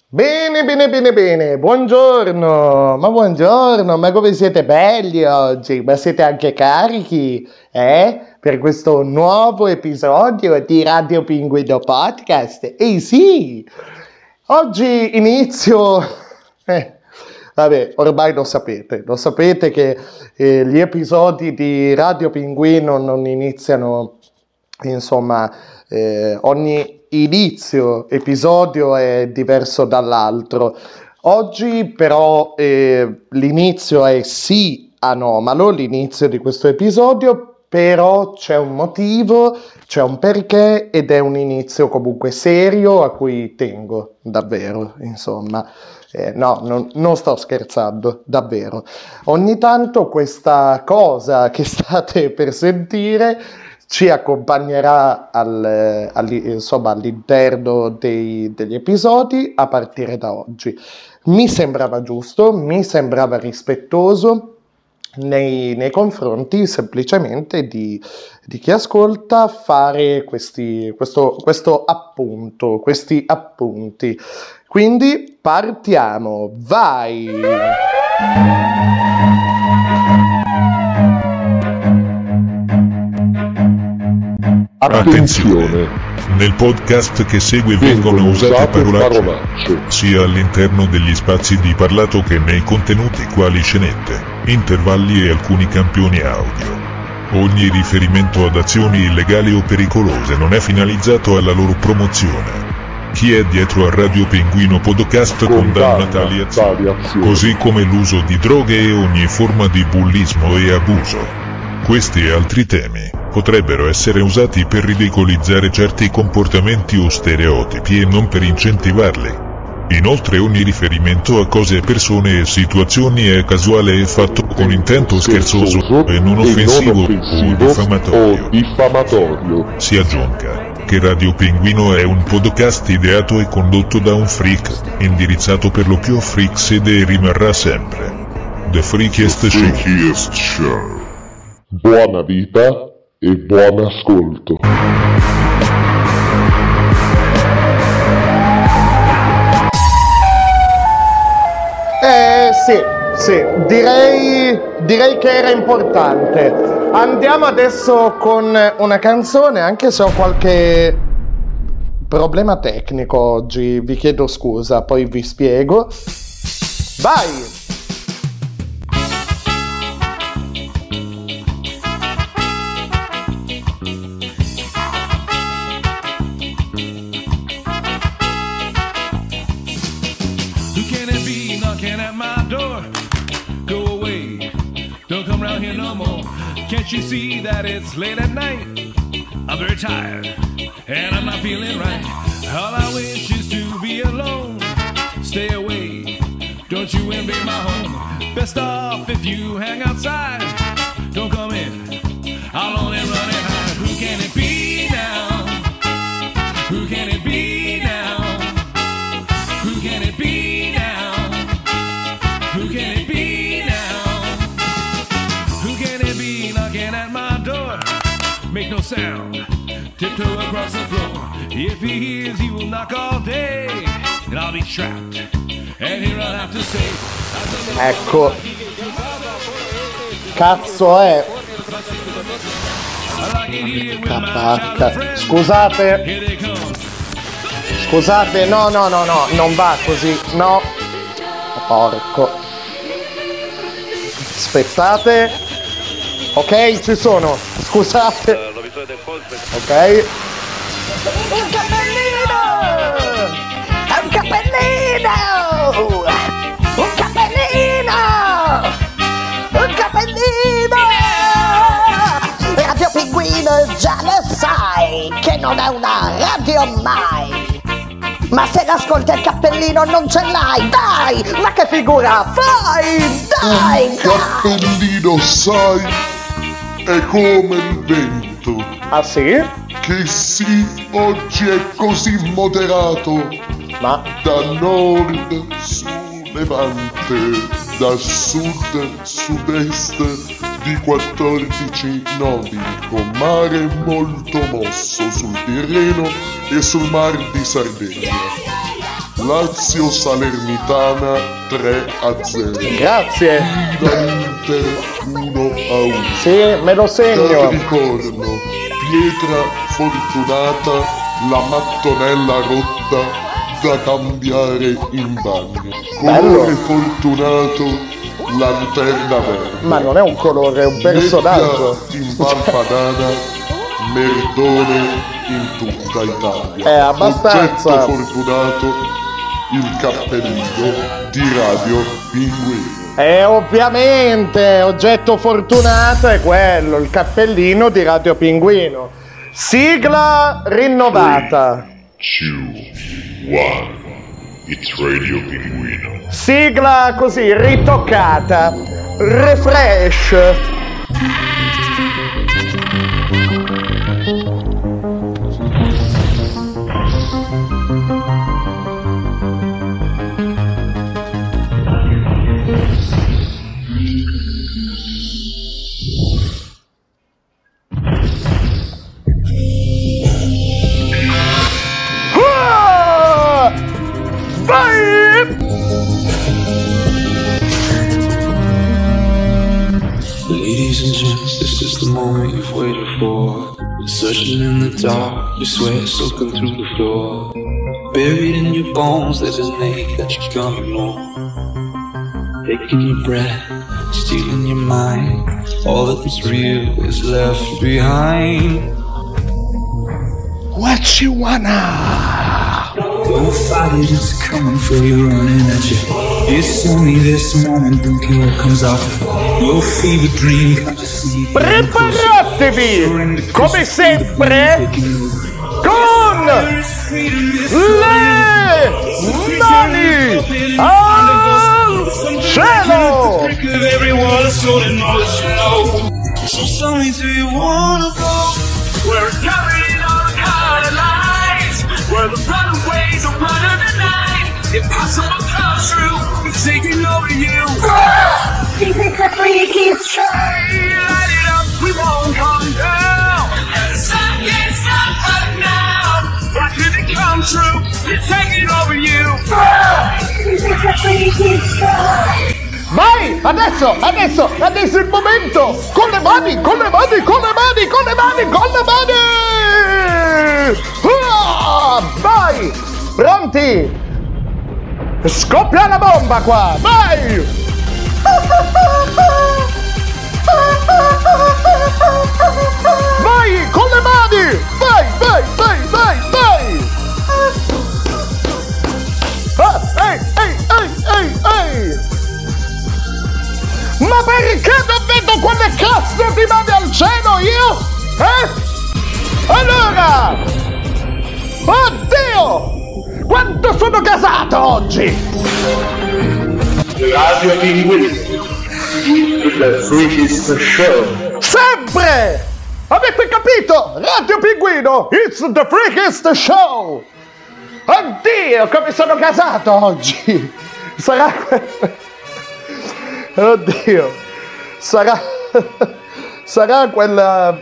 Bene, bene, bene, bene, buongiorno, ma come siete belli oggi? Ma siete anche carichi, per questo nuovo episodio di Radio Pinguino Podcast? Sì, oggi inizio, vabbè, ormai lo sapete che gli episodi di Radio Pinguino non iniziano, insomma, ogni inizio episodio è diverso dall'altro. Oggi però l'inizio è sì anomalo, l'inizio di questo episodio, però c'è un motivo, c'è un perché ed è un inizio comunque serio a cui tengo davvero, insomma. No, non sto scherzando, davvero. Ogni tanto questa cosa che state per sentire ci accompagnerà all'interno degli episodi a partire da oggi. Mi sembrava giusto, mi sembrava rispettoso nei confronti semplicemente di chi ascolta fare questi appunti. Quindi partiamo, vai! Attenzione! Nel podcast che segue vengono usate parolacce sia all'interno degli spazi di parlato che nei contenuti quali scenette, intervalli e alcuni campioni audio. Ogni riferimento ad azioni illegali o pericolose non è finalizzato alla loro promozione. Chi è dietro a Radio Pinguino Podcast condanna tali azioni, così come l'uso di droghe e ogni forma di bullismo e abuso. Questi e altri temi potrebbero essere usati per ridicolizzare certi comportamenti o stereotipi e non per incentivarli. Inoltre ogni riferimento a cose, persone e situazioni è casuale e fatto con intento scherzoso e non offensivo o diffamatorio. Si aggiunga che Radio Pinguino è un podcast ideato e condotto da un freak, indirizzato per lo più a freaks ed rimarrà sempre The Freakiest Show. Buona vita e buon ascolto. Sì, direi che era importante. Andiamo adesso con una canzone, anche se ho qualche problema tecnico oggi, vi chiedo scusa, poi vi spiego. Vai! Can't you see that it's late at night? I'm very tired, and I'm not feeling right. All I wish is to be alone. Stay away, don't you invade my home. Best off if you hang outside. Don't come in, I'll only run and hide. Who can it be now? Who can it be now? Who can it be now? Who can it be now? Who can it be knocking at my door? Make no sound, tiptoe across the floor. If he hears, he will knock all day, and I'll be trapped, and here I'll have to stay. Ecco, cazzo è? Scusate, no, non va così, no, porco. Aspettate, ok, ci sono, scusate, ok. Un cappellino! È un cappellino! Un cappellino! Un cappellino! Radio Pinguino già lo sai che non è una radio mai. Ma se l'ascolti il cappellino non ce l'hai, dai! Ma che figura fai? Dai! Il cappellino, sai, è come il vento. Ah sì? Che sì, oggi è così moderato. Ma da nord su levante, da sud sud-est di 14 nodi, con mare molto mosso sul Tirreno e sul mar di Sardegna. Lazio Salernitana 3-0. Grazie. Inter 1-1. Sì, me lo segno. Capricorno, pietra fortunata, la mattonella rotta da cambiare in bagno. Colore fortunato, lanterna verde. Ma non è un colore, è un personaggio. Nebbia in Val Padana, merdone in tutta Italia. È abbastanza. Oggetto fortunato, il cappellino di Radio Pinguino. E ovviamente oggetto fortunato è quello, il cappellino di Radio Pinguino. Sigla rinnovata. 2, 1, it's Radio Pinguino. Sigla così ritoccata. Refresh. Ladies and gents, this is the moment you've waited for. Searching in the dark, your sweat soaking through the floor. Buried in your bones, there's an ache that you're gonna ignore. Taking your breath, stealing your mind. All that's real is left behind. What you wanna? Don't fight it, it's coming for you, running at you. It's only this moment, don't care what comes after. Your fever dream, can't you see? Preparatevi, come sempre, con le mani al cielo! So tell me, do you wanna go? We're carrying on kind of lights, where the runaways are running the night. Impossible come true, it's taking over you. Freaky Light it up, we won't come down. And the sun can't stop us now. Why could it come true? It's taking over you. Vai, adesso è il momento! Con le mani! Vai! Pronti? Scoppia la bomba qua! Vai! Vai, con le mani! Vai! Ehi! Ma perché non vedo quelle cazzo di mani al cielo io? Allora! Oddio! Quanto sono gasato oggi! Radio Pinguino, il freakiest show. Sempre! Avete capito? Radio Pinguino, it's the freakiest show! Oddio, come sono gasato oggi! Sarà Oddio, sarà quella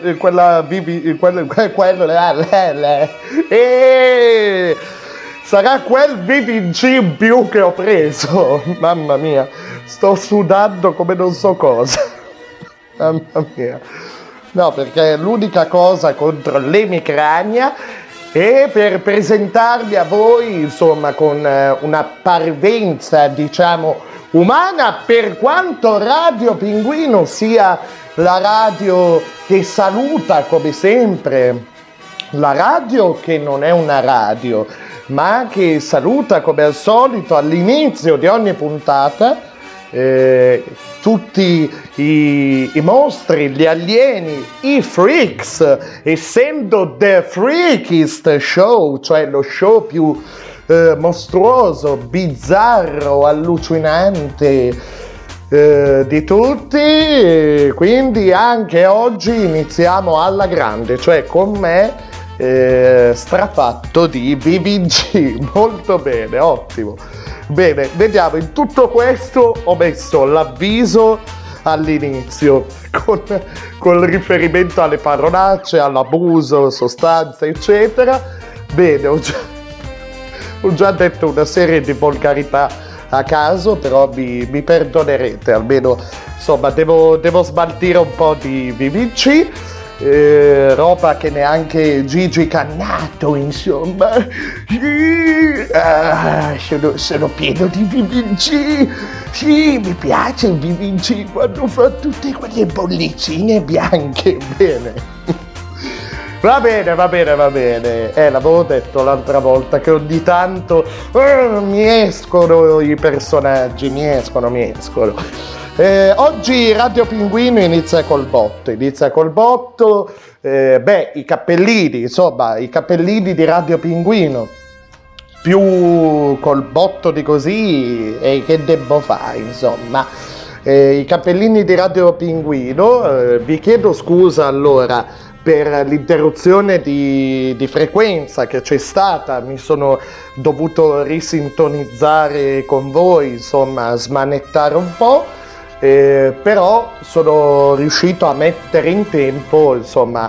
sarà quel VVG in più che ho preso. Mamma mia, sto sudando come non so cosa. Mamma mia. No, perché l'unica cosa contro l'emicrania e per presentarvi a voi, insomma, con una parvenza, diciamo, umana, per quanto Radio Pinguino sia la radio che saluta come sempre, la radio che non è una radio, ma che saluta come al solito all'inizio di ogni puntata tutti i mostri, gli alieni, i freaks, essendo the freakiest show, cioè lo show più mostruoso, bizzarro, allucinante di tutti, quindi anche oggi iniziamo alla grande, cioè con me strafatto di BBG. Molto bene, ottimo. Bene, vediamo, in tutto questo ho messo l'avviso all'inizio con riferimento alle parolacce, all'abuso, sostanze eccetera. Bene, ho già detto una serie di volgarità a caso, però mi perdonerete, almeno insomma devo smaltire un po' di VVC, roba che neanche Gigi Cannato, insomma. Sono pieno di VVC. Sì, mi piace il VVC quando fa tutte quelle bollicine bianche. Bene. Va bene. L'avevo detto l'altra volta che ogni tanto mi escono i personaggi, mi escono. Oggi Radio Pinguino inizia col botto, i cappellini di Radio Pinguino, più col botto di così, e che devo fare, insomma. I cappellini di Radio Pinguino, vi chiedo scusa allora per l'interruzione di frequenza che c'è stata, mi sono dovuto risintonizzare con voi, insomma, smanettare un po', però sono riuscito a mettere in tempo, insomma,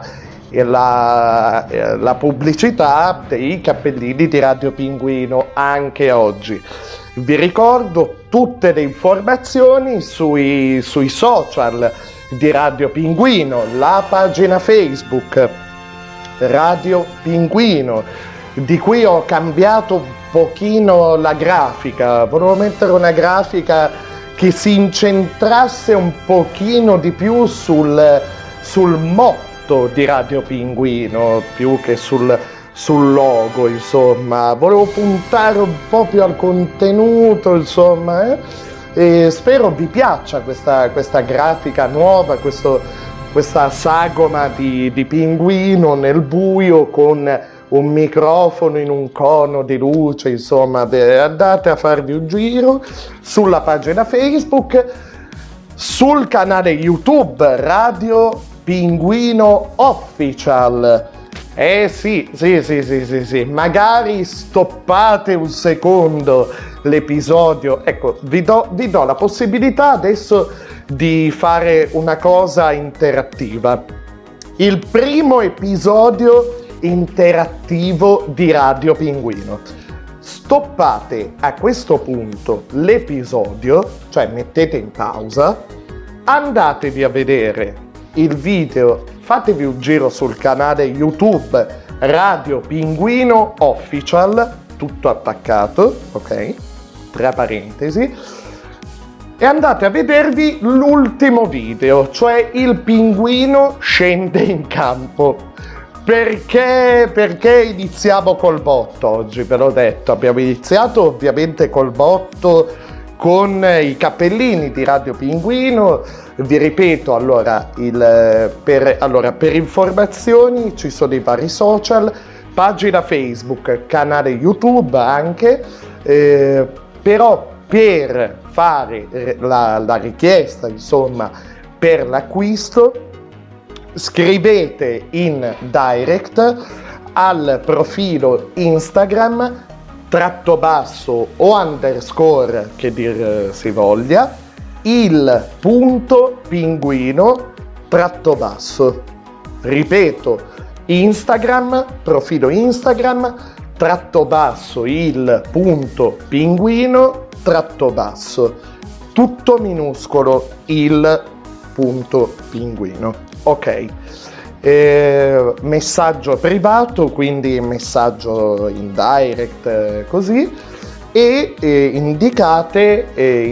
la pubblicità dei cappellini di Radio Pinguino anche oggi. Vi ricordo tutte le informazioni sui social di Radio Pinguino, la pagina Facebook Radio Pinguino, di cui ho cambiato un pochino la grafica, volevo mettere una grafica che si incentrasse un pochino di più sul motto di Radio Pinguino più che sul logo, insomma, volevo puntare un po' più al contenuto, insomma, e spero vi piaccia questa grafica nuova, questa sagoma di pinguino nel buio con un microfono in un cono di luce, insomma. Andate a farvi un giro sulla pagina Facebook, sul canale YouTube Radio Pinguino Official. Sì, magari stoppate un secondo l'episodio. Ecco, vi do la possibilità adesso di fare una cosa interattiva. Il primo episodio interattivo di Radio Pinguino. Stoppate a questo punto l'episodio, cioè mettete in pausa, andatevi a vedere il video, fatevi un giro sul canale YouTube Radio Pinguino Official, tutto attaccato, ok? Tra parentesi, e andate a vedervi l'ultimo video, cioè il pinguino scende in campo. Perché iniziamo col botto oggi? Ve l'ho detto, abbiamo iniziato ovviamente col botto con i cappellini di Radio Pinguino. Vi ripeto, allora, per informazioni ci sono i vari social, pagina Facebook, canale YouTube anche, però per fare la richiesta, insomma, per l'acquisto, scrivete in direct al profilo Instagram _ o underscore, che dir si voglia, il punto pinguino _ ripeto, Instagram, profilo Instagram _ il punto pinguino _ tutto minuscolo, il punto pinguino, ok. Messaggio privato, quindi messaggio in direct, così, e indicate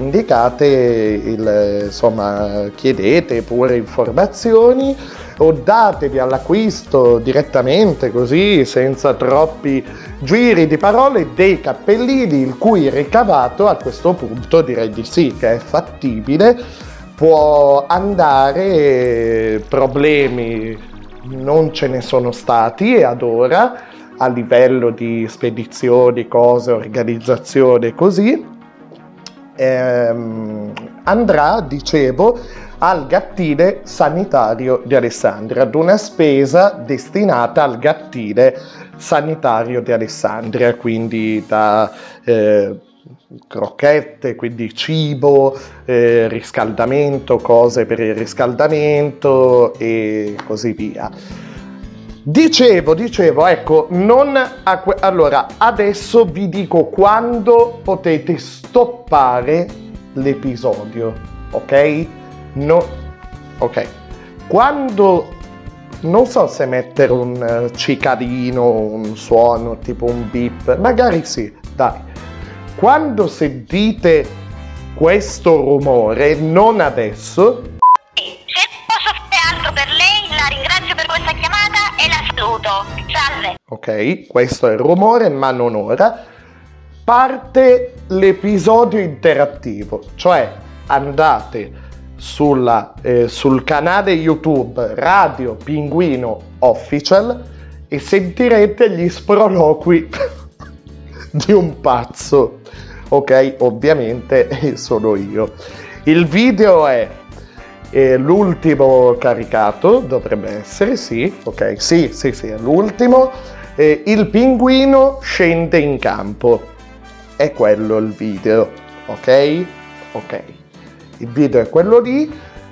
insomma, chiedete pure informazioni o datevi all'acquisto direttamente, così, senza troppi giri di parole, dei cappellini, il cui ricavato a questo punto direi di sì, che è fattibile, può andare, problemi non ce ne sono stati ad ora a livello di spedizioni, cose, organizzazione, così, andrà, dicevo, al gattile sanitario di Alessandria, ad una spesa destinata al gattile sanitario di Alessandria, quindi da crocchette, quindi cibo, riscaldamento, cose per il riscaldamento e così via. Dicevo, ecco, allora, adesso vi dico quando potete stoppare l'episodio, ok? Ok. Quando, non so se mettere un cicadino, un suono, tipo un beep, magari sì, dai. Quando sentite questo rumore, non adesso. Se posso fare altro per lei, la ringrazio per questa chiamata e la saluto. Salve. Ok, questo è il rumore, ma non ora. Parte l'episodio interattivo, cioè andate sul canale YouTube Radio Pinguino Official e sentirete gli sproloqui di un pazzo. Ok, ovviamente sono io. Il video è l'ultimo caricato, dovrebbe essere, sì, ok, sì, è l'ultimo. Il pinguino scende in campo, è quello il video, ok? Il video è quello lì,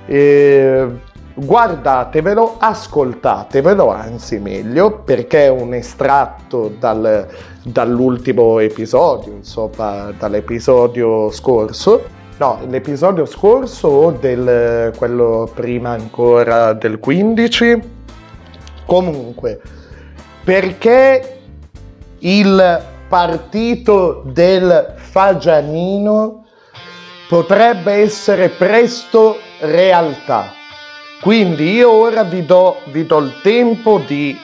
guardatevelo, ascoltatevelo, anzi meglio, perché è un estratto dall'ultimo episodio, insomma, dall'episodio scorso. No, l'episodio scorso o quello prima ancora del 15? Comunque, perché il partito del Fagianino potrebbe essere presto realtà. Quindi io ora vi do il tempo di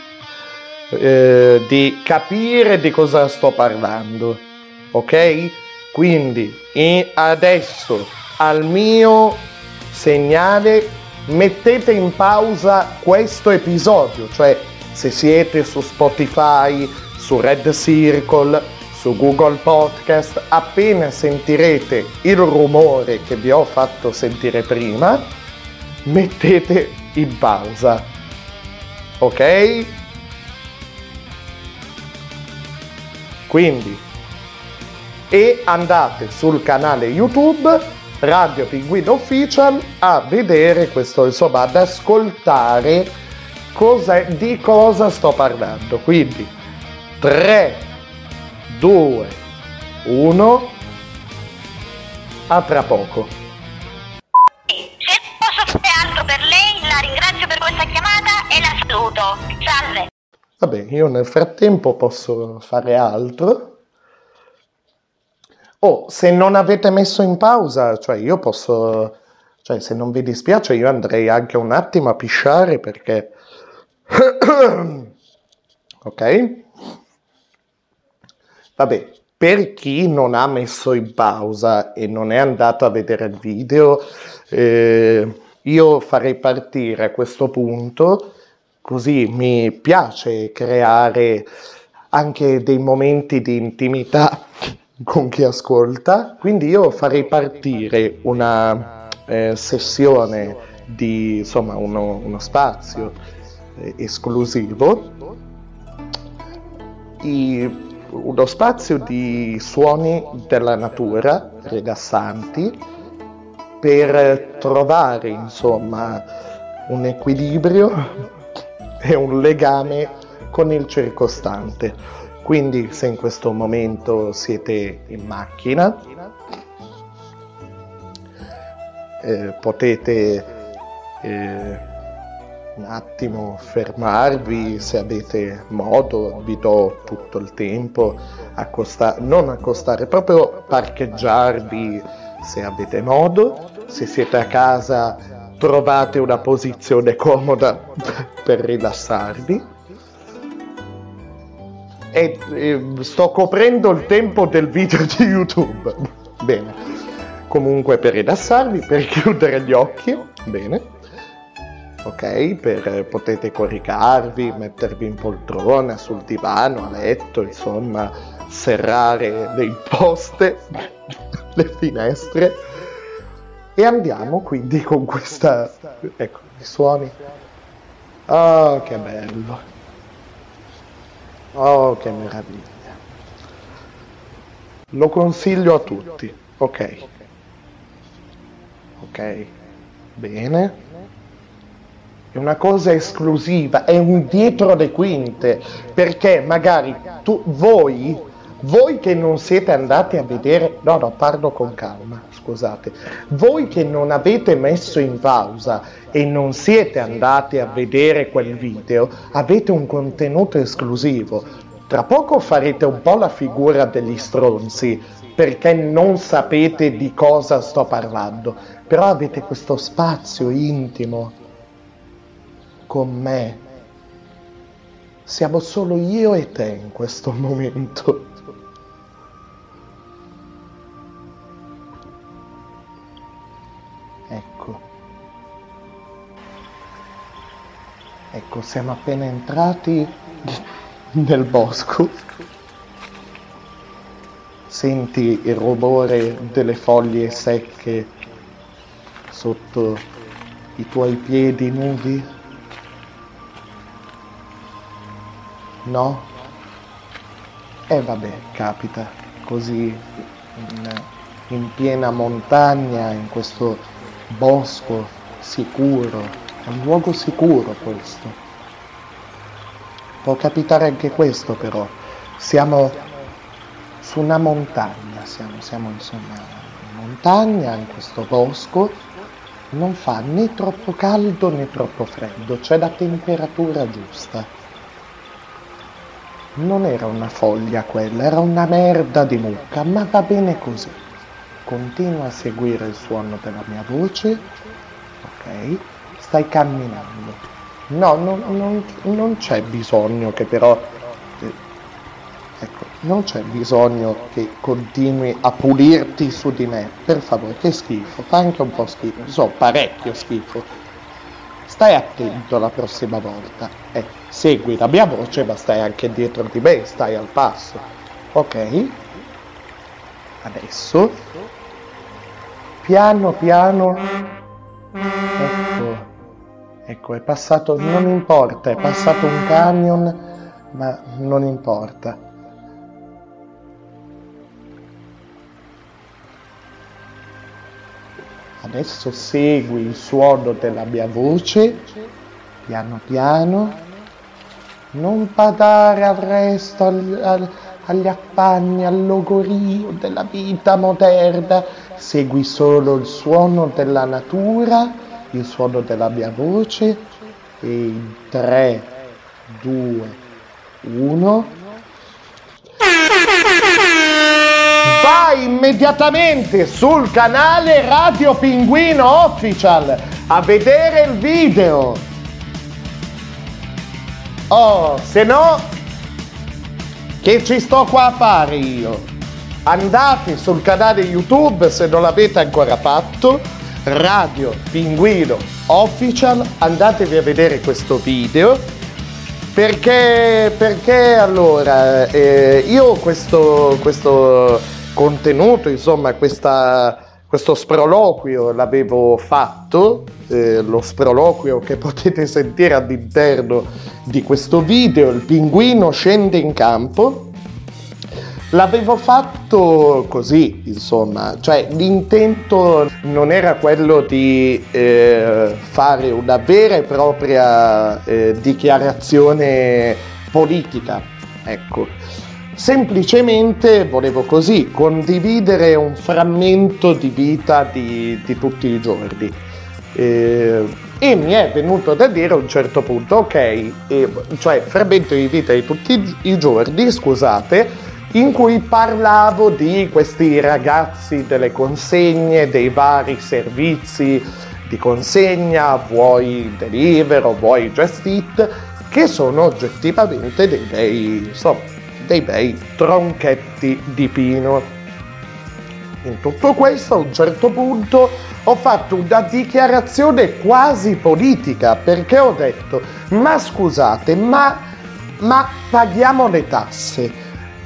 capire di cosa sto parlando, ok? Quindi adesso al mio segnale mettete in pausa questo episodio, cioè se siete su Spotify, su Red Circle, su Google Podcast, appena sentirete il rumore che vi ho fatto sentire prima, mettete in pausa, ok? Quindi e andate sul canale YouTube Radio Pinguino Official a vedere questo, insomma, ad ascoltare di cosa sto parlando. Quindi 3, 2, 1, a tra poco. Se posso fare altro per lei, la ringrazio per questa chiamata e la saluto. Salve. Vabbè, io nel frattempo posso fare altro. Se non avete messo in pausa, cioè io posso, cioè se non vi dispiace io andrei anche un attimo a pisciare perché ok? Vabbè, per chi non ha messo in pausa e non è andato a vedere il video, io farei partire a questo punto, così mi piace creare anche dei momenti di intimità con chi ascolta, quindi io farei partire una sessione di, insomma, uno spazio esclusivo, uno spazio di suoni della natura rilassanti per trovare, insomma, un equilibrio e un legame con il circostante. Quindi se in questo momento siete in macchina, potete un attimo fermarvi se avete modo, vi do tutto il tempo, non accostare, proprio parcheggiarvi se avete modo, se siete a casa trovate una posizione comoda per rilassarvi. E sto coprendo il tempo del video di YouTube. Bene. Comunque per rilassarvi, per chiudere gli occhi. Bene. Ok, potete coricarvi, mettervi in poltrona, sul divano, a letto, insomma, serrare le imposte, le finestre. E andiamo quindi con questa... Ecco, i suoni. Oh, che bello. Oh, che meraviglia. Lo consiglio a tutti. Ok, bene. è una cosa esclusiva, è un dietro le quinte, perché magari voi che non siete andati a vedere, no, parlo con calma, scusate, voi che non avete messo in pausa e non siete andati a vedere quel video, avete un contenuto esclusivo. Tra poco farete un po' la figura degli stronzi, perché non sapete di cosa sto parlando, però avete questo spazio intimo con me. Siamo solo io e te in questo momento. Ecco, siamo appena entrati nel bosco. Senti il rumore delle foglie secche sotto i tuoi piedi nudi? No? Vabbè, capita, così in piena montagna, in questo bosco sicuro. È un luogo sicuro questo. Può capitare anche questo, però. Siamo su una montagna, siamo insomma in montagna, in questo bosco. Non fa né troppo caldo né troppo freddo, c'è la temperatura giusta. Non era una foglia quella, era una merda di mucca, ma va bene così. Continua a seguire il suono della mia voce, ok? Stai camminando. No, non c'è bisogno che però... ecco, non c'è bisogno che continui a pulirti su di me. Per favore, che schifo. Fa anche un po' schifo. Parecchio schifo. Stai attento la prossima volta. Segui la mia voce, ma stai anche dietro di me, stai al passo. Ok? Adesso... piano piano... Ecco, è passato, non importa, è passato un camion, ma non importa. Adesso segui il suono della mia voce, piano piano, non badare al resto, agli affanni, al logorio della vita moderna, segui solo il suono della natura, il suono della mia voce, e in 3, 2, 1 vai immediatamente sul canale Radio Pinguino Official a vedere il video. Se no, che ci sto qua a fare io? Andate sul canale YouTube, se non l'avete ancora fatto, Radio Pinguino Official, andatevi a vedere questo video, perché allora io questo contenuto, insomma questo sproloquio l'avevo fatto, lo sproloquio che potete sentire all'interno di questo video, il pinguino scende in campo. L'avevo fatto così, insomma, cioè l'intento non era quello di fare una vera e propria dichiarazione politica, ecco. Semplicemente volevo così condividere un frammento di vita di tutti i giorni. E mi è venuto da dire a un certo punto, cioè frammento di vita di tutti i giorni, scusate, in cui parlavo di questi ragazzi delle consegne, dei vari servizi di consegna, vuoi Deliveroo, vuoi Just Eat, che sono oggettivamente dei bei tronchetti di pino. In tutto questo, a un certo punto, ho fatto una dichiarazione quasi politica, perché ho detto, ma scusate, ma paghiamo le tasse.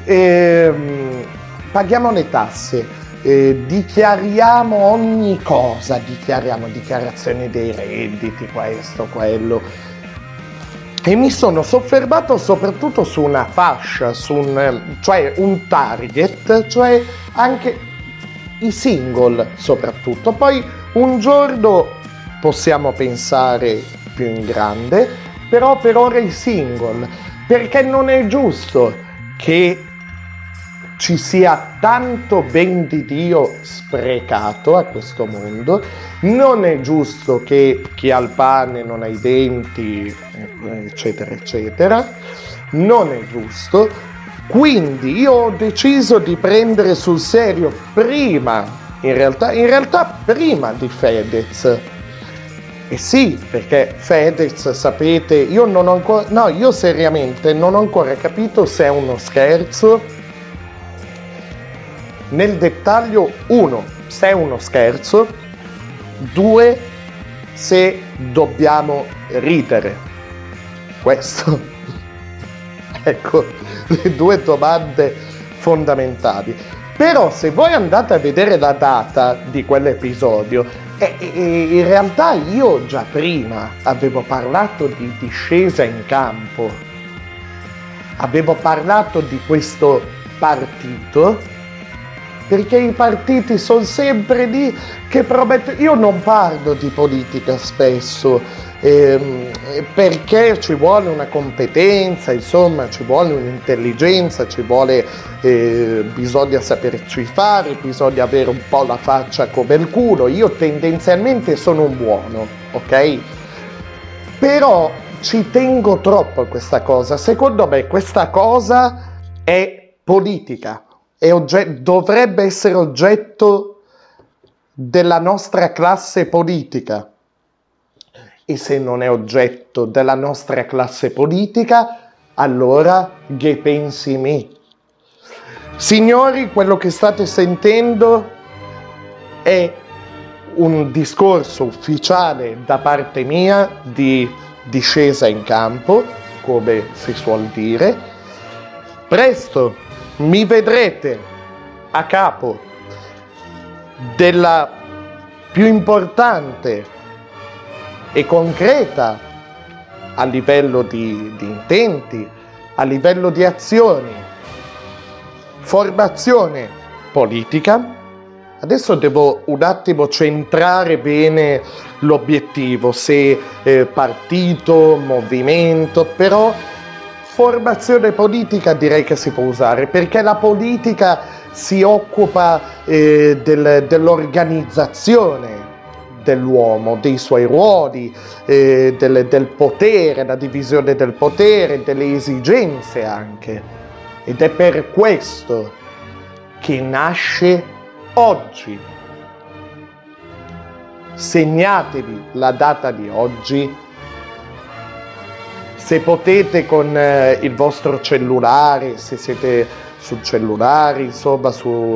Paghiamo le tasse, dichiariamo ogni cosa, dichiariamo dichiarazioni dei redditi, questo, quello, e mi sono soffermato soprattutto su una fascia, cioè un target, cioè anche i single soprattutto. Poi un giorno possiamo pensare più in grande, però per ora i single, perché non è giusto che ci sia tanto ben di Dio sprecato a questo mondo, non è giusto che chi ha il pane non ha i denti, eccetera, eccetera, non è giusto. Quindi io ho deciso di prendere sul serio prima, in realtà prima di Fedez. E sì, perché Fedez, sapete, io seriamente non ho ancora capito se è uno scherzo. Nel dettaglio, 1, se è uno scherzo, 2, se dobbiamo ridere. Questo. Ecco, le 2 domande fondamentali. Però se voi andate a vedere la data di quell'episodio, in realtà io già prima avevo parlato di discesa in campo. Avevo parlato di questo partito, perché i partiti sono sempre lì che promettono. Io non parlo di politica spesso, perché ci vuole una competenza, insomma, ci vuole un'intelligenza, bisogna saperci fare, bisogna avere un po' la faccia come il culo. Io tendenzialmente sono un buono, ok? Però ci tengo troppo a questa cosa. Secondo me questa cosa è politica. Dovrebbe essere oggetto della nostra classe politica. E se non è oggetto della nostra classe politica, allora che pensi me? Signori, quello che state sentendo è un discorso ufficiale da parte mia di discesa in campo, come si suol dire. Presto mi vedrete a capo della più importante e concreta a livello di intenti, a livello di azioni, formazione politica. Adesso devo un attimo centrare bene l'obiettivo, se partito, movimento, però formazione politica direi che si può usare, perché la politica si occupa dell'organizzazione dell'uomo, dei suoi ruoli, del potere, la divisione del potere, delle esigenze anche. Ed è per questo che nasce oggi. Segnatevi la data di oggi. Se potete con il vostro cellulare, se siete sul cellulare, insomma,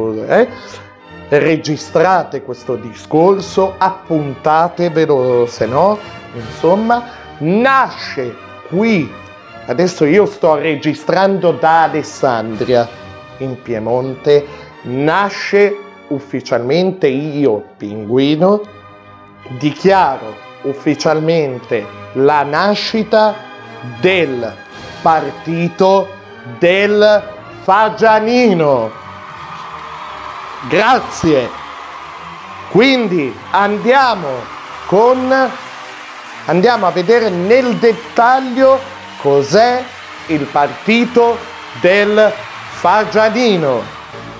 registrate questo discorso, appuntatevelo, se no, insomma, nasce qui. Adesso io sto registrando da Alessandria, in Piemonte, nasce ufficialmente, io, Pinguino, dichiaro ufficialmente la nascita del partito del Fagianino. Grazie. Quindi andiamo a vedere nel dettaglio cos'è il partito del Fagianino.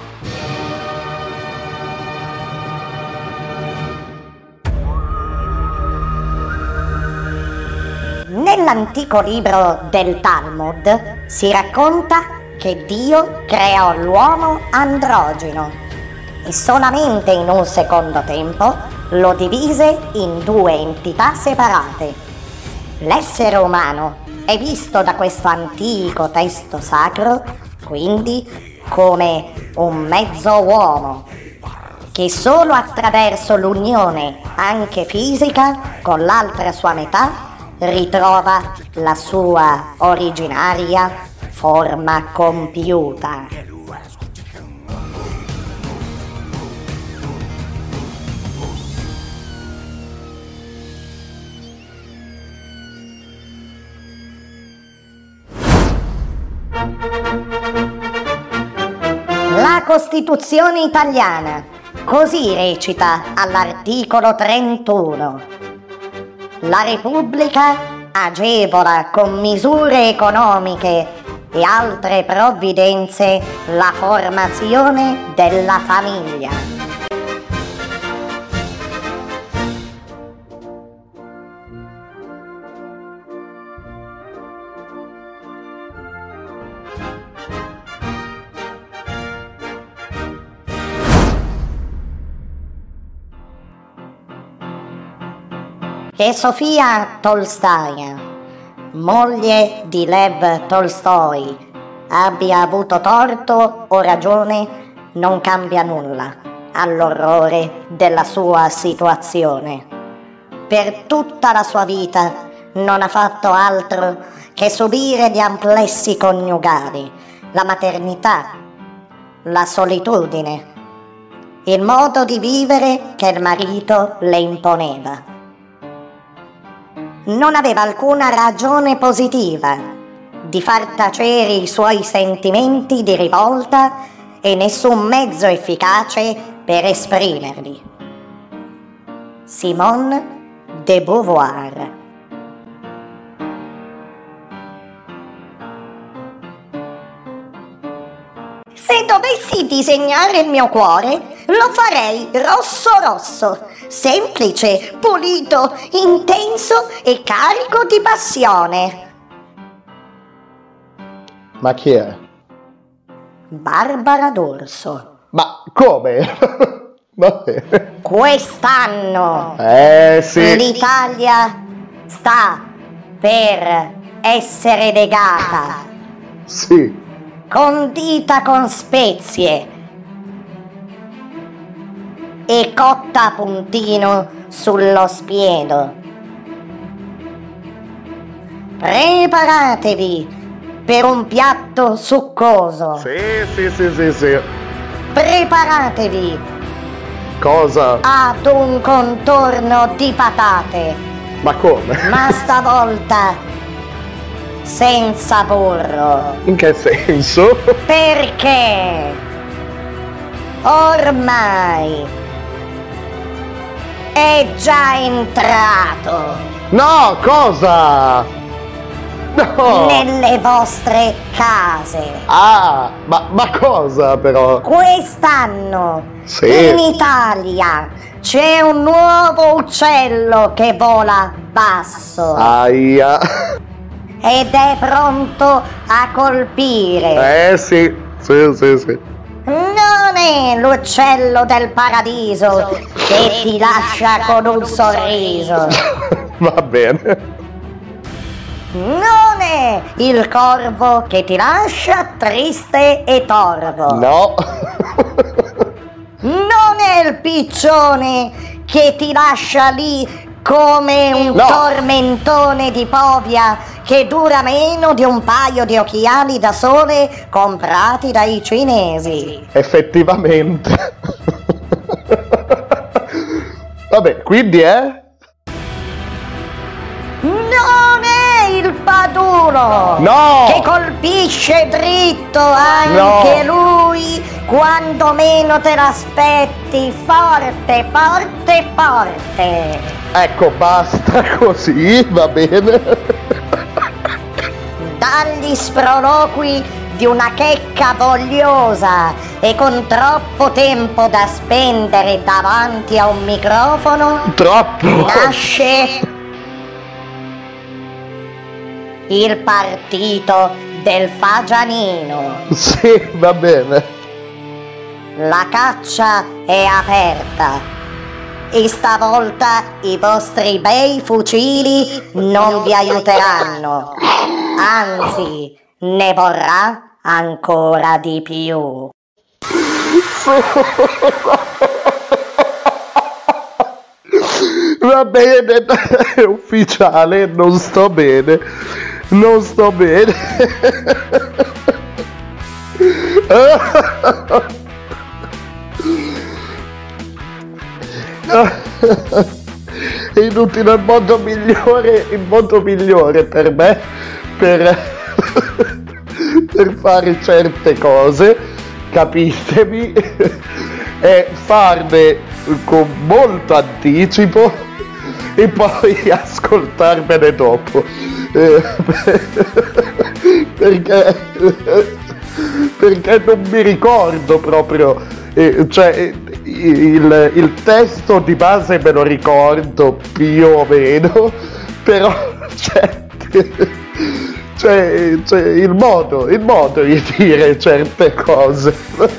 Nell'antico libro del Talmud si racconta che Dio creò l'uomo androgino e solamente in un secondo tempo lo divise in 2 entità separate. L'essere umano è visto da questo antico testo sacro quindi come un mezzo uomo che solo attraverso l'unione anche fisica con l'altra sua metà ritrova la sua originaria forma compiuta. La Costituzione italiana così recita all'articolo 31. La Repubblica agevola con misure economiche e altre provvidenze la formazione della famiglia. Che Sofia Tolstaja, moglie di Lev Tolstoi, abbia avuto torto o ragione non cambia nulla all'orrore della sua situazione. Per tutta la sua vita non ha fatto altro che subire gli amplessi coniugali, la maternità, la solitudine, il modo di vivere che il marito le imponeva. Non aveva alcuna ragione positiva di far tacere i suoi sentimenti di rivolta e nessun mezzo efficace per esprimerli. Simone de Beauvoir. Se dovessi disegnare il mio cuore, lo farei rosso rosso, semplice, pulito, intenso e carico di passione. Ma chi è? Barbara D'Urso. Ma come? Vabbè. Quest'anno Sì. l'Italia sta per essere legata, Sì. condita con spezie e cotta a puntino sullo spiedo. Preparatevi per un piatto succoso. Sì. Preparatevi Cosa? ad un contorno di patate, Ma come? ma stavolta senza burro. In che senso? Perché ormai è già entrato No, cosa? No! nelle vostre case. Ah, ma cosa però? Quest'anno Sì. in Italia c'è un nuovo uccello che vola basso Aia. ed è pronto a colpire. Sì. Non è l'uccello del paradiso che ti lascia con un sorriso. Va bene. Non è il corvo che ti lascia triste e torvo. No. Non è il piccione che ti lascia lì come un No. tormentone di povia che dura meno di un paio di occhiali da sole comprati dai cinesi. Effettivamente. Vabbè, quindi è? Non è il padulo No! che colpisce dritto anche lui quando meno te l'aspetti, forte. Ecco, basta così, va bene. Dagli sproloqui di una checca vogliosa e con troppo tempo da spendere davanti a un microfono Troppo. nasce il partito del fagianino. Sì, va bene. La caccia è aperta e stavolta i vostri bei fucili non vi aiuteranno, anzi ne vorrà ancora di più. Va bene, è ufficiale, non sto bene. È inutile, il modo migliore per me per fare certe cose, capitemi, è farne con molto anticipo e poi ascoltarmene dopo. Perché non mi ricordo proprio, cioè il testo di base me lo ricordo più o meno, però cioè il modo di dire certe cose.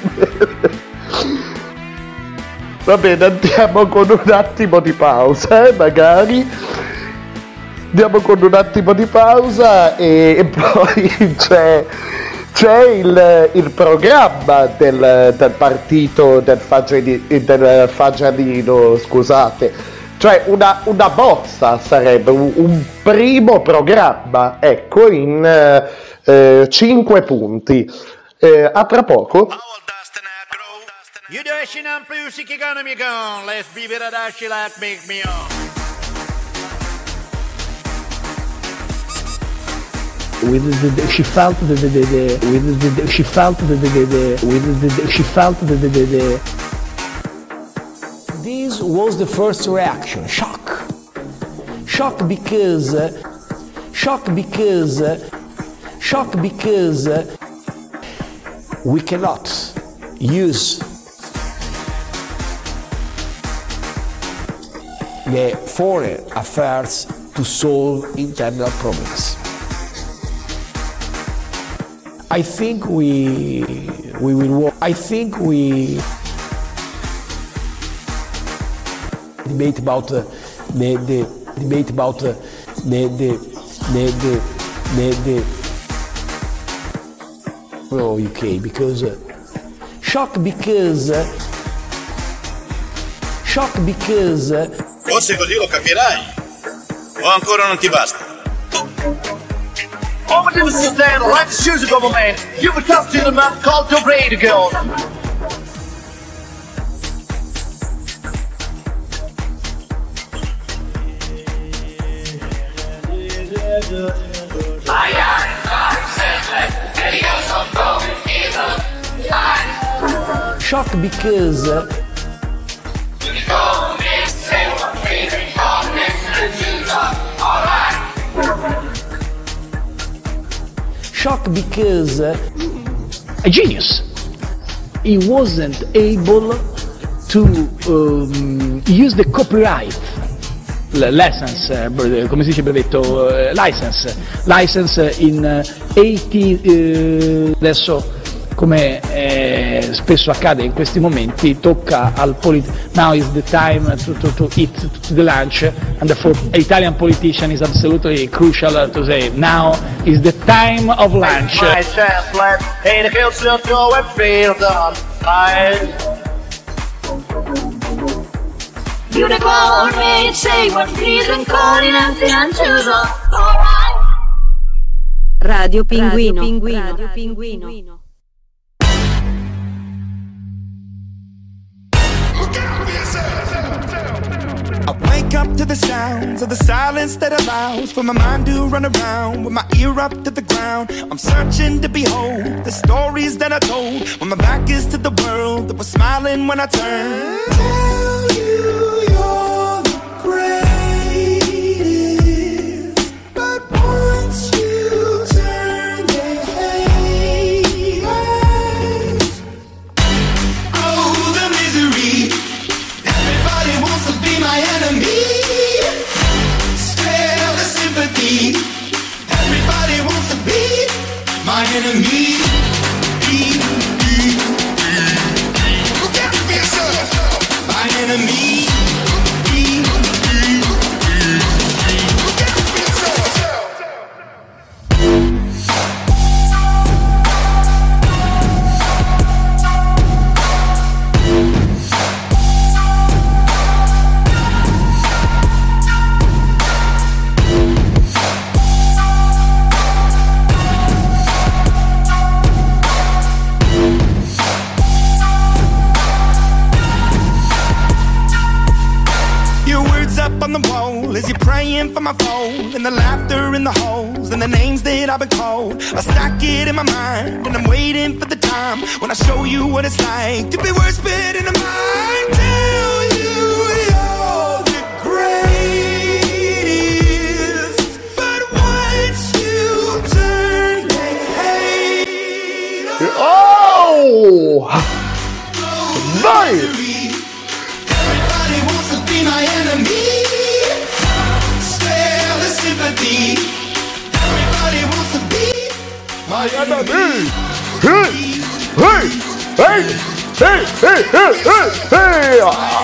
Va bene, andiamo con un attimo di pausa, magari. Andiamo con un attimo di pausa e poi c'è il programma del partito del Fagianino, scusate. Cioè una bozza sarebbe, un primo programma, ecco, in 5 punti. A tra poco. You dashing and music, you're gonna be gone. Let's be with a dash like make me on. She felt This was the first reaction, shock because we cannot use the foreign affairs to solve internal problems. I think we will work. I think we debate about the UK because shock because forse così lo capirai o ancora non ti basta. Over to Mr. Stan, like the shoes of government. You were tough to the man called to ready to go. Shock because shock because a genius. He wasn't able to use the copyright license, come si dice brevetto, license in 80 adesso come spesso accade in questi momenti tocca al now is the time to eat to the lunch, and therefore Italian politician is absolutely crucial to say now is the time of lunch. Unicorn may say what please and calling and the answers are Radio Pinguino. I wake up to the sounds of the silence that allows for my mind to run around with my ear up to the ground. I'm searching to behold the stories that I told when my back is to the world that was smiling when I turned. Tell you you're the greatest, but once you turn they hate us. Oh, the misery. Everybody wants to be my enemy. Spare the sympathy. Everybody wants to be my enemy. Look at me, sir. My enemy. Look at me, sir. On the wall as you're praying for my phone, and the laughter in the holes and the names that I've been called. I stack it in my mind and I'm waiting for the time when I show you what it's like to be worse fit in a mind. Tell you you're the greatest. be my enemy. Spare the sympathy. Everybody wants to be my enemy. Hey, hey, hey, hey, hey, hey,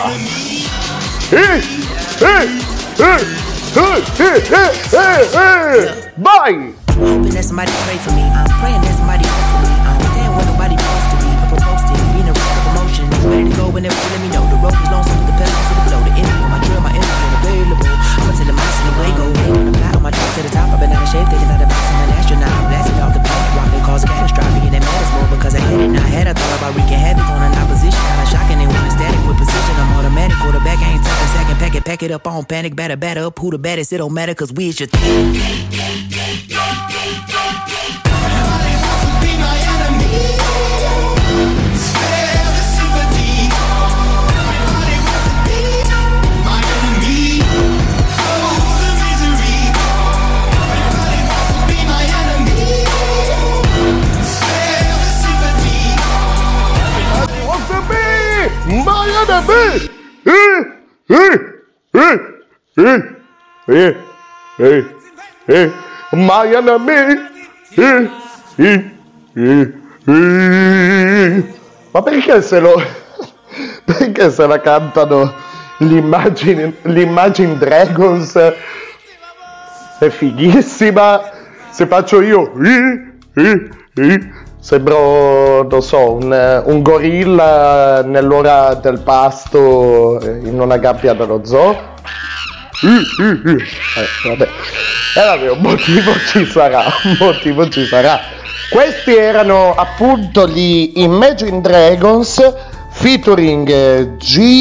hey, vai! Hoping that somebody pray for me. I'm praying that somebody pray for me. I understand what nobody wants to be. I propose to being a rock of emotion. Ready to go whenever you let me know. The road is long, so with the pedal to the flow. The energy on my drill, my instrument available. I'ma tell the mouse in the way go. I'm flat on my trip to the top. I've been out of shape, thinking out the box. I'm an astronaut. I'm blasted off the planet. Rocking cause catastrophe. And that matters more because I had it. Now I had I thought about wreaking havoc on an opposition. Kinda shocking and when it's static with precision. I'm automatic. Quarterback, I ain't talking second. Pack it up on panic. Batter up. Who the baddest? It don't matter cause we is your thing. My enemy. Ma perché perché se la cantano l'Imagine Dragons è fighissima, se faccio io sembro, non so, un gorilla nell'ora del pasto in una gabbia dello zoo. Vabbè, un motivo ci sarà. Questi erano appunto gli Imagine Dragons featuring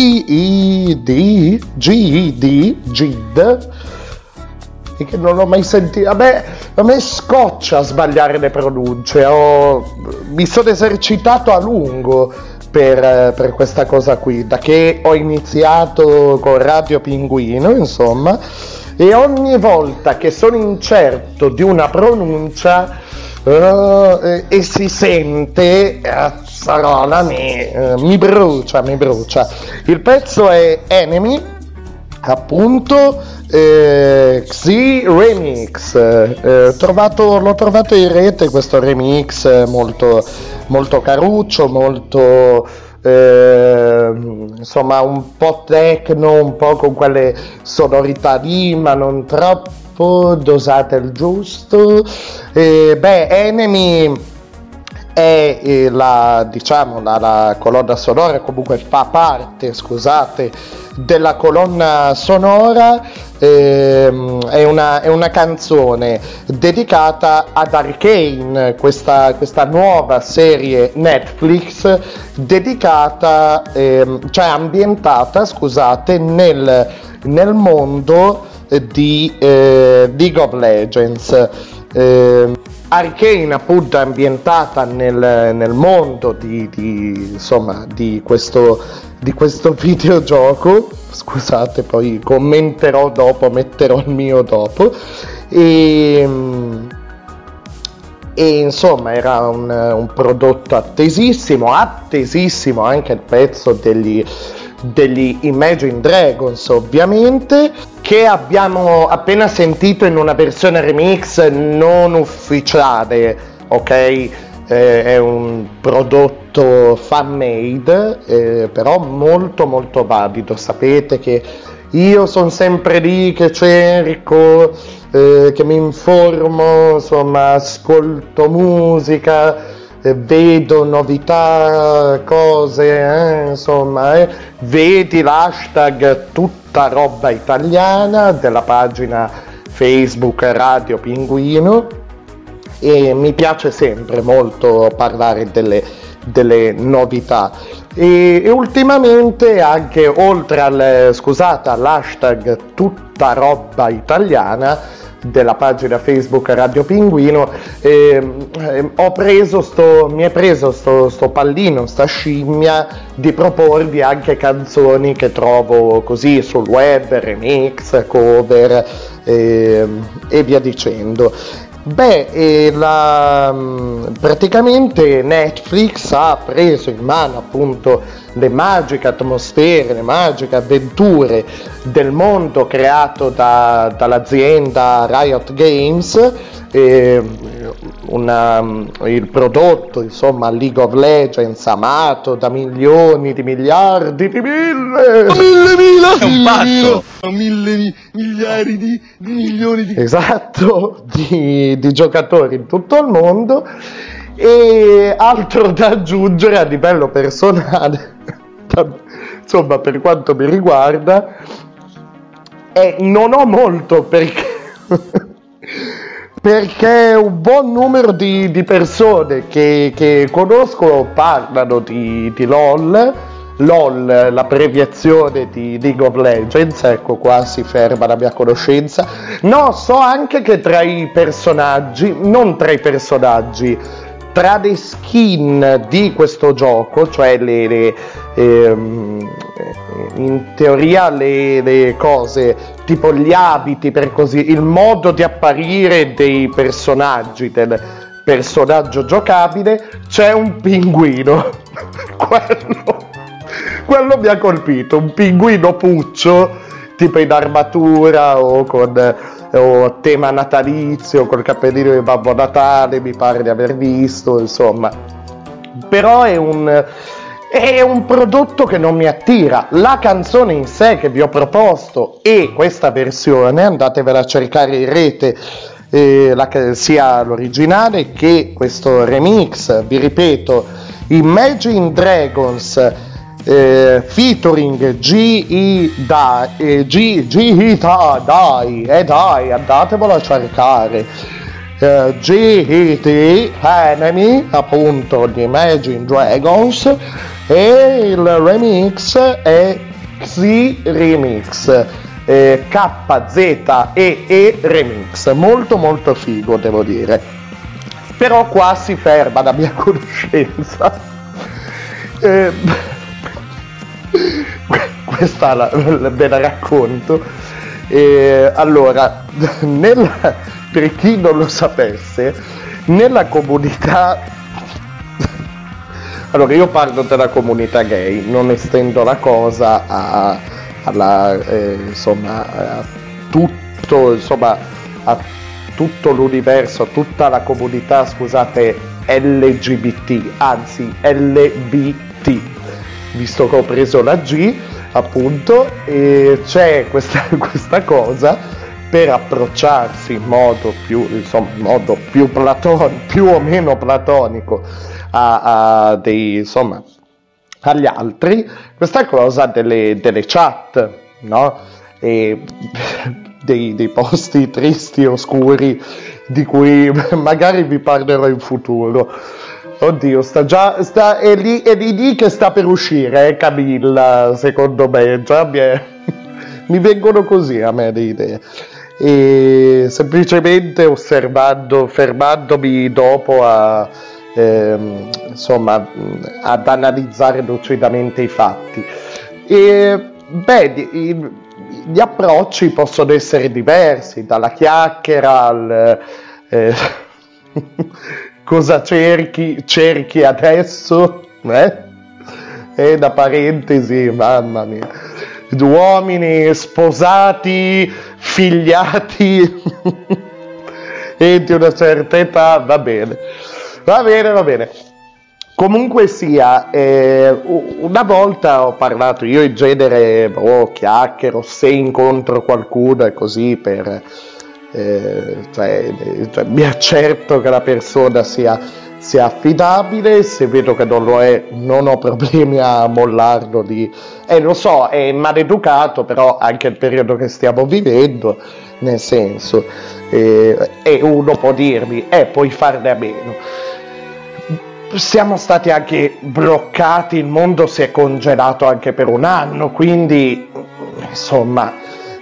GED, che non l'ho mai sentito. Vabbè, a me scoccia sbagliare le pronunce, mi sono esercitato a lungo per questa cosa qui, da che ho iniziato con Radio Pinguino, insomma, e ogni volta che sono incerto di una pronuncia e si sente, cazzarola, mi brucia. Il pezzo è Enemy, appunto, Xi Remix. L'ho trovato in rete questo remix molto, molto caruccio, molto insomma un po' techno, un po' con quelle sonorità lì, ma non troppo, dosate il giusto. Enemy è la colonna sonora, comunque fa parte, scusate, della colonna sonora. È una canzone dedicata ad Arcane, questa nuova serie Netflix dedicata, cioè ambientata, scusate, nel mondo di League of Legends. Arcane appunto è ambientata nel mondo di questo videogioco. Scusate, poi commenterò dopo, metterò il mio dopo. E insomma era un prodotto attesissimo anche il pezzo degli Imagine Dragons, ovviamente, che abbiamo appena sentito in una versione remix non ufficiale, ok? È un prodotto fan made, però molto molto valido. Sapete che io sono sempre lì che cerco, che mi informo, insomma, ascolto musica, vedo novità, cose, insomma, vedi l'hashtag tutta roba italiana della pagina Facebook Radio Pinguino, e mi piace sempre molto parlare delle novità. E ultimamente anche, oltre all'hashtag tutta roba italiana della pagina Facebook Radio Pinguino, mi è preso sto pallino, sta scimmia di proporvi anche canzoni che trovo così sul web, remix, cover e via dicendo. Praticamente Netflix ha preso in mano appunto le magiche atmosfere, le magiche avventure del mondo creato dall'azienda Riot Games, il prodotto, insomma, League of Legends, amato da milioni di miliardi di miliardi di milioni di esatto, di giocatori in tutto il mondo. E altro da aggiungere a livello personale, insomma, per quanto mi riguarda, non ho molto perché un buon numero di persone che conosco parlano di LOL, l'abbreviazione di League of Legends, ecco qua si ferma la mia conoscenza. No, so anche che tra le skin di questo gioco, cioè in teoria le cose tipo gli abiti, per così, il modo di apparire dei personaggi, del personaggio giocabile, c'è un pinguino. quello mi ha colpito, un pinguino puccio tipo in armatura o tema natalizio, col cappellino di Babbo Natale, mi pare di aver visto, insomma. Però è un prodotto che non mi attira. La canzone in sé che vi ho proposto e questa versione, andatevela a cercare in rete, sia l'originale che questo remix, vi ripeto, Imagine Dragons featuring dai, andatevelo a cercare, GET Enemy, appunto, di Imagine Dragons, e il remix è Xi Remix, KZEE Remix, molto molto figo, devo dire. Però qua si ferma la mia conoscenza. Questa ve la racconto. Allora, per chi non lo sapesse, nella comunità, allora io parlo della comunità gay, non estendo la cosa a tutto l'universo, a tutta la comunità, scusate, LGBT, anzi LBT, visto che ho preso la G, appunto, e c'è questa cosa per approcciarsi in modo più più o meno platonico agli altri, questa cosa delle chat, no? E dei posti tristi, oscuri, di cui magari vi parlerò in futuro. Oddio, è lì che sta per uscire, Camilla, secondo me, già mi vengono così a me le idee. E semplicemente fermandomi dopo ad analizzare lucidamente i fatti. E gli approcci possono essere diversi, dalla chiacchiera al cosa cerchi adesso, e da parentesi, mamma mia, uomini sposati, figliati e di una certa età, va bene. Comunque sia, una volta ho parlato, io in genere chiacchiero se incontro qualcuno e così mi accerto che la persona sia affidabile. Se vedo che non lo è, non ho problemi a mollarlo lo so, è maleducato, però anche il periodo che stiamo vivendo, nel senso, e uno può dirmi puoi farne a meno. Siamo stati anche bloccati, il mondo si è congelato anche per un anno, quindi insomma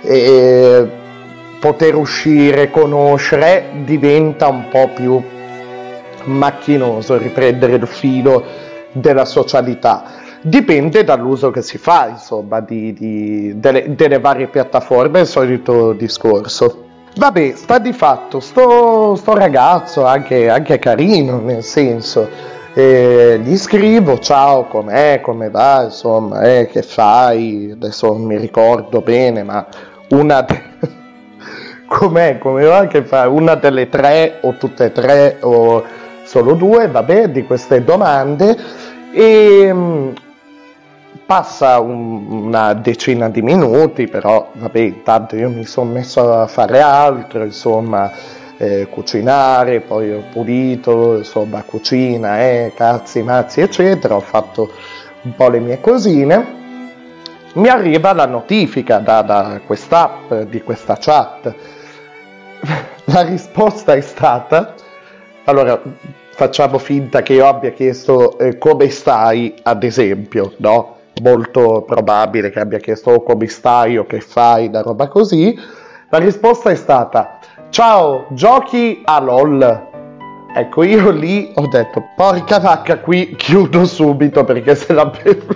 poter uscire, conoscere, diventa un po' più macchinoso, riprendere il filo della socialità. Dipende dall'uso che si fa, insomma, delle varie piattaforme, il solito discorso. Vabbè, sta di fatto, sto ragazzo anche carino, nel senso, Gli scrivo: ciao, com'è, come va, insomma, che fai? Adesso non mi ricordo bene, ma come va, che fai? Una delle tre o tutte e tre o solo due, vabbè, di queste domande. E passa una decina di minuti, però vabbè, intanto io mi sono messo a fare altro, insomma, cucinare, poi ho pulito, insomma, cucina, cazzi, mazzi, eccetera, ho fatto un po' le mie cosine. Mi arriva la notifica da quest'app, di questa chat. La risposta è stata: allora, facciamo finta che io abbia chiesto come stai, ad esempio, no? Molto probabile che abbia chiesto come stai o che fai, da roba così. La risposta è stata: ciao, giochi a LOL? Ecco, io lì ho detto: porca vacca, qui chiudo subito, perché se la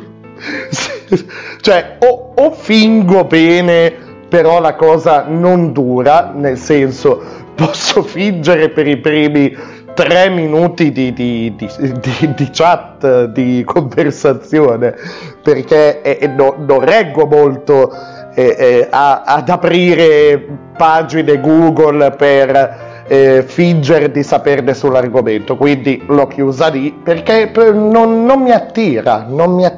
cioè o fingo bene, però la cosa non dura, nel senso, posso fingere per i primi 3 minuti di chat, di conversazione, perché non reggo molto ad aprire pagine Google per fingere di saperne sull'argomento, quindi l'ho chiusa lì perché non mi attira.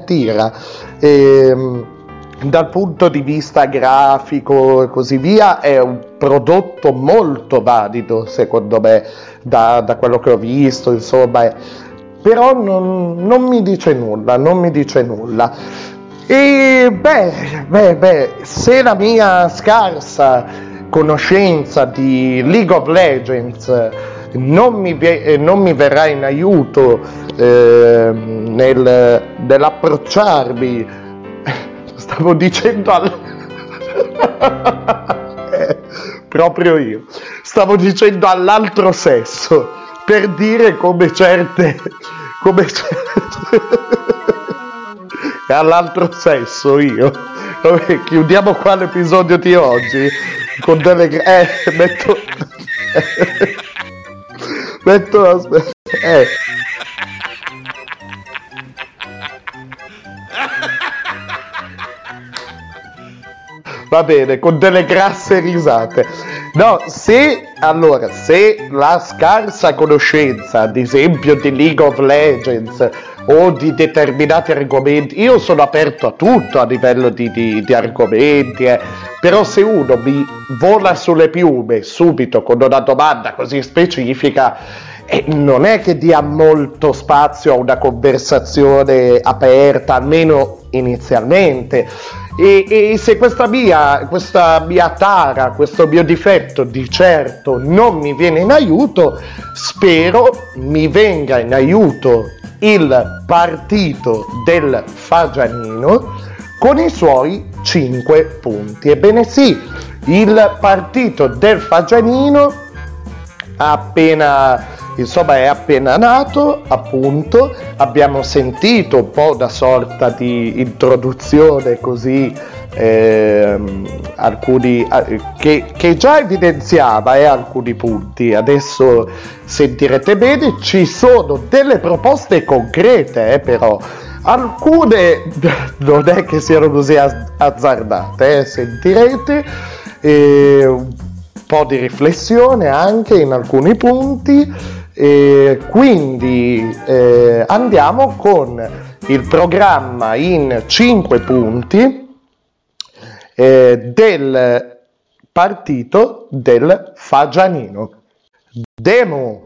Dal punto di vista grafico e così via è un prodotto molto valido, secondo me, da quello che ho visto, insomma, però non mi dice nulla. E beh, se la mia scarsa conoscenza di League of Legends non mi verrà in aiuto nell'approcciarmi, stavo dicendo proprio io, stavo dicendo all'altro sesso, per dire come certe all'altro sesso io. Vabbè, chiudiamo qua l'episodio di oggi con delle va bene, con delle grasse risate. No, se la scarsa conoscenza, ad esempio, di League of Legends o di determinati argomenti, io sono aperto a tutto a livello di argomenti, però se uno mi vola sulle piume subito con una domanda così specifica, non è che dia molto spazio a una conversazione aperta, almeno inizialmente. E se questa mia tara, questo mio difetto di certo non mi viene in aiuto, spero mi venga in aiuto il partito del Fagianino con i suoi 5 punti. Ebbene sì, il partito del Fagianino è appena nato, appunto. Abbiamo sentito un po' da sorta di introduzione così alcuni che già evidenziava alcuni punti. Adesso sentirete bene, ci sono delle proposte concrete, però alcune non è che siano così azzardate, sentirete un po' di riflessione anche in alcuni punti. Quindi andiamo con il programma in 5 punti del partito del Fagianino. Demo.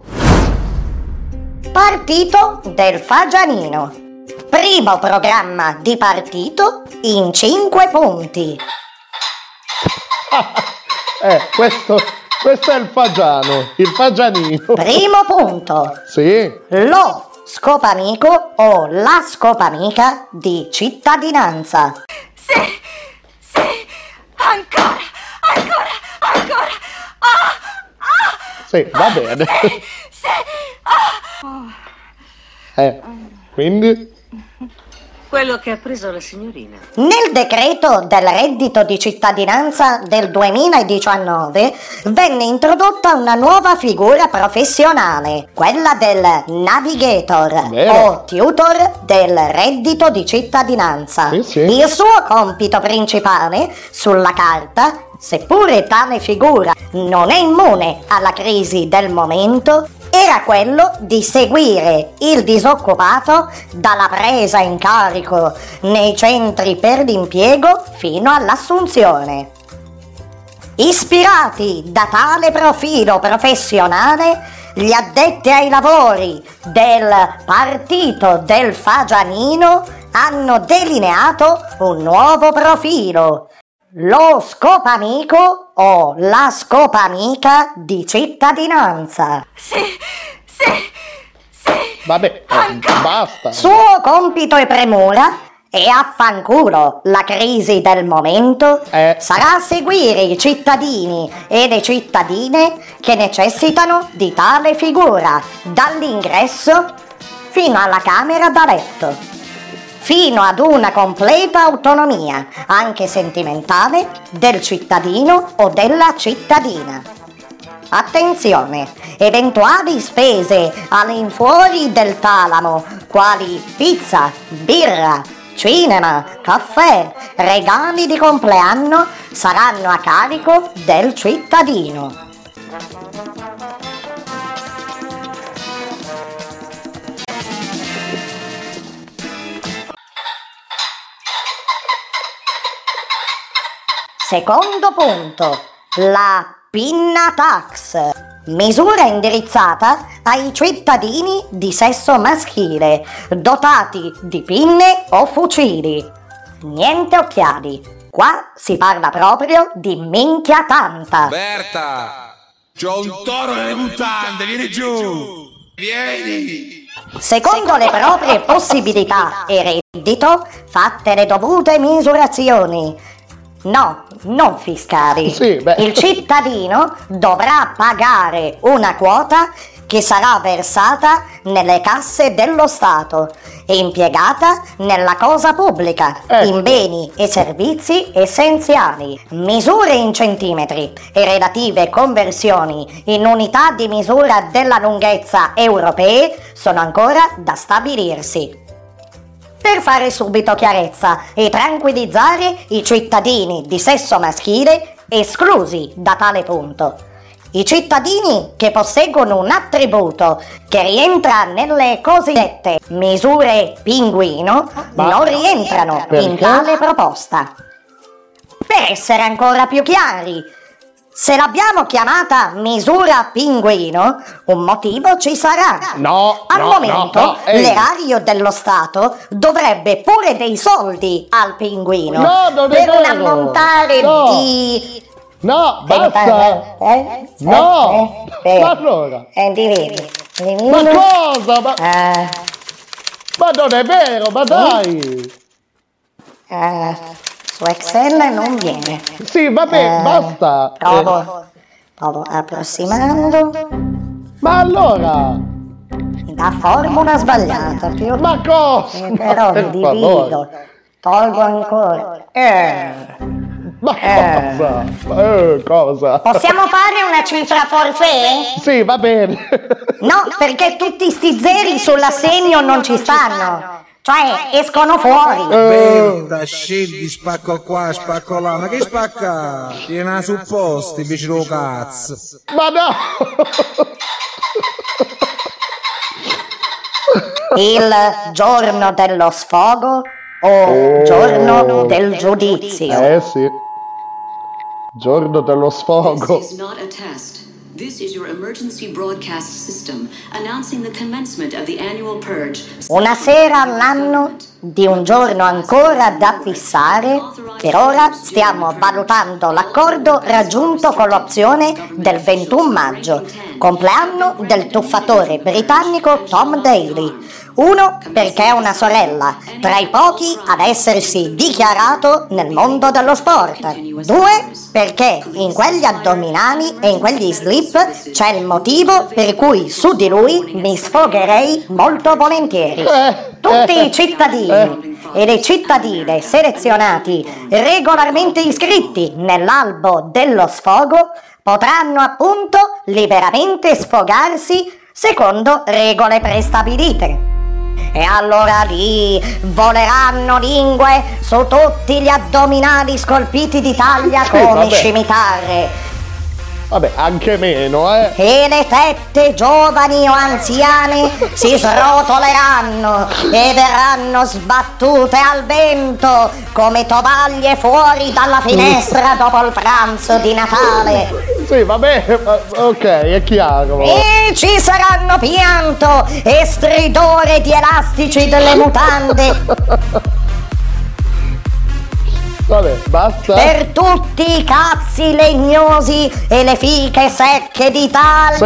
Partito del Fagianino. Primo programma di partito in 5 punti. Questo è il Fagianino. Primo punto. Sì. Lo scopamico o la scopamica di cittadinanza. Sì, ancora. Sì, va bene. Sì. Quindi? Quello che ha preso la signorina. Nel decreto del reddito di cittadinanza del 2019 venne introdotta una nuova figura professionale, quella del navigator o tutor del reddito di cittadinanza. Sì. Il suo compito principale, sulla carta, seppure tale figura non è immune alla crisi del momento, era quello di seguire il disoccupato dalla presa in carico nei centri per l'impiego fino all'assunzione. Ispirati da tale profilo professionale, gli addetti ai lavori del Partito del Fagianino hanno delineato un nuovo profilo: lo scopamico o la scopamica di cittadinanza. Vabbè, basta. Suo compito e premura, e affanculo la crisi del momento, sarà seguire i cittadini e le cittadine che necessitano di tale figura, dall'ingresso fino alla camera da letto, fino ad una completa autonomia, anche sentimentale, del cittadino o della cittadina. Attenzione, eventuali spese all'infuori del talamo, quali pizza, birra, cinema, caffè, regali di compleanno, saranno a carico del cittadino. Secondo punto, la pinna tax, misura indirizzata ai cittadini di sesso maschile, dotati di pinne o fucili. Niente occhiali, qua si parla proprio di minchia tanta. Berta, c'ho un toro nelle mutande, vieni giù, vieni! Secondo le proprie possibilità e reddito, fatte le dovute misurazioni. No, non fiscali. Il cittadino dovrà pagare una quota che sarà versata nelle casse dello Stato e impiegata nella cosa pubblica, in beni e servizi essenziali. Misure in centimetri e relative conversioni in unità di misura della lunghezza europee sono ancora da stabilirsi. Per fare subito chiarezza e tranquillizzare i cittadini di sesso maschile esclusi da tale punto. I cittadini che posseggono un attributo che rientra nelle cosiddette misure pinguino non rientrano in tale proposta. Per essere ancora più chiari, se l'abbiamo chiamata misura pinguino, un motivo ci sarà. Al momento l'erario dello Stato dovrebbe pure dei soldi al pinguino per un ammontare di... No, basta! No! Ma allora? Ma cosa? Ma non è vero, ma dai! Su Excel non viene. Sì, vabbè, basta. Provo approssimando. Ma allora? La formula sbagliata più. Ma cosa? Però divido. Tolgo ancora. Ma cosa? Possiamo fare una cifra forfait? Sì, va bene. No, perché tutti sti zeri sull'assegno non ci stanno. Cioè, escono fuori. Berta, scendi, spacco qua, spacco là. Ma che spacca? Tiena supposti, vicino cazzo. Ma no! Il giorno dello sfogo o giorno del giudizio? Sì. Giorno dello sfogo. This is not a test. This is your emergency broadcast system announcing the commencement of the annual purge. Una sera all'anno di un giorno ancora da fissare. Per ora stiamo valutando l'accordo raggiunto con l'opzione del 21 maggio, compleanno del tuffatore britannico Tom Daley. Uno, perché è una sorella, tra i pochi ad essersi dichiarato nel mondo dello sport. Due, perché in quegli addominali e in quegli slip c'è il motivo per cui su di lui mi sfogherei molto volentieri. Tutti i cittadini e dei cittadini selezionati regolarmente iscritti nell'albo dello sfogo potranno appunto liberamente sfogarsi secondo regole prestabilite. E allora lì voleranno lingue su tutti gli addominali scolpiti d'Italia come scimitarre. Vabbè, anche meno, E le tette giovani o anziane si srotoleranno e verranno sbattute al vento come tovaglie fuori dalla finestra dopo il pranzo di Natale. Sì, vabbè, ok, è chiaro. E ci saranno pianto e stridore di elastici delle mutande. Vabbè, basta. Per tutti i cazzi legnosi e le fiche secche d'Italia.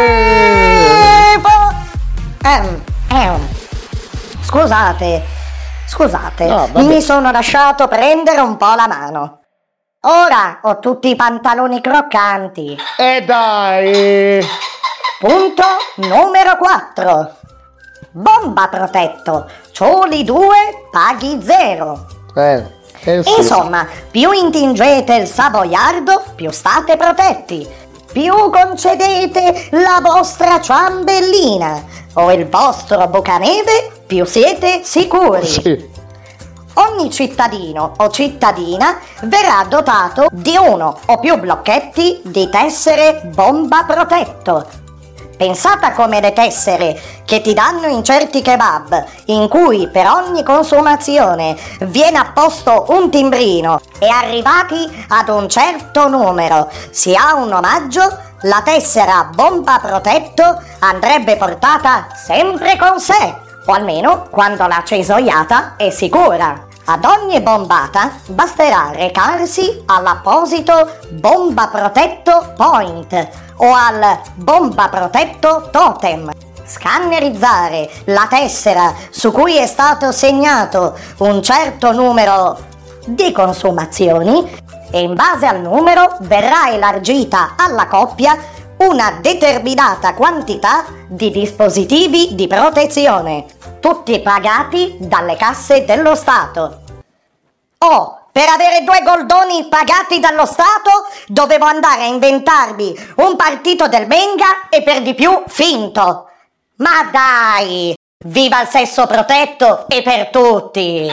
Scusate, no, mi sono lasciato prendere un po' la mano. Ora ho tutti i pantaloni croccanti. Dai! Punto numero 4. Bomba protetto. Cioli 2, paghi 0. Sì. Insomma, più intingete il savoiardo, più state protetti. Più concedete la vostra ciambellina o il vostro bucaneve, più siete sicuri. Sì. Ogni cittadino o cittadina verrà dotato di uno o più blocchetti di tessere bomba protetto. Pensata come le tessere che ti danno in certi kebab, in cui per ogni consumazione viene apposto un timbrino e arrivati ad un certo numero si ha un omaggio, la tessera bomba protetto andrebbe portata sempre con sé, o almeno quando la cesoiata è sicura. Ad ogni bombata basterà recarsi all'apposito bomba protetto point o al bomba protetto totem, scannerizzare la tessera su cui è stato segnato un certo numero di consumazioni e in base al numero verrà elargita alla coppia una determinata quantità di dispositivi di protezione, tutti pagati dalle casse dello Stato. Per avere 2 goldoni pagati dallo Stato dovevo andare a inventarmi un partito del Benga e per di più finto. Ma dai! Viva il sesso protetto e per tutti!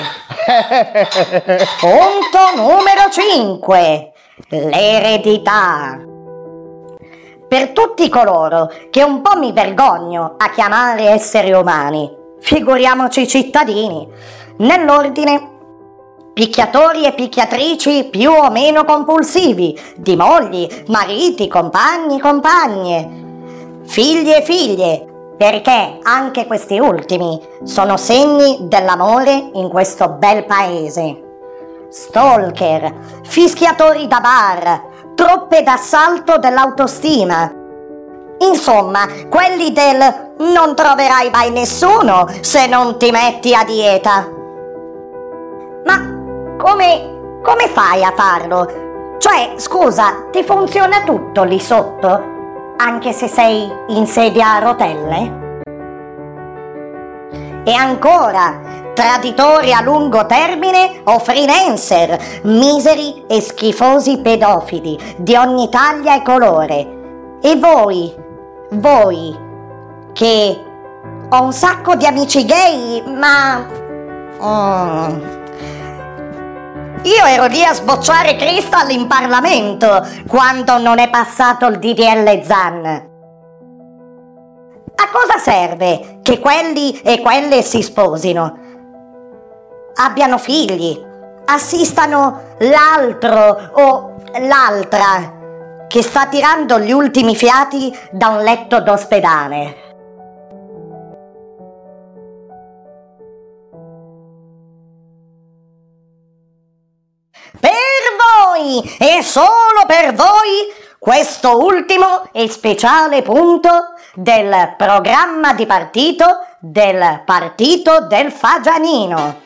Punto numero 5. L'eredità. Per tutti coloro che un po' mi vergogno a chiamare esseri umani, figuriamoci cittadini, nell'ordine: picchiatori e picchiatrici più o meno compulsivi, di mogli, mariti, compagni, compagne, figli e figlie, perché anche questi ultimi sono segni dell'amore in questo bel paese. Stalker, fischiatori da bar, truppe d'assalto dell'autostima. Insomma, quelli del non troverai mai nessuno se non ti metti a dieta. Ma come fai a farlo? Cioè, scusa, ti funziona tutto lì sotto? Anche se sei in sedia a rotelle? E ancora, traditori a lungo termine o freelancer, miseri e schifosi pedofili di ogni taglia e colore. E voi, che ho un sacco di amici gay, ma... Io ero lì a sbocciare Crystal in Parlamento quando non è passato il DDL Zan. A cosa serve che quelli e quelle si sposino? Abbiano figli, assistano l'altro o l'altra che sta tirando gli ultimi fiati da un letto d'ospedale. Per voi e solo per voi questo ultimo e speciale punto del programma di partito del Partito del Fagianino.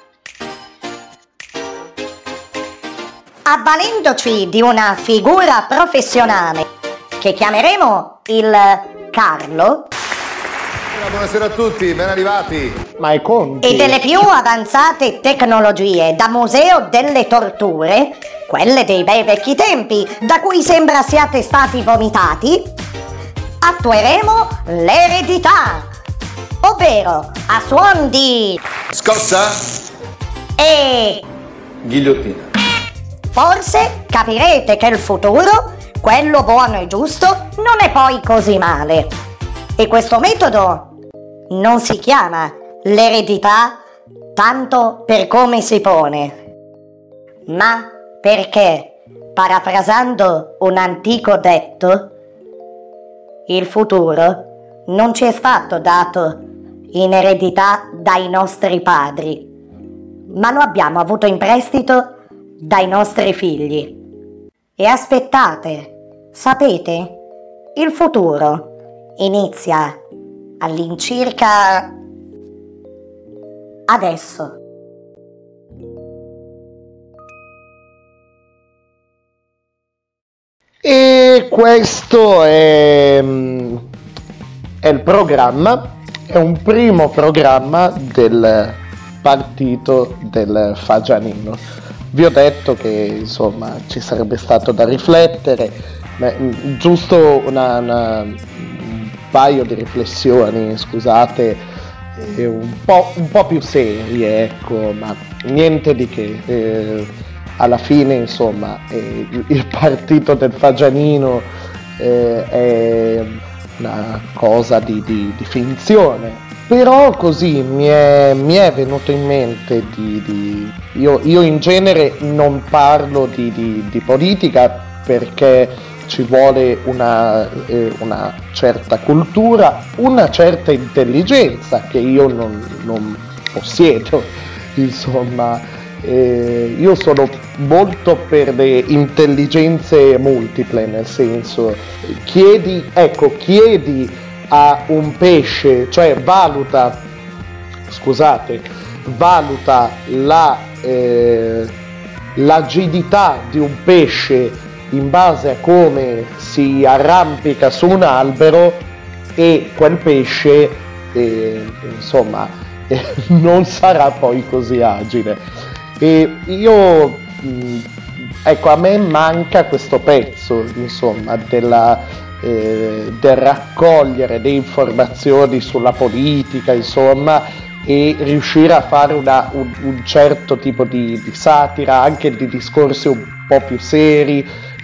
Avvalendoci di una figura professionale che chiameremo il Carlo, Buonasera a tutti, ben arrivati. Ma è Conti. E delle più avanzate tecnologie da museo delle torture, quelle dei bei vecchi tempi, da cui sembra siate stati vomitati, attueremo l'eredità, ovvero a suon di scossa e ghigliottina. Forse capirete che il futuro, quello buono e giusto, non è poi così male. E questo metodo non si chiama l'eredità tanto per come si pone, ma perché, parafrasando un antico detto, il futuro non ci è stato dato in eredità dai nostri padri, ma lo abbiamo avuto in prestito dai nostri figli. E aspettate, sapete, il futuro inizia all'incirca adesso. E questo è il programma, è un primo programma del partito del Fagianino. Vi ho detto che insomma ci sarebbe stato da riflettere, giusto un paio di riflessioni, scusate, un po' più serie, ecco, ma niente di che. Alla fine insomma il partito del Fagianino è una cosa di finzione. Però così mi è venuto in mente io in genere non parlo di politica perché ci vuole una certa cultura, una certa intelligenza che io non possiedo, insomma. Io sono molto per le intelligenze multiple, nel senso, chiedi a un pesce, cioè valuta l'agilità di un pesce in base a come si arrampica su un albero e quel pesce non sarà poi così agile. E io a me manca questo pezzo, insomma, del raccogliere le informazioni sulla politica, insomma, e riuscire a fare un certo tipo di satira, anche di discorsi un po' più seri,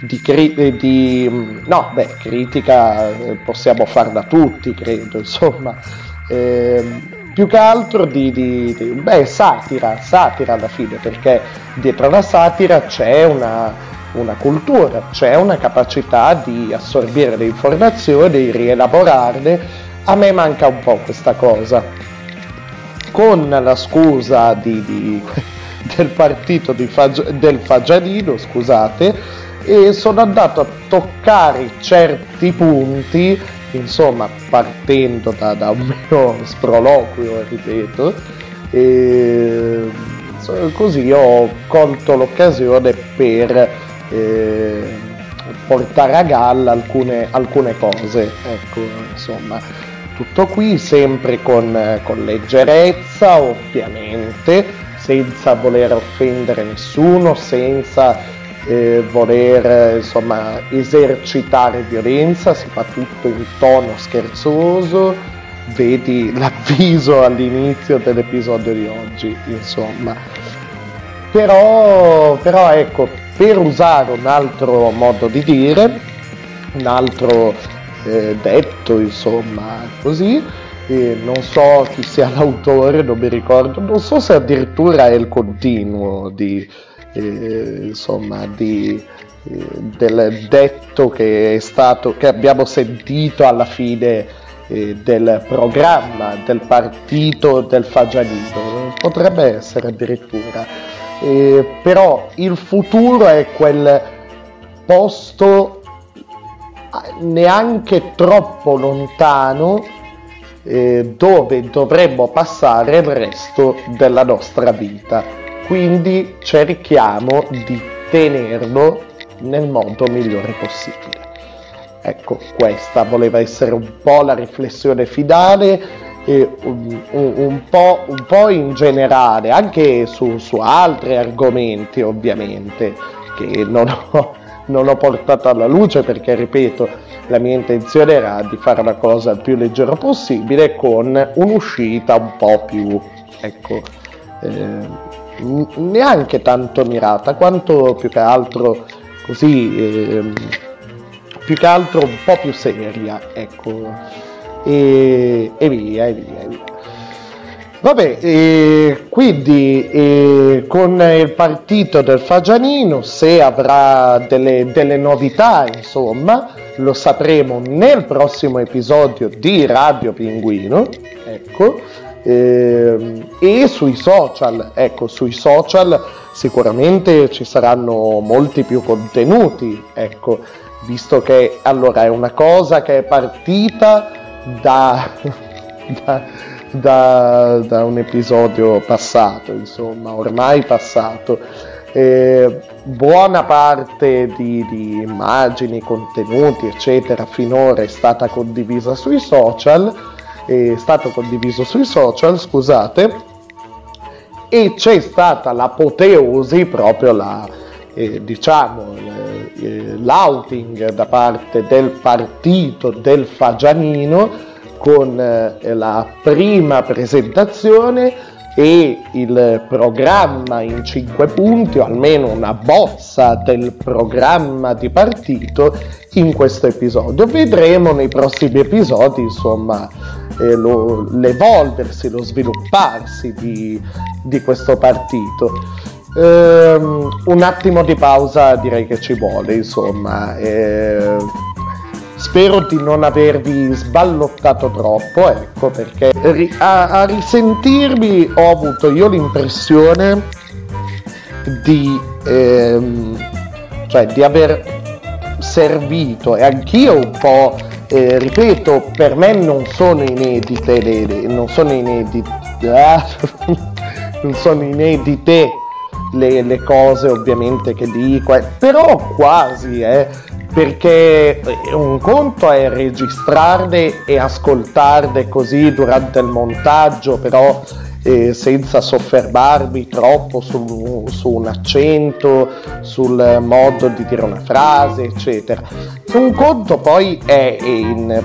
critica possiamo farla tutti, credo, insomma, più che altro satira alla fine, perché dietro la satira c'è una cultura, c'è una capacità di assorbire le informazioni, di rielaborarle. A me manca un po' questa cosa. Con la scusa del partito del Fagianino, scusate, e sono andato a toccare certi punti, insomma, partendo da un mio sproloquio, ripeto, e così ho colto l'occasione per portare a galla alcune cose, ecco, insomma, tutto qui sempre con leggerezza, ovviamente, senza voler offendere nessuno, senza voler insomma esercitare violenza, si fa tutto in tono scherzoso, vedi l'avviso all'inizio dell'episodio di oggi, insomma. Però ecco, per usare un altro modo di dire, un altro detto, insomma, così, non so chi sia l'autore, non mi ricordo, non so se addirittura è il continuo del detto che abbiamo sentito alla fine del programma del partito del Fagianino, potrebbe essere addirittura, però il futuro è quel posto neanche troppo lontano dove dovremmo passare il resto della nostra vita. Quindi cerchiamo di tenerlo nel modo migliore possibile. Ecco, questa voleva essere un po' la riflessione finale. un po' in generale, anche su altri argomenti ovviamente, che non ho portato alla luce perché, ripeto, la mia intenzione era di fare la cosa il più leggero possibile, con un'uscita un po' più, ecco, neanche tanto mirata, quanto più che altro così, più che altro un po' più seria, ecco, e via. Vabbè, quindi con il partito del Fagianino, se avrà delle novità, insomma, lo sapremo nel prossimo episodio di Radio Pinguino, ecco, e sui social, ecco, sui social sicuramente ci saranno molti più contenuti, ecco, visto che allora è una cosa che è partita da un episodio passato, insomma, ormai passato. Buona parte di immagini, contenuti, eccetera, finora è stata condivisa sui social, scusate, e c'è stata l'apoteosi, proprio l'outing da parte del partito del Fagianino, con la prima presentazione e il programma in 5 punti, o almeno una bozza del programma di partito in questo episodio. Vedremo nei prossimi episodi, insomma, l'evolversi, lo svilupparsi di questo partito. Un attimo di pausa direi che ci vuole, insomma. Spero di non avervi sballottato troppo, ecco, perché a risentirmi ho avuto io l'impressione di aver servito, e anch'io un po', ripeto, per me non sono inedite le cose ovviamente che dico, però quasi, perché un conto è registrarle e ascoltarle così durante il montaggio, però senza soffermarmi troppo su un accento, sul modo di dire una frase, eccetera. Un conto poi è in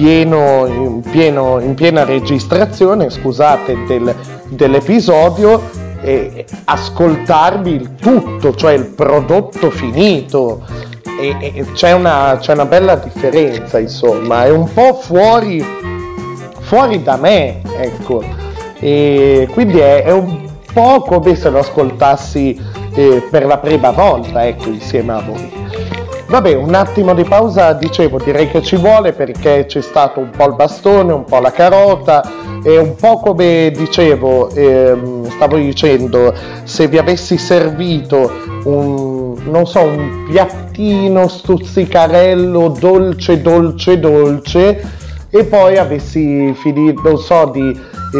piena registrazione, scusate, dell'episodio, ascoltarvi il tutto, cioè il prodotto finito. E c'è una bella differenza, insomma, è un po' fuori da me, ecco, e quindi è un po' come se lo ascoltassi per la prima volta, ecco, insieme a voi. Vabbè, un attimo di pausa, dicevo, direi che ci vuole, perché c'è stato un po' il bastone, un po' la carota, e un po' come dicevo, stavo dicendo, se vi avessi servito un piattino stuzzicarello dolce, e poi avessi finito, non so, di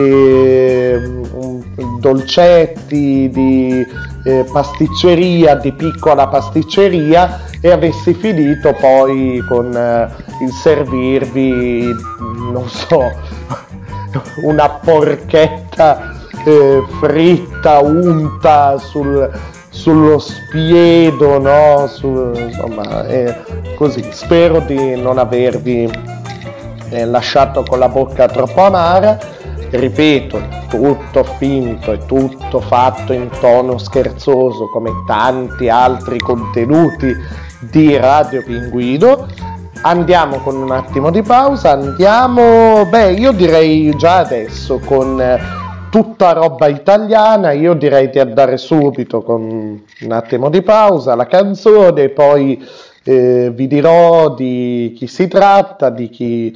dolcetti, di pasticceria, di piccola pasticceria, e avessi finito poi con il servirvi, non so, una porchetta fritta, unta sullo spiedo, no? Insomma, così. Spero di non avervi lasciato con la bocca troppo amara. Ripeto, tutto finto e tutto fatto in tono scherzoso, come tanti altri contenuti di Radio Pinguino. Andiamo con un attimo di pausa, io direi già adesso con tutta roba italiana, io direi di andare subito con un attimo di pausa, la canzone, poi vi dirò di chi si tratta, di chi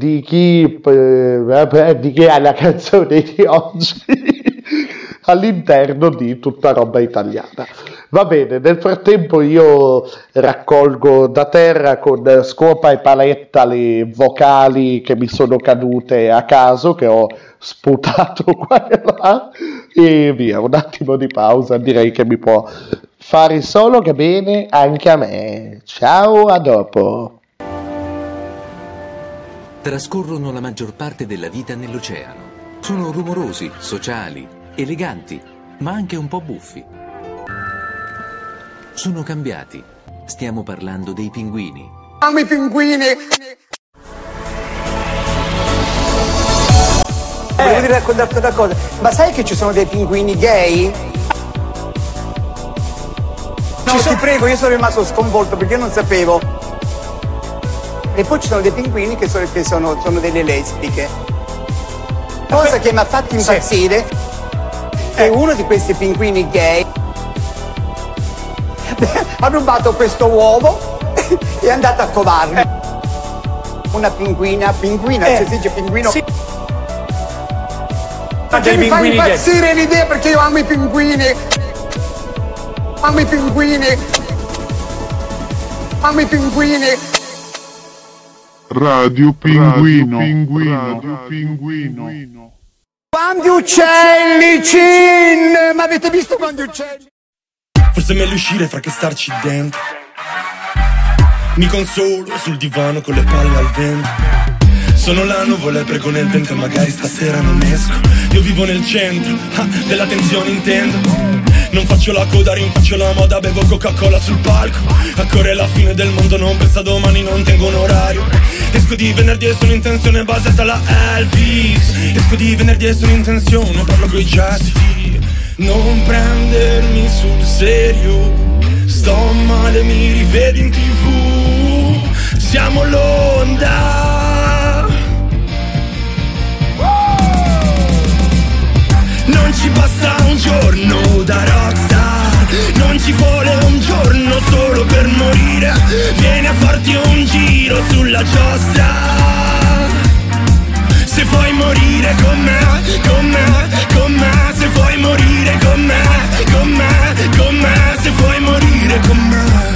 è la canzone di oggi all'interno di tutta roba italiana. Va bene, nel frattempo io raccolgo da terra con scopa e paletta le vocali che mi sono cadute a caso, che ho sputato qua e là, e via, un attimo di pausa, direi che mi può fare solo che bene anche a me. Ciao, a dopo. trascorrono la maggior parte della vita nell'oceano. Sono rumorosi, sociali, eleganti, ma anche un po' buffi. Sono cambiati. Stiamo parlando dei pinguini. Amo i pinguini! Volevo raccontarti una cosa, ma sai che ci sono dei pinguini gay? No, ti prego, io sono rimasto sconvolto perché io non sapevo. E poi ci sono dei pinguini che sono delle lesbiche. Cosa che mi ha fatto impazzire è uno di questi pinguini gay ha rubato questo uovo e è andato a covarlo. Una pinguina, cioè si dice pinguino. Sì. Perché mi fa impazzire l'idea, perché io amo i pinguini. Amo i pinguini. Amo i pinguini. Radio Pinguino. Radio Pinguino. Quando uccelli, Cin! Ma avete visto quando uccelli? Forse è meglio uscire fra che starci dentro. Mi consolo sul divano con le palle al vento. Sono la nuvola e prego nel vento e magari stasera non esco. Io vivo nel centro, dell'attenzione intendo. Non faccio la coda, rinfaccio la moda, bevo Coca-Cola sul palco. A correre la fine del mondo, non pensa domani, non tengo un orario. Esco di venerdì e sono in tensione, basata la Elvis. Esco di venerdì e sono in tensione, parlo coi gesti. Non prendermi sul serio, sto male, mi rivedi in TV. Siamo l'onda. Non ci basta un giorno da rockstar, non ci vuole un giorno solo per morire. Vieni a farti un giro sulla giostra. Se vuoi morire con me, con me, con me. Se vuoi morire con me, con me, con me. Se vuoi morire con me.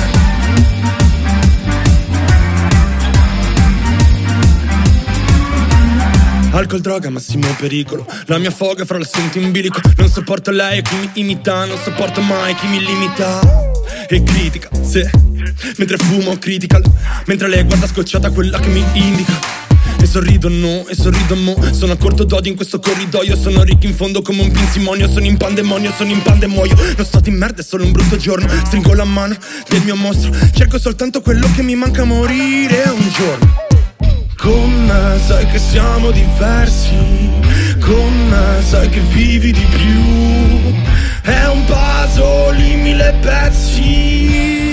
Alcol, droga, massimo pericolo. La mia foga fra l'assento in bilico. Non sopporto lei e chi mi imita. Non sopporto mai chi mi limita e critica, sì. Mentre fumo critical, mentre lei guarda scocciata quella che mi indica. E sorrido no, e sorrido mo. Sono a corto d'odio in questo corridoio. Sono ricco in fondo come un pinzimonio. Sono in pandemonio, sono in pande muoio. Non sto di merda, è solo un brutto giorno. Stringo la mano del mio mostro. Cerco soltanto quello che mi manca, morire un giorno. Con me sai che siamo diversi. Con me sai che vivi di più. È un puzzle in 1000 pezzi.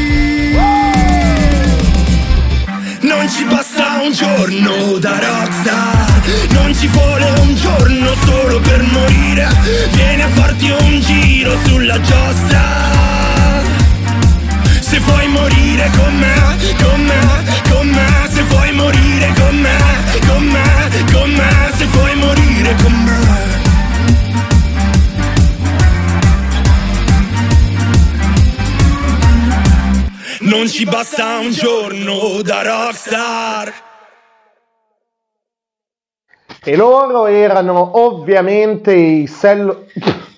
Non ci basta un giorno da rockstar, non ci vuole un giorno solo per morire. Vieni a farti un giro sulla giostra. Se vuoi morire con me, con me, con me. Se vuoi morire con me, con me, con me. Se vuoi morire con me. Non ci basta un giorno da rockstar. E loro erano ovviamente i Cello...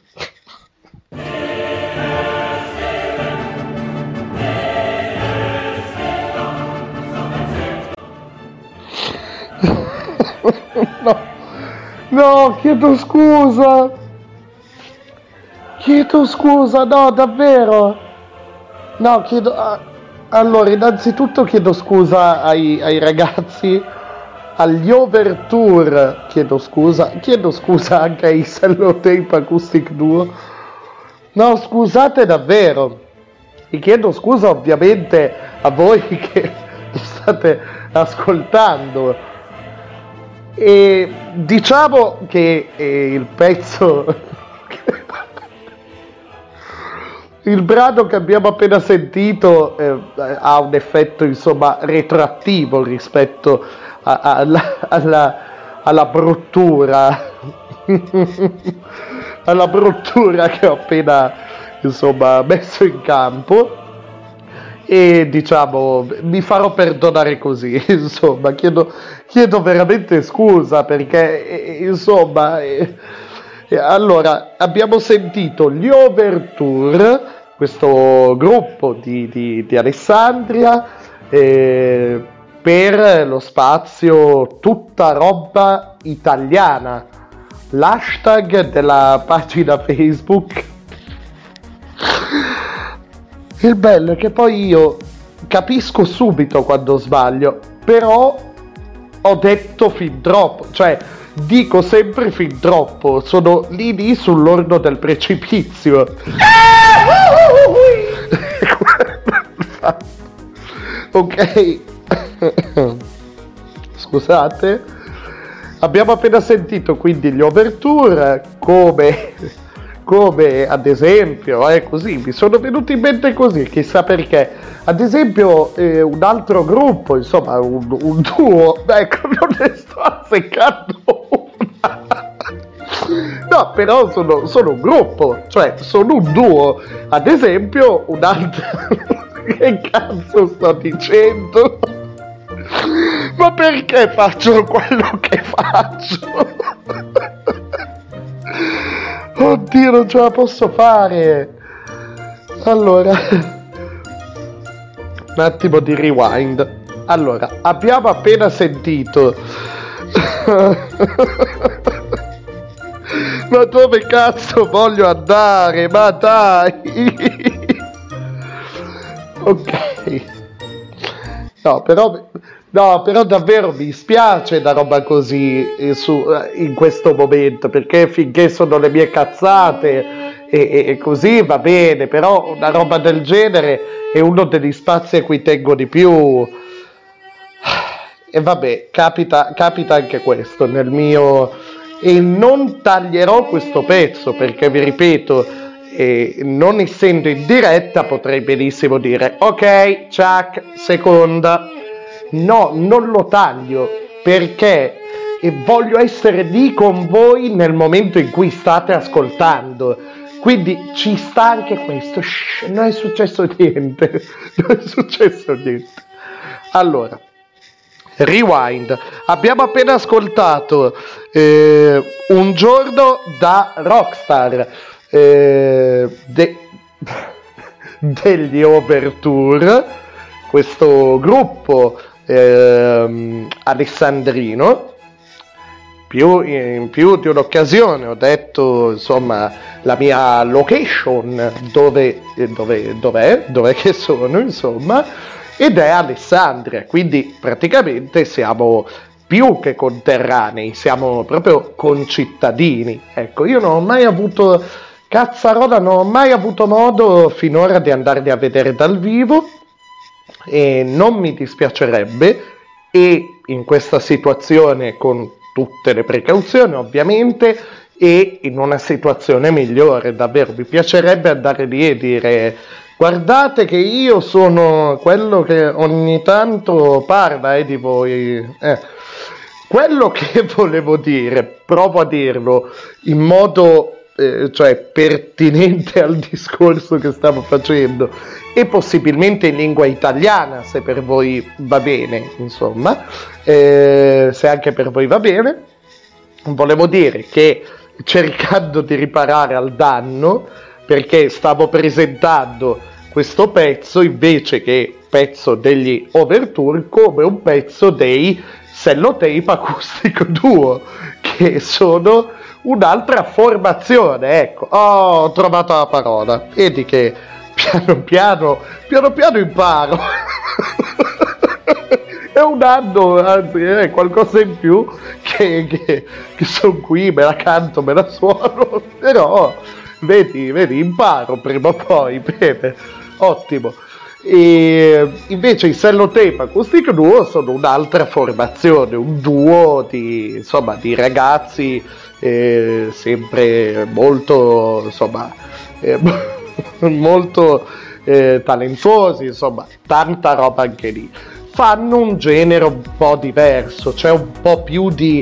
No, chiedo scusa. Chiedo scusa, no, davvero. No, chiedo... allora, innanzitutto chiedo scusa ai ragazzi, agli Overture, chiedo scusa anche ai Sellotape Acoustic Duo. No, scusate davvero. E chiedo scusa ovviamente a voi che state ascoltando. E diciamo che il pezzo... Il brano che abbiamo appena sentito ha un effetto, insomma, retroattivo rispetto alla bruttura alla bruttura che ho appena, insomma, messo in campo. E diciamo, mi farò perdonare così, insomma, chiedo veramente scusa perché, insomma... Allora, abbiamo sentito gli Overture, questo gruppo di Alessandria, per lo spazio tutta roba italiana, l'hashtag della pagina Facebook. Il bello è che poi io capisco subito quando sbaglio, però ho detto fin troppo, cioè dico sempre fin troppo, sono lì sull'orlo del precipizio. Ok, scusate, abbiamo appena sentito quindi gli Overture, come ad esempio, così mi sono venuti in mente così, chissà perché, ad esempio un altro gruppo, insomma un duo, ecco, non ne sto azzeccando una. No, però sono un gruppo, cioè sono un duo, ad esempio un altro. Che cazzo sto dicendo? Ma perché faccio quello che faccio? Oddio, non ce la posso fare. Allora, un attimo di rewind. Allora, abbiamo appena sentito. Ma dove cazzo voglio andare? Ma dai! Ok. No, però davvero mi spiace una roba così in questo momento, perché finché sono le mie cazzate e così va bene, però una roba del genere è uno degli spazi a cui tengo di più. E vabbè, capita anche questo nel mio... E non taglierò questo pezzo, perché vi ripeto, non essendo in diretta potrei benissimo dire ok, Chuck, seconda. No, non lo taglio, perché voglio essere lì con voi nel momento in cui state ascoltando, quindi ci sta anche questo. Shh, non è successo niente. Allora, rewind. Abbiamo appena ascoltato Un giorno da Rockstar, degli Overture, questo gruppo alessandrino. In più di un'occasione ho detto, insomma, la mia location dove che sono, insomma, ed è Alessandria, quindi praticamente siamo più che conterranei, siamo proprio concittadini. Ecco, io non ho mai avuto, cazzarola, non ho mai avuto modo finora di andarli a vedere dal vivo, e non mi dispiacerebbe, e in questa situazione, con tutte le precauzioni ovviamente, e in una situazione migliore, davvero mi piacerebbe andare lì e dire: guardate che io sono quello che ogni tanto parla di voi. Quello che volevo dire, provo a dirlo in modo cioè pertinente al discorso che stavo facendo, e possibilmente in lingua italiana, se per voi va bene, insomma, se anche per voi va bene. Volevo dire che, cercando di riparare al danno, perché stavo presentando questo pezzo invece che pezzo degli Overture come un pezzo dei Sellotape Acoustic Duo, che sono un'altra formazione. Ecco, ho trovato la parola. Vedi che piano piano imparo. È un anno, anzi è qualcosa in più che sono qui, me la canto, me la suono, però vedi, imparo prima o poi, bene, ottimo. E invece i Sellotape Acoustic Duo sono un'altra formazione, un duo di ragazzi sempre molto, insomma, molto talentuosi, insomma, tanta roba anche lì. Fanno un genere un po' diverso, cioè un po' più di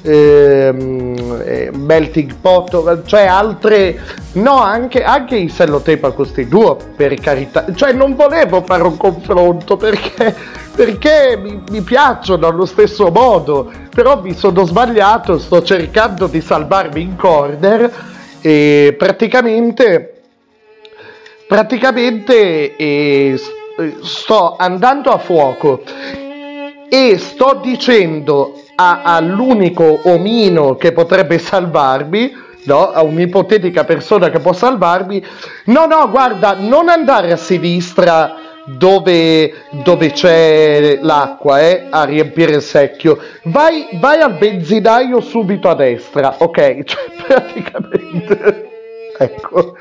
melting pot, cioè altre, no, anche i Sellotape Acoustic Duo, per carità, cioè non volevo fare un confronto perché mi piacciono allo stesso modo, però mi sono sbagliato, sto cercando di salvarmi in corner e praticamente sto andando a fuoco. e sto dicendo all'unico omino che potrebbe salvarmi, no, a un'ipotetica persona che può salvarmi, no, guarda, non andare a sinistra dove c'è l'acqua, a riempire il secchio, vai al benzinaio subito a destra, ok? Cioè, praticamente, ecco.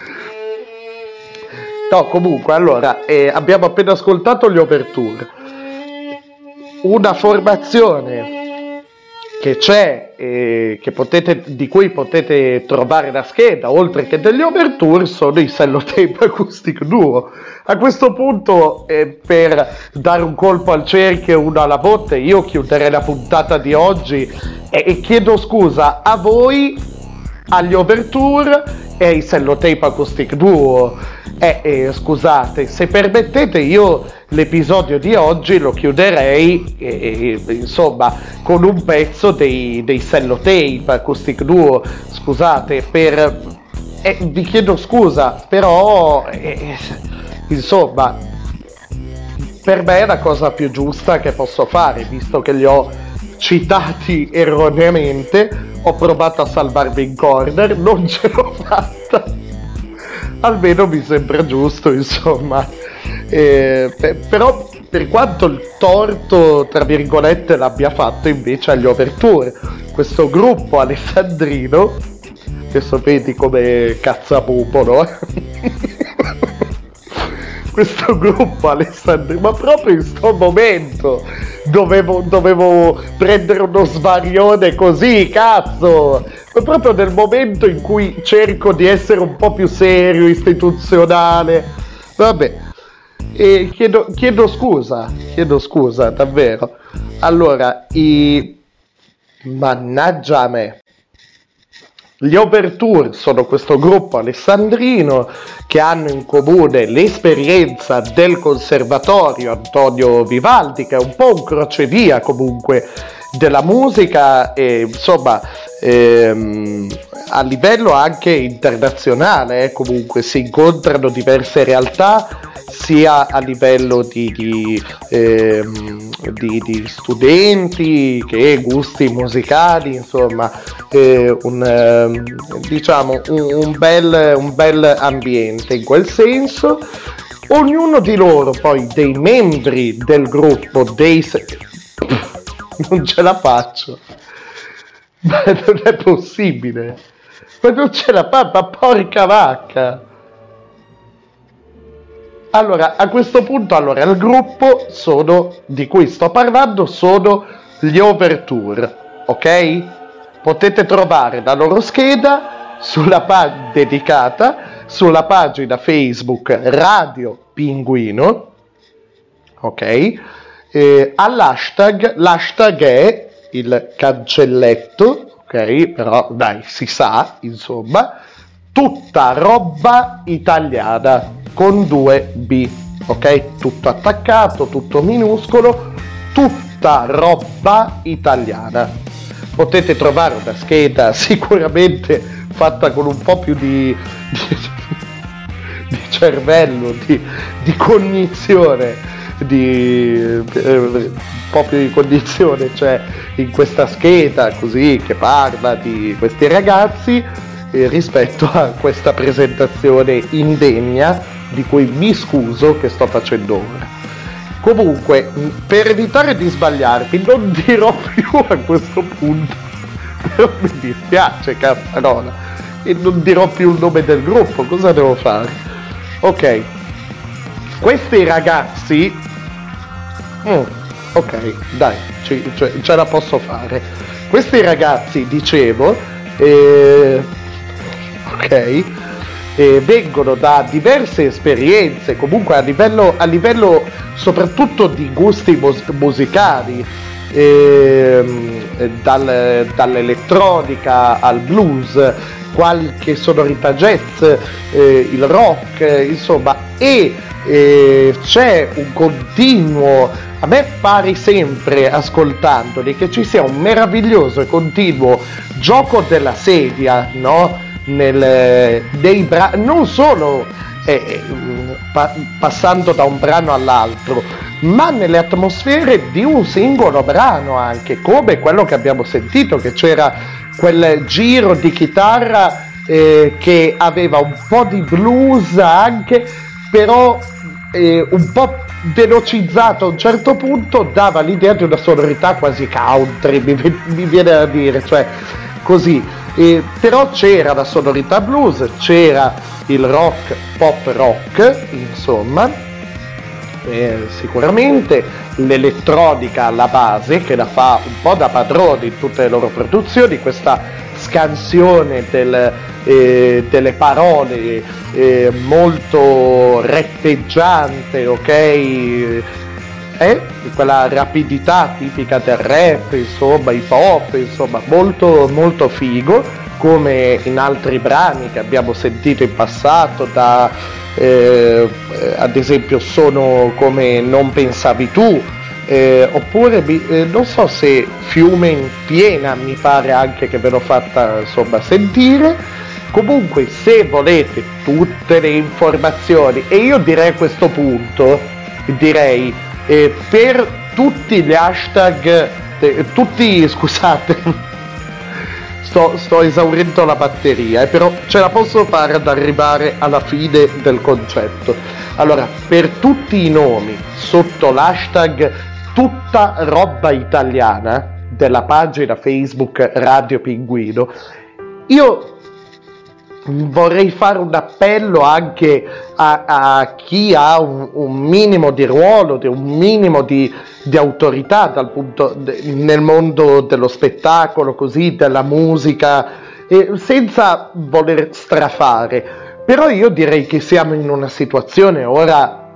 No, comunque, allora, abbiamo appena ascoltato gli Overture, una formazione che c'è, di cui potete trovare la scheda, oltre che degli Overture, sono i Sellotape Acoustic Duo. A questo punto, per dare un colpo al cerchio e uno alla botte, io chiuderei la puntata di oggi e chiedo scusa a voi, agli Overture e ai Sellotape Acoustic Duo. Scusate, se permettete, io l'episodio di oggi lo chiuderei insomma con un pezzo dei Sellotape Acoustic Duo. Scusate, vi chiedo scusa, però insomma, per me è la cosa più giusta che posso fare, visto che li ho citati erroneamente. Ho provato a salvarmi in corner, non ce l'ho fatta, almeno mi sembra giusto, insomma. Però per quanto il torto, tra virgolette, l'abbia fatto invece agli Overture, questo gruppo alessandrino, che sapete come cazzapupo, no? Questo gruppo alessandrino, ma proprio in sto momento dovevo prendere uno svarione così, cazzo, ma proprio nel momento in cui cerco di essere un po' più serio, istituzionale, vabbè, chiedo scusa, davvero. Allora, mannaggia a me. Gli Overture sono questo gruppo alessandrino che hanno in comune l'esperienza del Conservatorio Antonio Vivaldi, che è un po' un crocevia comunque della musica, e insomma a livello anche internazionale, comunque si incontrano diverse realtà sia a livello di studenti che gusti musicali, insomma un bel ambiente in quel senso. Ognuno di loro poi, dei membri del gruppo, non ce la faccio, ma non è possibile, ma non ce la fa, ma porca vacca. Allora, a questo punto, il gruppo di cui sto parlando sono gli Overture, ok? Potete trovare la loro scheda dedicata sulla pagina Facebook Radio Pinguino, ok? L'hashtag è il cancelletto, ok? Però dai, si sa, insomma, tutta roba italiana con 2 B, ok? Tutto attaccato, tutto minuscolo, tutta roba italiana. Potete trovare una scheda sicuramente fatta con un po' più di cervello, di cognizione, un po' più di cognizione, cioè in questa scheda così che parla di questi ragazzi, rispetto a questa presentazione indegna di cui mi scuso che sto facendo ora. Comunque, per evitare di sbagliarmi, non dirò più a questo punto, però mi dispiace, cazzarola, e non dirò più il nome del gruppo. Cosa devo fare? Ok, questi ragazzi ok, dai, ce la posso fare. Questi ragazzi, dicevo, ok, vengono da diverse esperienze, comunque a livello soprattutto di gusti musicali, dall'elettronica al blues, qualche sonorità jazz, il rock, insomma, e c'è un continuo, a me pare sempre ascoltandoli che ci sia un meraviglioso e continuo gioco della sedia, no? Non solo passando da un brano all'altro, ma nelle atmosfere di un singolo brano anche, come quello che abbiamo sentito, che c'era quel giro di chitarra che aveva un po' di blues anche, però un po' velocizzato a un certo punto, dava l'idea di una sonorità quasi country, mi viene da dire, cioè così. Però c'era la sonorità blues, c'era il rock, pop rock, insomma, sicuramente l'elettronica alla base, che la fa un po' da padrone in tutte le loro produzioni, questa scansione delle parole molto rappeggiante, ok? Quella rapidità tipica del rap, insomma, hip hop, insomma, molto molto figo, come in altri brani che abbiamo sentito in passato, ad esempio Sono come non pensavi tu, oppure non so se Fiume in piena, mi pare anche che ve l'ho fatta insomma sentire. Comunque, se volete tutte le informazioni, e io direi a questo punto, per tutti gli hashtag, scusate, sto esaurendo la batteria, però ce la posso fare ad arrivare alla fine del concetto. Allora, per tutti i nomi sotto l'hashtag tutta roba italiana della pagina Facebook Radio Pinguino, io vorrei fare un appello anche a chi ha un minimo di ruolo, un minimo di autorità nel mondo dello spettacolo, così, della musica, senza voler strafare. Però io direi che siamo in una situazione ora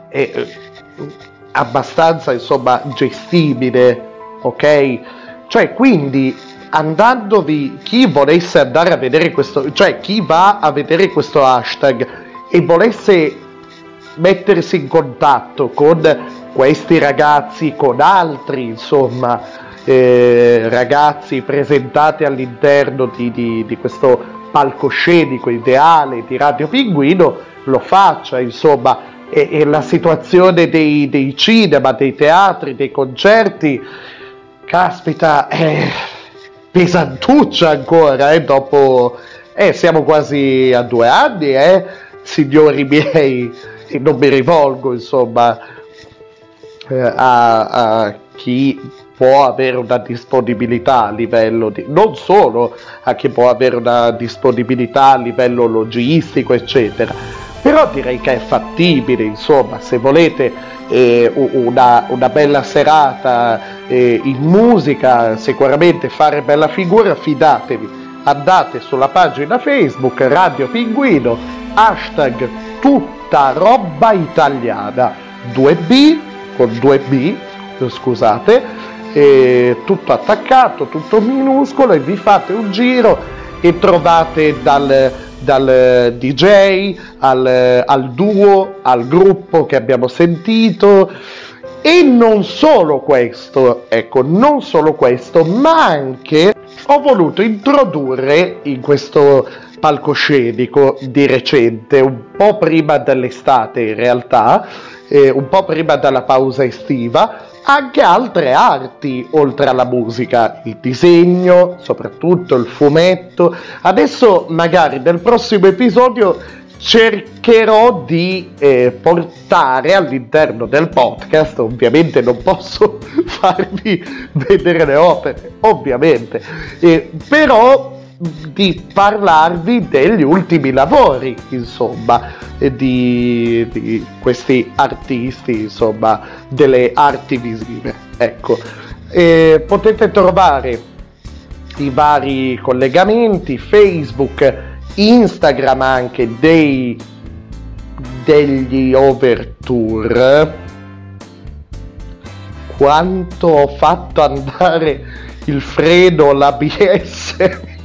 abbastanza, insomma, gestibile, ok? Cioè, quindi, andandovi, chi volesse andare a vedere questo, cioè chi va a vedere questo hashtag e volesse mettersi in contatto con questi ragazzi, con altri, insomma, ragazzi presentati all'interno di questo palcoscenico ideale di Radio Pinguino, lo faccia, insomma. E la situazione dei cinema, dei teatri, dei concerti, caspita, pesantuccia ancora, dopo, siamo quasi a 2 anni, signori miei, e non mi rivolgo, insomma, a chi può avere una disponibilità a livello non solo a chi può avere una disponibilità a livello logistico, eccetera, però direi che è fattibile, insomma, se volete una bella serata in musica, sicuramente fare bella figura, fidatevi, andate sulla pagina Facebook Radio Pinguino, hashtag tutta roba italiana, 2B, con 2B, scusate, tutto attaccato, tutto minuscolo, e vi fate un giro e trovate dal DJ al duo, al gruppo che abbiamo sentito. E non solo questo, ma anche ho voluto introdurre in questo palcoscenico di recente, un po' prima dell'estate in realtà, un po' prima della pausa estiva, anche altre arti oltre alla musica, il disegno, soprattutto il fumetto. Adesso magari nel prossimo episodio cercherò di portare all'interno del podcast, ovviamente non posso farvi vedere le opere, ovviamente, però di parlarvi degli ultimi lavori, insomma, di questi artisti, insomma, delle arti visive, ecco. Potete trovare i vari collegamenti, Facebook, Instagram anche degli Overture. Quanto ho fatto andare il freno, l'ABS.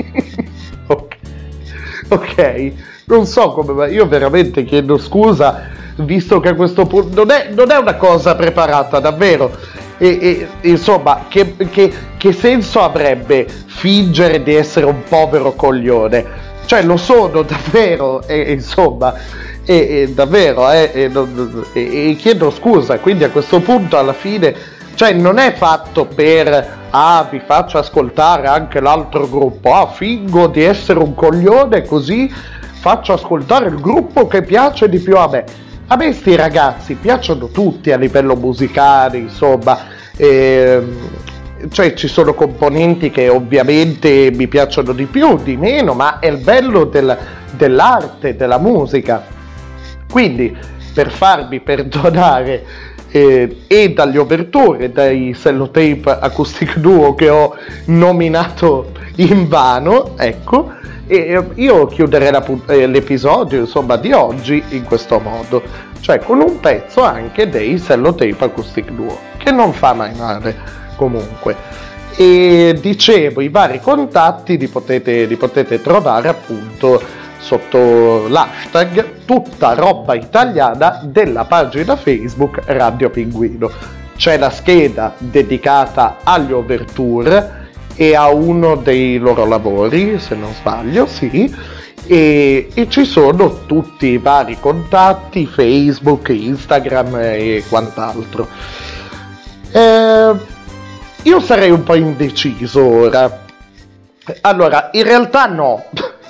ok, non so come, ma io veramente chiedo scusa, visto che a questo punto non è una cosa preparata davvero, e insomma, che senso avrebbe fingere di essere un povero coglione? Cioè, lo sono davvero, insomma, davvero, e chiedo scusa, quindi a questo punto alla fine, cioè non è fatto per vi faccio ascoltare anche l'altro gruppo, fingo di essere un coglione così faccio ascoltare il gruppo che piace di più a me. A me sti ragazzi piacciono tutti a livello musicale, insomma, cioè ci sono componenti che ovviamente mi piacciono di più, di meno, ma è il bello dell'arte, della musica. Quindi, per farmi perdonare e dagli Overture e dai Sellotape Acoustic Duo che ho nominato invano, ecco, io chiuderei l'episodio, insomma, di oggi in questo modo, cioè con un pezzo anche dei Sellotape Acoustic Duo, che non fa mai male comunque. E dicevo, i vari contatti li potete trovare appunto sotto l'hashtag tutta roba italiana della pagina Facebook Radio Pinguino. C'è la scheda dedicata agli Overture e a uno dei loro lavori, se non sbaglio, sì, e ci sono tutti i vari contatti, Facebook, Instagram e quant'altro. Io sarei un po' indeciso ora. Allora, in realtà no,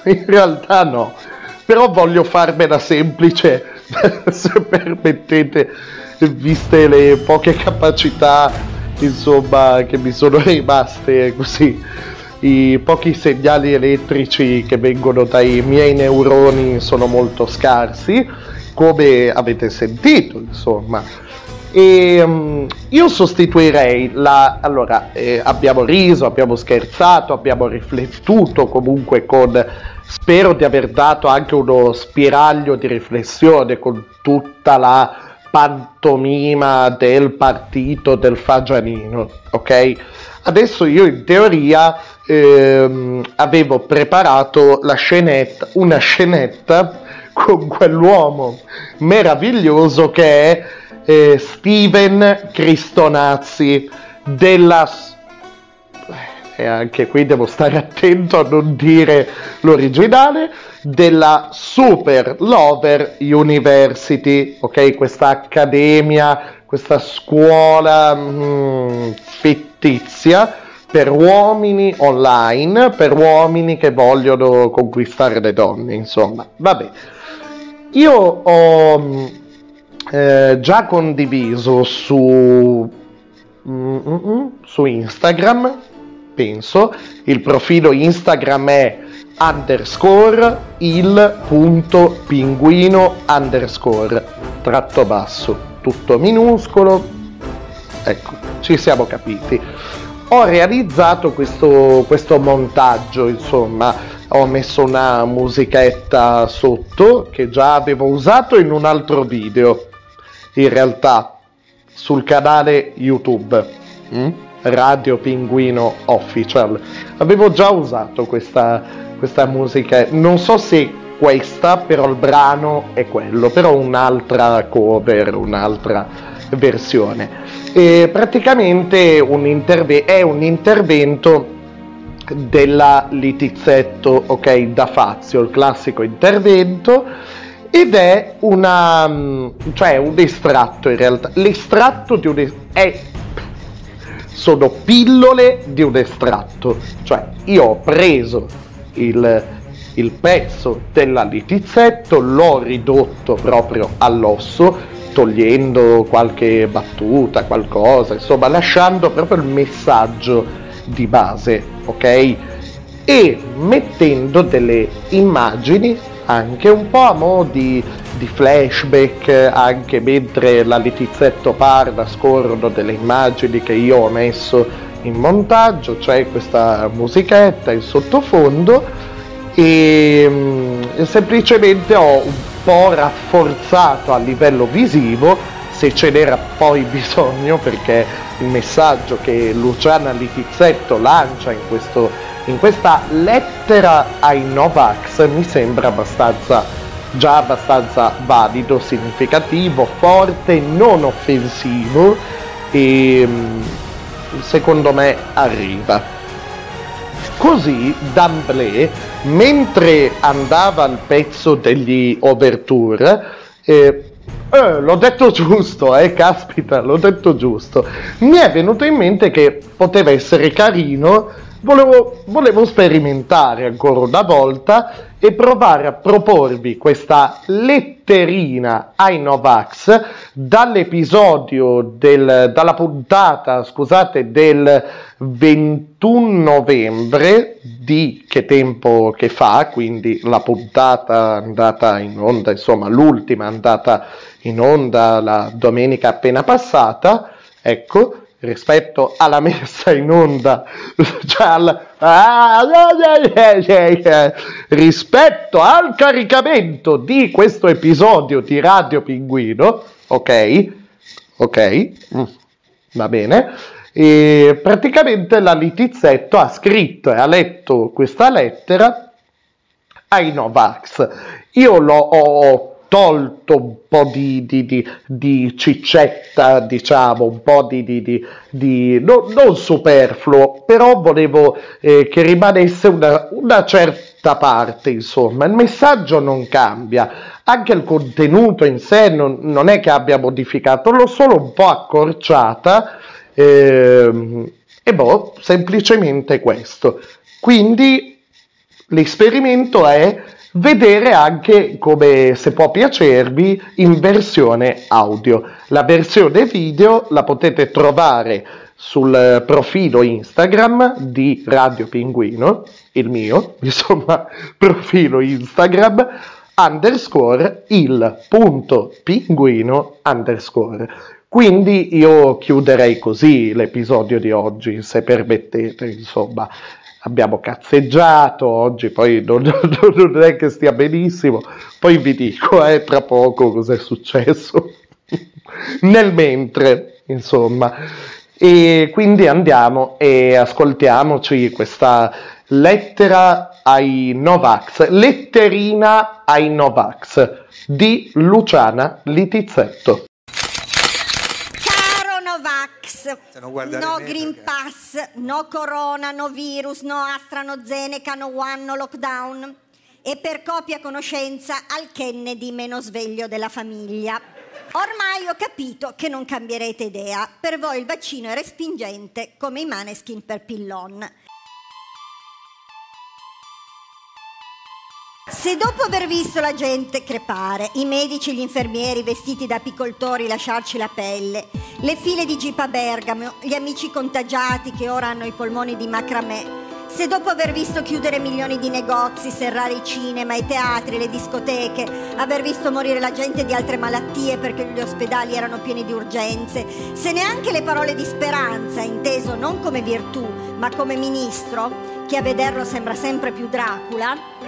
però voglio farmela semplice, se permettete, viste le poche capacità, insomma, che mi sono rimaste, così, i pochi segnali elettrici che vengono dai miei neuroni sono molto scarsi, come avete sentito, insomma. E io sostituirei allora, abbiamo riso, abbiamo scherzato, abbiamo riflettuto comunque spero di aver dato anche uno spiraglio di riflessione con tutta la pantomima del partito del Fagianino, ok? Adesso io in teoria avevo preparato una scenetta con quell'uomo meraviglioso che è Steven Cristonazzi e anche qui devo stare attento a non dire l'originale, della Super Lover University, ok? Questa accademia, questa scuola fittizia per uomini online, per uomini che vogliono conquistare le donne, insomma. Vabbè, io ho già condiviso su Instagram, penso, il profilo Instagram è _il.pinguino_ tratto basso, tutto minuscolo, ecco, ci siamo capiti. Ho realizzato questo montaggio, insomma, ho messo una musichetta sotto che già avevo usato in un altro video, in realtà sul canale YouTube Radio Pinguino Official. Avevo già usato questa musica, non so se questa, però il brano è quello, però un'altra cover, un'altra versione. E praticamente è un intervento della Litizzetto, ok, da Fazio, il classico intervento, ed è un estratto, in realtà l'estratto sono pillole di un estratto, cioè io ho preso il pezzo della Litizzetto, l'ho ridotto proprio all'osso, togliendo qualche battuta, qualcosa, insomma lasciando proprio il messaggio di base, ok? E mettendo delle immagini anche un po' a mo' di flashback, anche mentre la Litizzetto parla scorrono delle immagini che io ho messo in montaggio, cioè questa musichetta in sottofondo, e semplicemente ho un po' rafforzato a livello visivo, se ce n'era poi bisogno, perché il messaggio che Luciana Litizzetto lancia in questa lettera ai Novax mi sembra abbastanza valido, significativo, forte, non offensivo, e secondo me arriva. Così, d'amblè, mentre andava il pezzo degli Overture, l'ho detto giusto, caspita, l'ho detto giusto, mi è venuto in mente che poteva essere carino, volevo sperimentare ancora una volta e provare a proporvi questa letterina ai Novax dall'episodio dalla puntata, scusate, del 21 novembre di Che tempo che fa, quindi la puntata andata in onda, insomma l'ultima andata in onda la domenica appena passata, ecco, rispetto alla messa in onda, cioè rispetto al caricamento di questo episodio di Radio Pinguino, ok, va bene, e praticamente la Litizzetto ha scritto e ha letto questa lettera ai Novax. Io ho tolto un po' di ciccetta, diciamo, un po' non superfluo, però volevo che rimanesse una certa parte, insomma. Il messaggio non cambia, anche il contenuto in sé non è che abbia modificato, l'ho solo un po' accorciata, semplicemente questo. Quindi l'esperimento è vedere anche come, se può piacervi, in versione audio. La versione video la potete trovare sul profilo Instagram di Radio Pinguino, il mio, insomma, profilo Instagram _il.pinguino_. Quindi io chiuderei così l'episodio di oggi, se permettete, insomma. Abbiamo cazzeggiato oggi, poi non è che stia benissimo, poi vi dico tra poco cos'è successo nel mentre, insomma. E quindi andiamo e ascoltiamoci questa lettera ai Novax, letterina ai Novax di Luciana Litizzetto. No Green Pass, no Corona, no virus, no Astra, no Zeneca, no One, no lockdown. E per copia conoscenza al Kennedy meno sveglio della famiglia. Ormai ho capito che non cambierete idea. Per voi il vaccino è respingente come i Maneskin per Pillon. Se dopo aver visto la gente crepare, i medici e gli infermieri vestiti da apicoltori lasciarci la pelle, le file di jeep a Bergamo, gli amici contagiati che ora hanno i polmoni di macramè, se dopo aver visto chiudere milioni di negozi, serrare i cinema, i teatri, le discoteche, aver visto morire la gente di altre malattie perché gli ospedali erano pieni di urgenze, se neanche le parole di Speranza, inteso non come virtù ma come ministro, che a vederlo sembra sempre più Dracula,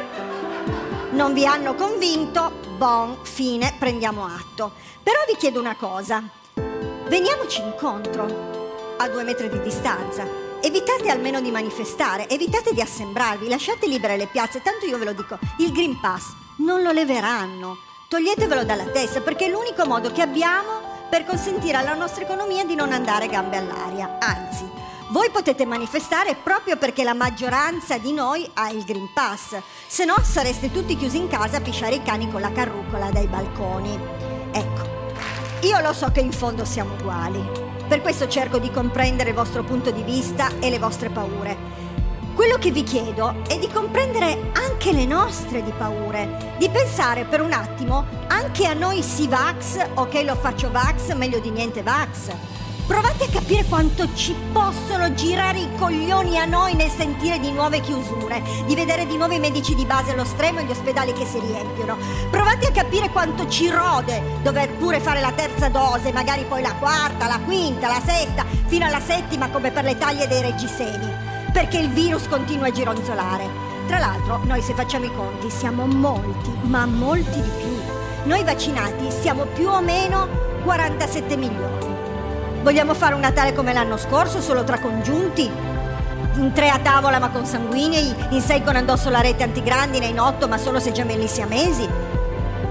non vi hanno convinto, fine, prendiamo atto. Però vi chiedo una cosa, veniamoci incontro a 2 metri di distanza, evitate almeno di manifestare, evitate di assembrarvi, lasciate libere le piazze, tanto io ve lo dico, il Green Pass non lo leveranno, toglietevelo dalla testa, perché è l'unico modo che abbiamo per consentire alla nostra economia di non andare gambe all'aria, anzi. Voi potete manifestare proprio perché la maggioranza di noi ha il Green Pass, se no sareste tutti chiusi in casa a pisciare i cani con la carrucola dai balconi. Ecco, io lo so che in fondo siamo uguali, per questo cerco di comprendere il vostro punto di vista e le vostre paure. Quello che vi chiedo è di comprendere anche le nostre di paure, di pensare per un attimo anche a noi sì vax, ok lo faccio vax, meglio di niente vax. Provate a capire quanto ci possono girare i coglioni a noi nel sentire di nuove chiusure, di vedere di nuovo i medici di base allo stremo e gli ospedali che si riempiono. Provate a capire quanto ci rode dover pure fare la terza dose, magari poi la quarta, la quinta, la sesta, fino alla settima come per le taglie dei reggiseni, perché il virus continua a gironzolare. Tra l'altro, noi se facciamo i conti siamo molti, ma molti di più. Noi vaccinati siamo più o meno 47 milioni. Vogliamo fare un Natale come l'anno scorso, solo tra congiunti? In 3 a tavola ma consanguinei, in 6 con addosso la rete antigrandine, in 8 ma solo se gemelli siamesi?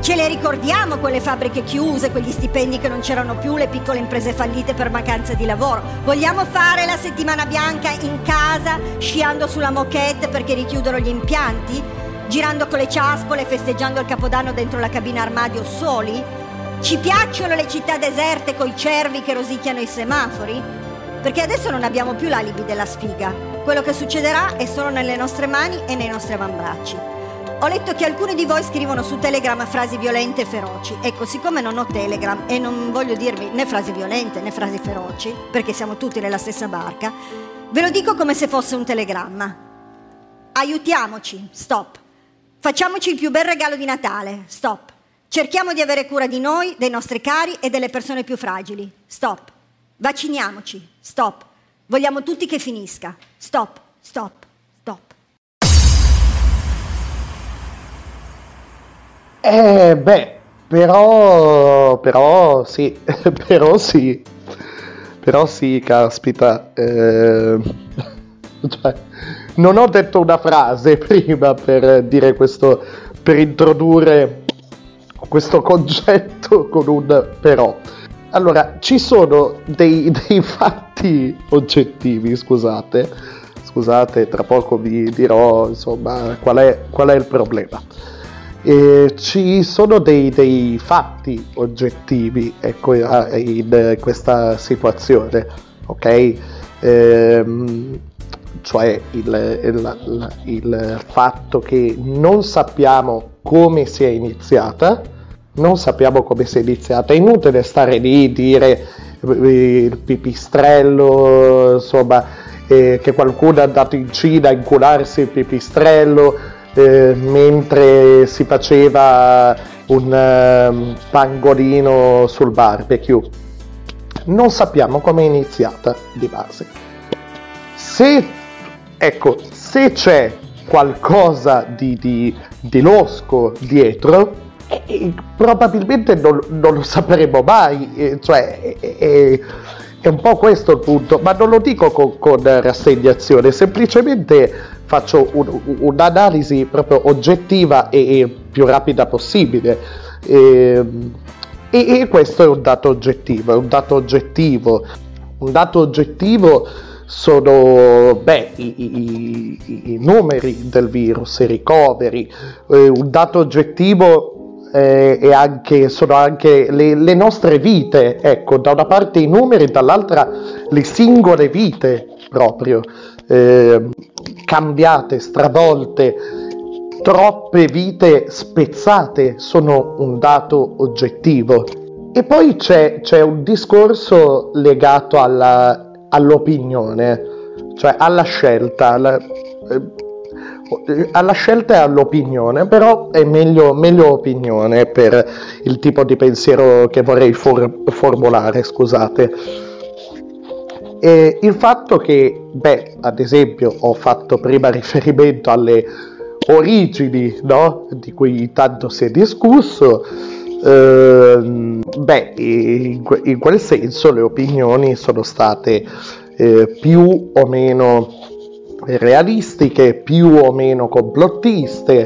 Ce le ricordiamo quelle fabbriche chiuse, quegli stipendi che non c'erano più, le piccole imprese fallite per mancanza di lavoro? Vogliamo fare la settimana bianca in casa, sciando sulla moquette perché richiudono gli impianti? Girando con le ciaspole e festeggiando il Capodanno dentro la cabina armadio soli? Ci piacciono le città deserte coi cervi che rosicchiano i semafori? Perché adesso non abbiamo più l'alibi della sfiga. Quello che succederà è solo nelle nostre mani e nei nostri avambracci. Ho letto che alcuni di voi scrivono su Telegram frasi violente e feroci. Ecco, siccome non ho Telegram e non voglio dirvi né frasi violente né frasi feroci, perché siamo tutti nella stessa barca, ve lo dico come se fosse un telegramma. Aiutiamoci, stop. Facciamoci il più bel regalo di Natale, stop. Cerchiamo di avere cura di noi, dei nostri cari e delle persone più fragili, stop. Vacciniamoci, stop. Vogliamo tutti che finisca, stop, stop, stop. Però sì, però sì, caspita, cioè, non ho detto una frase prima per dire questo, per introdurre questo concetto con un però. Allora, ci sono dei fatti oggettivi, scusate, tra poco vi dirò insomma qual è il problema. Ci sono dei fatti oggettivi, ecco, in questa situazione, ok? Cioè il fatto che non sappiamo come sia iniziata, è inutile stare lì e dire il pipistrello, insomma, che qualcuno è andato in Cina a incularsi il pipistrello, mentre si faceva un pangolino sul barbecue. Non sappiamo come è iniziata di base. Se c'è qualcosa di losco dietro, probabilmente non lo sapremo mai, cioè è un po' questo il punto, ma non lo dico con rassegnazione, semplicemente faccio un'analisi proprio oggettiva e più rapida possibile, e questo è un dato oggettivo. Un dato oggettivo sono i numeri del virus, i ricoveri. Un dato oggettivo sono anche le nostre vite, ecco, da una parte i numeri, dall'altra le singole vite proprio, cambiate, stravolte, troppe vite spezzate sono un dato oggettivo. E poi c'è un discorso legato all'opinione, cioè alla scelta e all'opinione, però è meglio opinione per il tipo di pensiero che vorrei formulare, scusate. E il fatto che, ad esempio, ho fatto prima riferimento alle origini, no? Di cui tanto si è discusso, in quel senso le opinioni sono state più o meno realistiche, più o meno complottiste,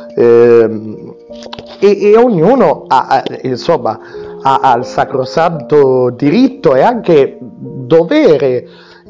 e ognuno ha il sacrosanto diritto e anche dovere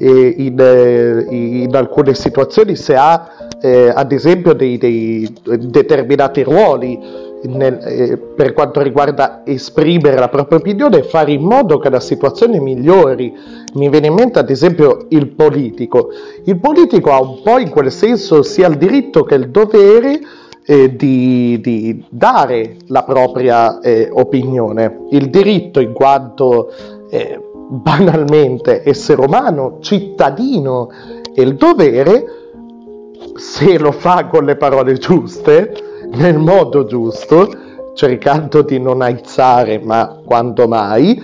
in alcune situazioni, se ha ad esempio dei determinati ruoli per quanto riguarda esprimere la propria opinione e fare in modo che la situazione migliori. Mi viene in mente ad esempio il politico ha un po' in quel senso sia il diritto che il dovere di dare la propria opinione, il diritto in quanto banalmente essere umano, cittadino, e il dovere, se lo fa con le parole giuste, nel modo giusto, cercando di non aizzare, ma quando mai,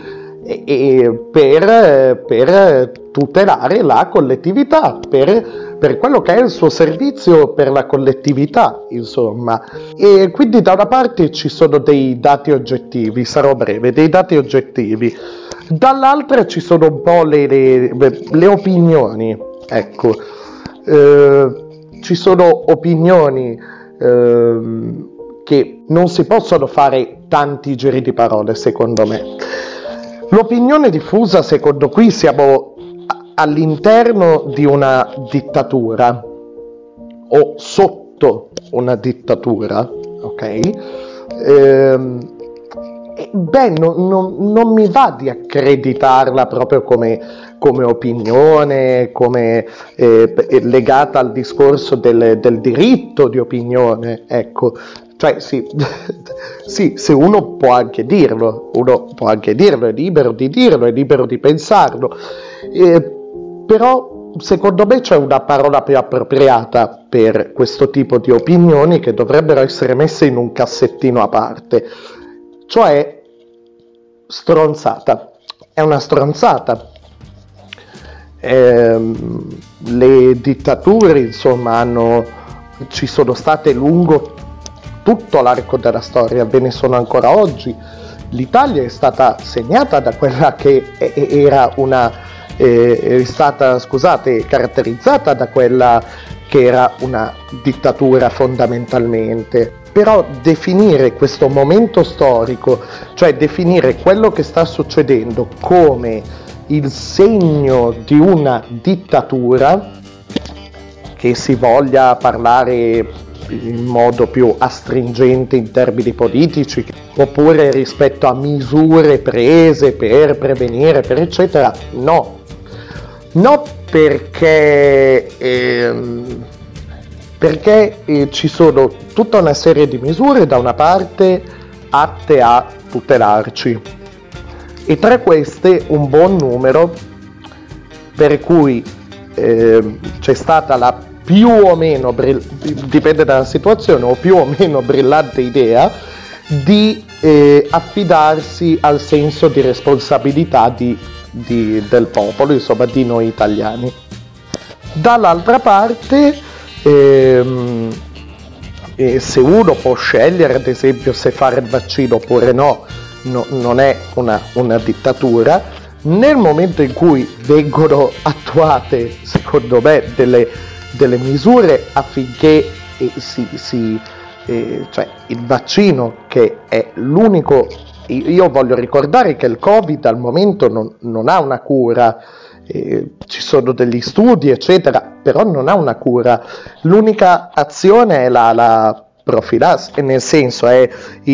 per tutelare la collettività, per quello che è il suo servizio per la collettività, insomma. E quindi da una parte ci sono dei dati oggettivi, sarò breve, dei dati oggettivi, dall'altra ci sono un po' le opinioni, ecco. Ci sono opinioni che non si possono fare tanti giri di parole, secondo me. L'opinione diffusa, secondo qui siamo all'interno di una dittatura o sotto una dittatura, ok? Non mi va di accreditarla proprio come opinione, come legata al discorso del diritto di opinione, ecco. Cioè sì, se uno può anche dirlo, è libero di dirlo, è libero di pensarlo, però secondo me c'è una parola più appropriata per questo tipo di opinioni che dovrebbero essere messe in un cassettino a parte, cioè stronzata. È una stronzata. Le dittature, insomma, ci sono state lungo tutto l'arco della storia, ve ne sono ancora oggi. L'Italia è stata segnata da quella che è stata caratterizzata da quella che era una dittatura fondamentalmente. Però definire questo momento storico, cioè definire quello che sta succedendo come il segno di una dittatura, che si voglia parlare in modo più astringente in termini politici, oppure rispetto a misure prese per prevenire, per eccetera, no perché ci sono tutta una serie di misure da una parte atte a tutelarci, e tra queste un buon numero per cui c'è stata la più o meno, dipende dalla situazione, o più o meno brillante idea di affidarsi al senso di responsabilità del popolo, insomma di noi italiani. Dall'altra parte, se uno può scegliere ad esempio se fare il vaccino oppure no, non è una dittatura. Nel momento in cui vengono attuate, secondo me, delle misure affinché cioè il vaccino, che è l'unico, io voglio ricordare che il Covid al momento non ha una cura, ci sono degli studi eccetera, però non ha una cura. L'unica azione è la profilassi, nel senso è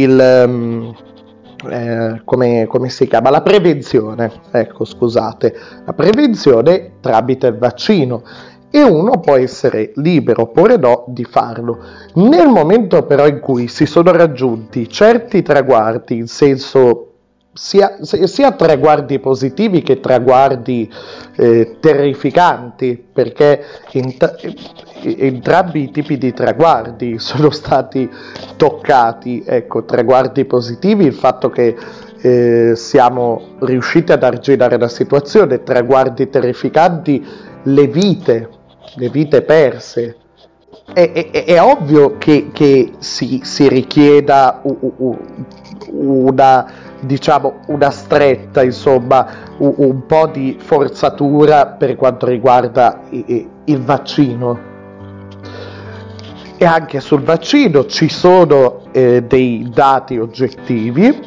come si chiama? La prevenzione, ecco, scusate, la prevenzione tramite il vaccino, e uno può essere libero oppure no di farlo. Nel momento però in cui si sono raggiunti certi traguardi, in senso sia traguardi positivi che traguardi terrificanti, perché entrambi i tipi di traguardi sono stati toccati, ecco, traguardi positivi, il fatto che siamo riusciti ad arginare la situazione, traguardi terrificanti, le vite perse. È ovvio che si richieda una stretta, insomma, un po' di forzatura per quanto riguarda il vaccino. E anche sul vaccino ci sono dei dati oggettivi,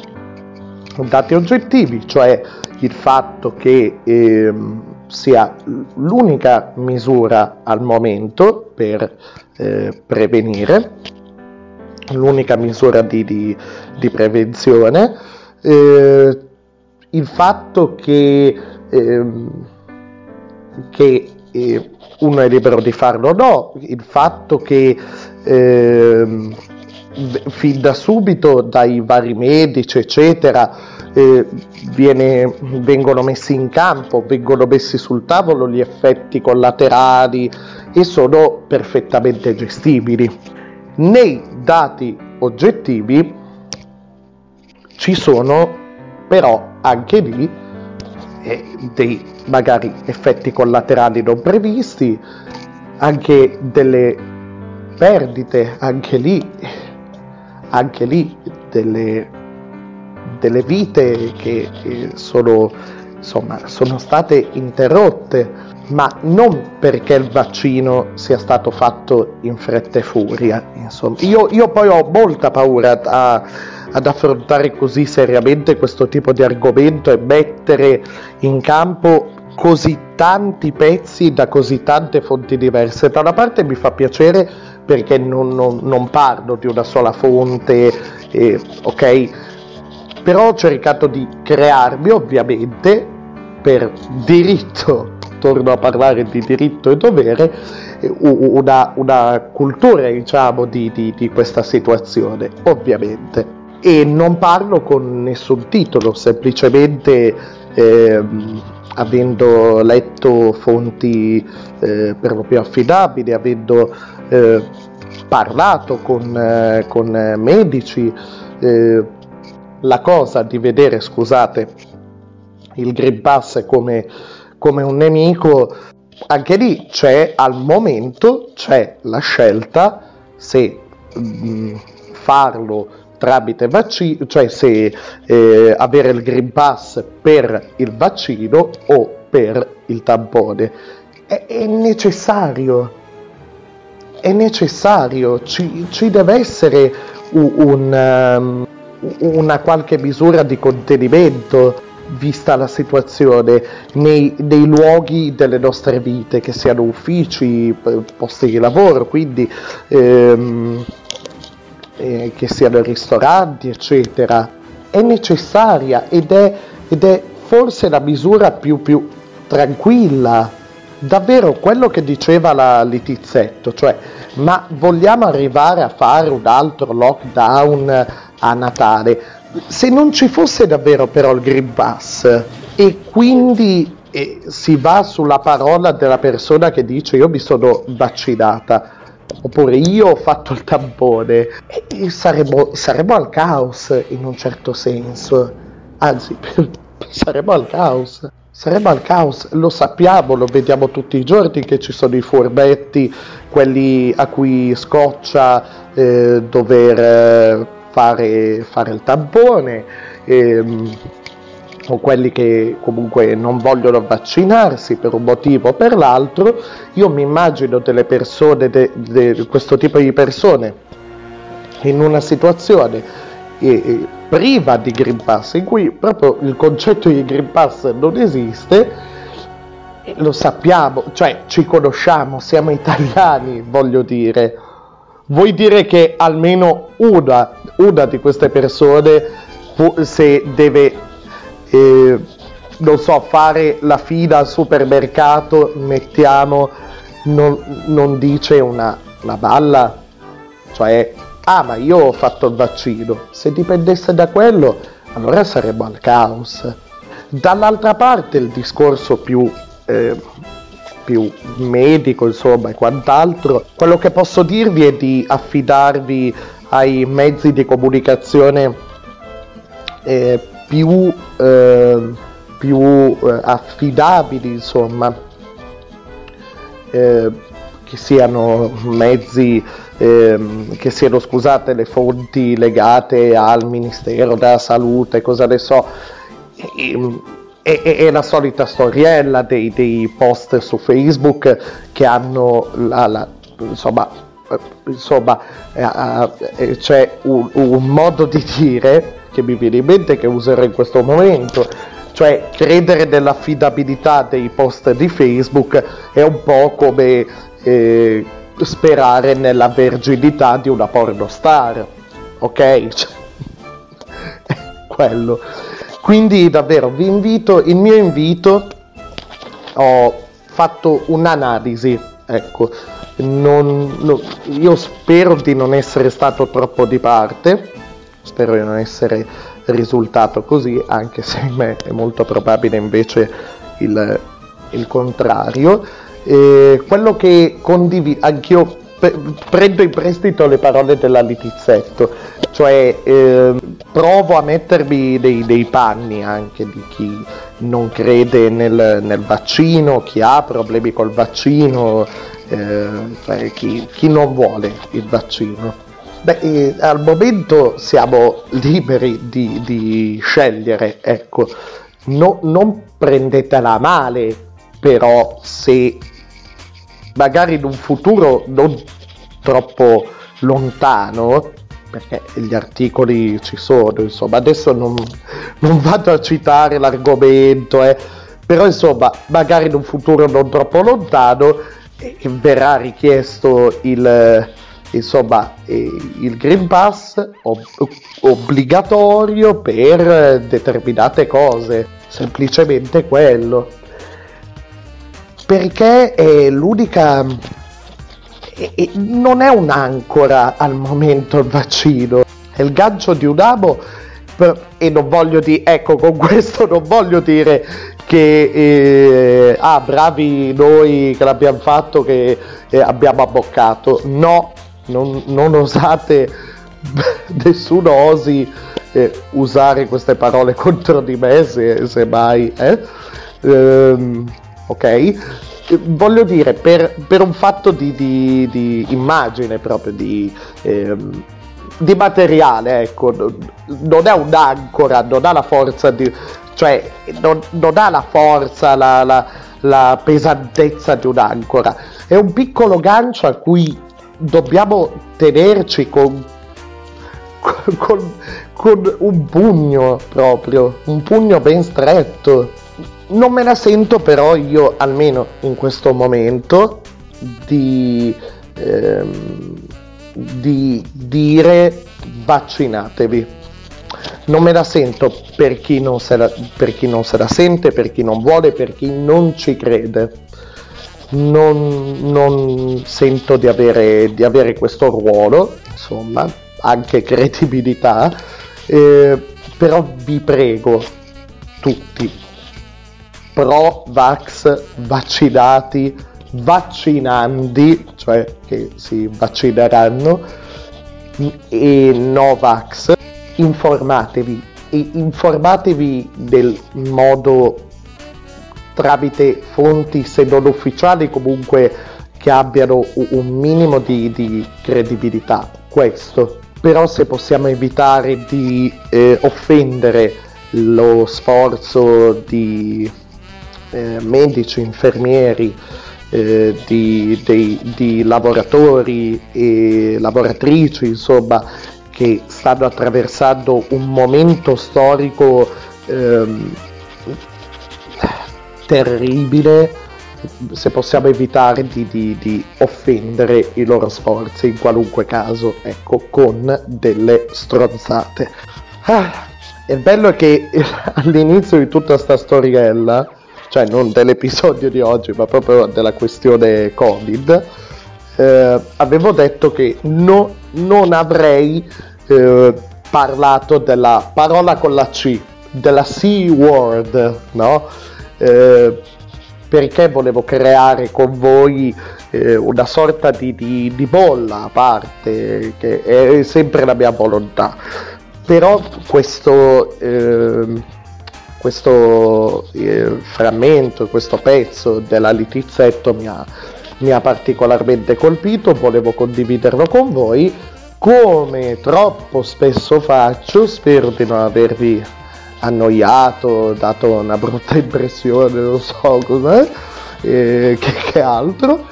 cioè il fatto che sia l'unica misura al momento per prevenire, l'unica misura di prevenzione, il fatto che uno è libero di farlo o no, il fatto che fin da subito dai vari medici eccetera vengono messi in campo, vengono messi sul tavolo gli effetti collaterali e sono perfettamente gestibili. Nei dati oggettivi ci sono però anche lì dei magari effetti collaterali non previsti, anche delle perdite, anche lì delle vite che sono state interrotte. ma non perché il vaccino sia stato fatto in fretta e furia, insomma. Io poi ho molta paura ad affrontare così seriamente questo tipo di argomento e mettere in campo così tanti pezzi da così tante fonti diverse. Da una parte mi fa piacere perché non parlo di una sola fonte, ok? Però ho cercato di crearmi, ovviamente, per diritto, torno a parlare di diritto e dovere, una cultura, diciamo, di questa situazione, ovviamente. E non parlo con nessun titolo, semplicemente avendo letto fonti per lo più affidabili, avendo parlato con medici, la cosa di vedere, scusate, il Green Pass come un nemico, anche lì al momento c'è la scelta se farlo tramite vaccino, cioè se avere il Green Pass per il vaccino o per il tampone. È necessario, ci deve essere una qualche misura di contenimento, vista la situazione, nei luoghi delle nostre vite, che siano uffici, posti di lavoro, quindi che siano ristoranti, eccetera. È necessaria ed è forse la misura più tranquilla. Davvero quello che diceva la Litizzetto, cioè, ma vogliamo arrivare a fare un altro lockdown a Natale? Se non ci fosse davvero però il Green Pass e quindi si va sulla parola della persona che dice io mi sono vaccinata oppure io ho fatto il tampone, saremmo al caos in un certo senso, anzi saremmo al caos, lo sappiamo, lo vediamo tutti i giorni che ci sono i furbetti, quelli a cui scoccia dover fare il tampone, o quelli che comunque non vogliono vaccinarsi per un motivo o per l'altro. Io mi immagino delle persone, questo tipo di persone, in una situazione priva di Green Pass, in cui proprio il concetto di Green Pass non esiste. Lo sappiamo, cioè ci conosciamo, siamo italiani, voglio dire. Vuoi dire che almeno una di queste persone, se deve, non so, fare la fila al supermercato, mettiamo, non dice una balla? Cioè, ma io ho fatto il vaccino. Se dipendesse da quello, allora saremmo al caos. Dall'altra parte il discorso più medico, insomma, e quant'altro, quello che posso dirvi è di affidarvi ai mezzi di comunicazione più affidabili, insomma, che siano mezzi che siano, scusate, le fonti legate al Ministero della Salute, cosa ne so. È la solita storiella dei post su Facebook che hanno c'è un modo di dire che mi viene in mente, che userò in questo momento, cioè credere nell'affidabilità dei post di Facebook è un po' come sperare nella verginità di una pornostar, ok? Quello. Quindi davvero vi invito, il mio invito, ho fatto un'analisi, ecco, io spero di non essere stato troppo di parte, spero di non essere risultato così, anche se è molto probabile invece il contrario. Quello che condivido, anch'io prendo in prestito le parole della Litizzetto, cioè provo a mettermi nei panni anche di chi non crede nel vaccino, chi ha problemi col vaccino, chi non vuole il vaccino. Al momento siamo liberi di scegliere, ecco, non prendetela male però se magari in un futuro non troppo lontano, perché gli articoli ci sono, insomma, adesso non vado a citare l'argomento, però insomma, magari in un futuro non troppo lontano verrà richiesto il Green Pass obbligatorio per determinate cose, semplicemente quello, perché è l'unica, non è un'ancora al momento il vaccino, è il gancio di un amo, e non voglio dire, ecco, con questo non voglio dire che bravi noi che l'abbiamo fatto, che abbiamo abboccato, no, non osate, nessuno osi usare queste parole contro di me, se mai, ok? Voglio dire, per un fatto di immagine proprio, di materiale, ecco, non è un'ancora, non ha la forza cioè non ha la forza, la pesantezza di un'ancora, è un piccolo gancio a cui dobbiamo tenerci con un pugno, proprio un pugno ben stretto. Non me la sento però io, almeno in questo momento, di dire vaccinatevi. Non me la sento per chi non se la sente, per chi non vuole, per chi non ci crede. Non sento di avere questo ruolo, insomma, anche credibilità, però vi prego, tutti, pro-vax, vaccinati, vaccinandi, cioè che si vaccineranno, e no-vax, informatevi del modo, tramite fonti se non ufficiali comunque che abbiano un minimo di credibilità, questo. Però se possiamo evitare di offendere lo sforzo di medici, infermieri, di lavoratori e lavoratrici, insomma, che stanno attraversando un momento storico terribile, se possiamo evitare di offendere i loro sforzi in qualunque caso, ecco, con delle stronzate. Il bello è che all'inizio di tutta sta storiella, cioè non dell'episodio di oggi ma proprio della questione Covid, avevo detto che non avrei parlato della parola con la C, della C-word, no? Perché volevo creare con voi una sorta di bolla a parte, che è sempre la mia volontà. Però questo frammento, questo pezzo della Litizzetto mi ha particolarmente colpito, volevo condividerlo con voi, come troppo spesso faccio. Spero di non avervi annoiato, dato una brutta impressione, non so cos'è, che altro.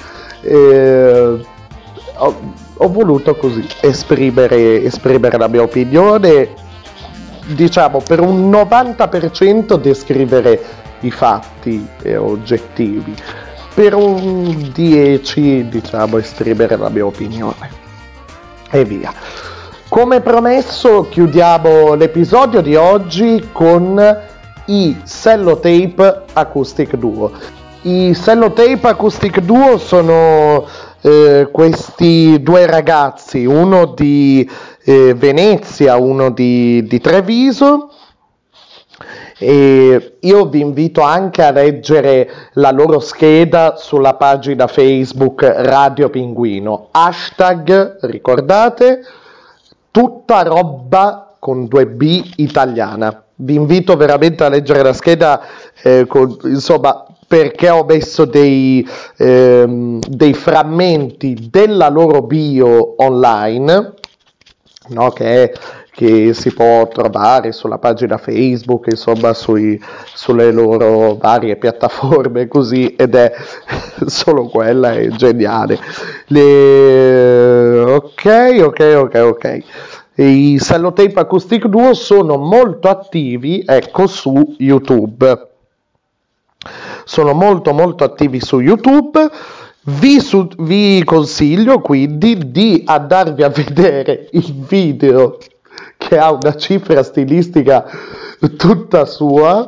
Ho voluto così esprimere la mia opinione, diciamo per un 90% descrivere i fatti oggettivi, per un 10% diciamo esprimere la mia opinione e via. Come promesso chiudiamo l'episodio di oggi con i Sellotape Acoustic Duo. I Sellotape Acoustic Duo sono questi due ragazzi, uno di Venezia, uno di Treviso, e io vi invito anche a leggere la loro scheda sulla pagina Facebook Radio Pinguino, hashtag, ricordate, tutta roba con 2B italiana. Vi invito veramente a leggere la scheda, insomma, perché ho messo dei frammenti della loro bio online, no? Che che si può trovare sulla pagina Facebook, insomma sulle loro varie piattaforme così, ed è solo quella, è geniale. Ok. I Sellotape Acoustic Duo sono molto attivi, ecco, su YouTube. Sono molto attivi su YouTube. Vi consiglio quindi di andarvi a vedere il video, che ha una cifra stilistica tutta sua,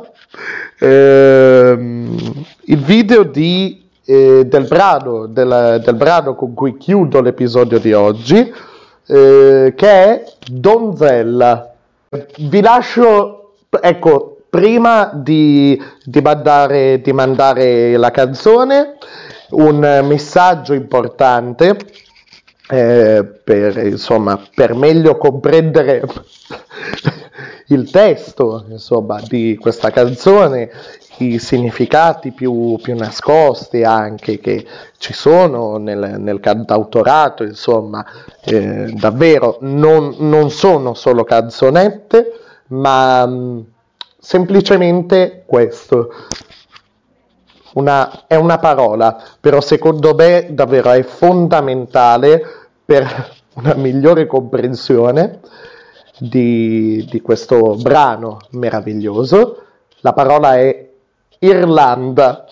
il video del brano con cui chiudo l'episodio di oggi, che è Donzella. Vi lascio, ecco, prima di mandare la canzone, un messaggio importante per meglio comprendere il testo, insomma, di questa canzone, i significati più nascosti anche che ci sono nel cantautorato, insomma, davvero non sono solo canzonette, ma semplicemente questo. È una parola, però secondo me davvero è fondamentale per una migliore comprensione di questo brano meraviglioso. La parola è Irlanda.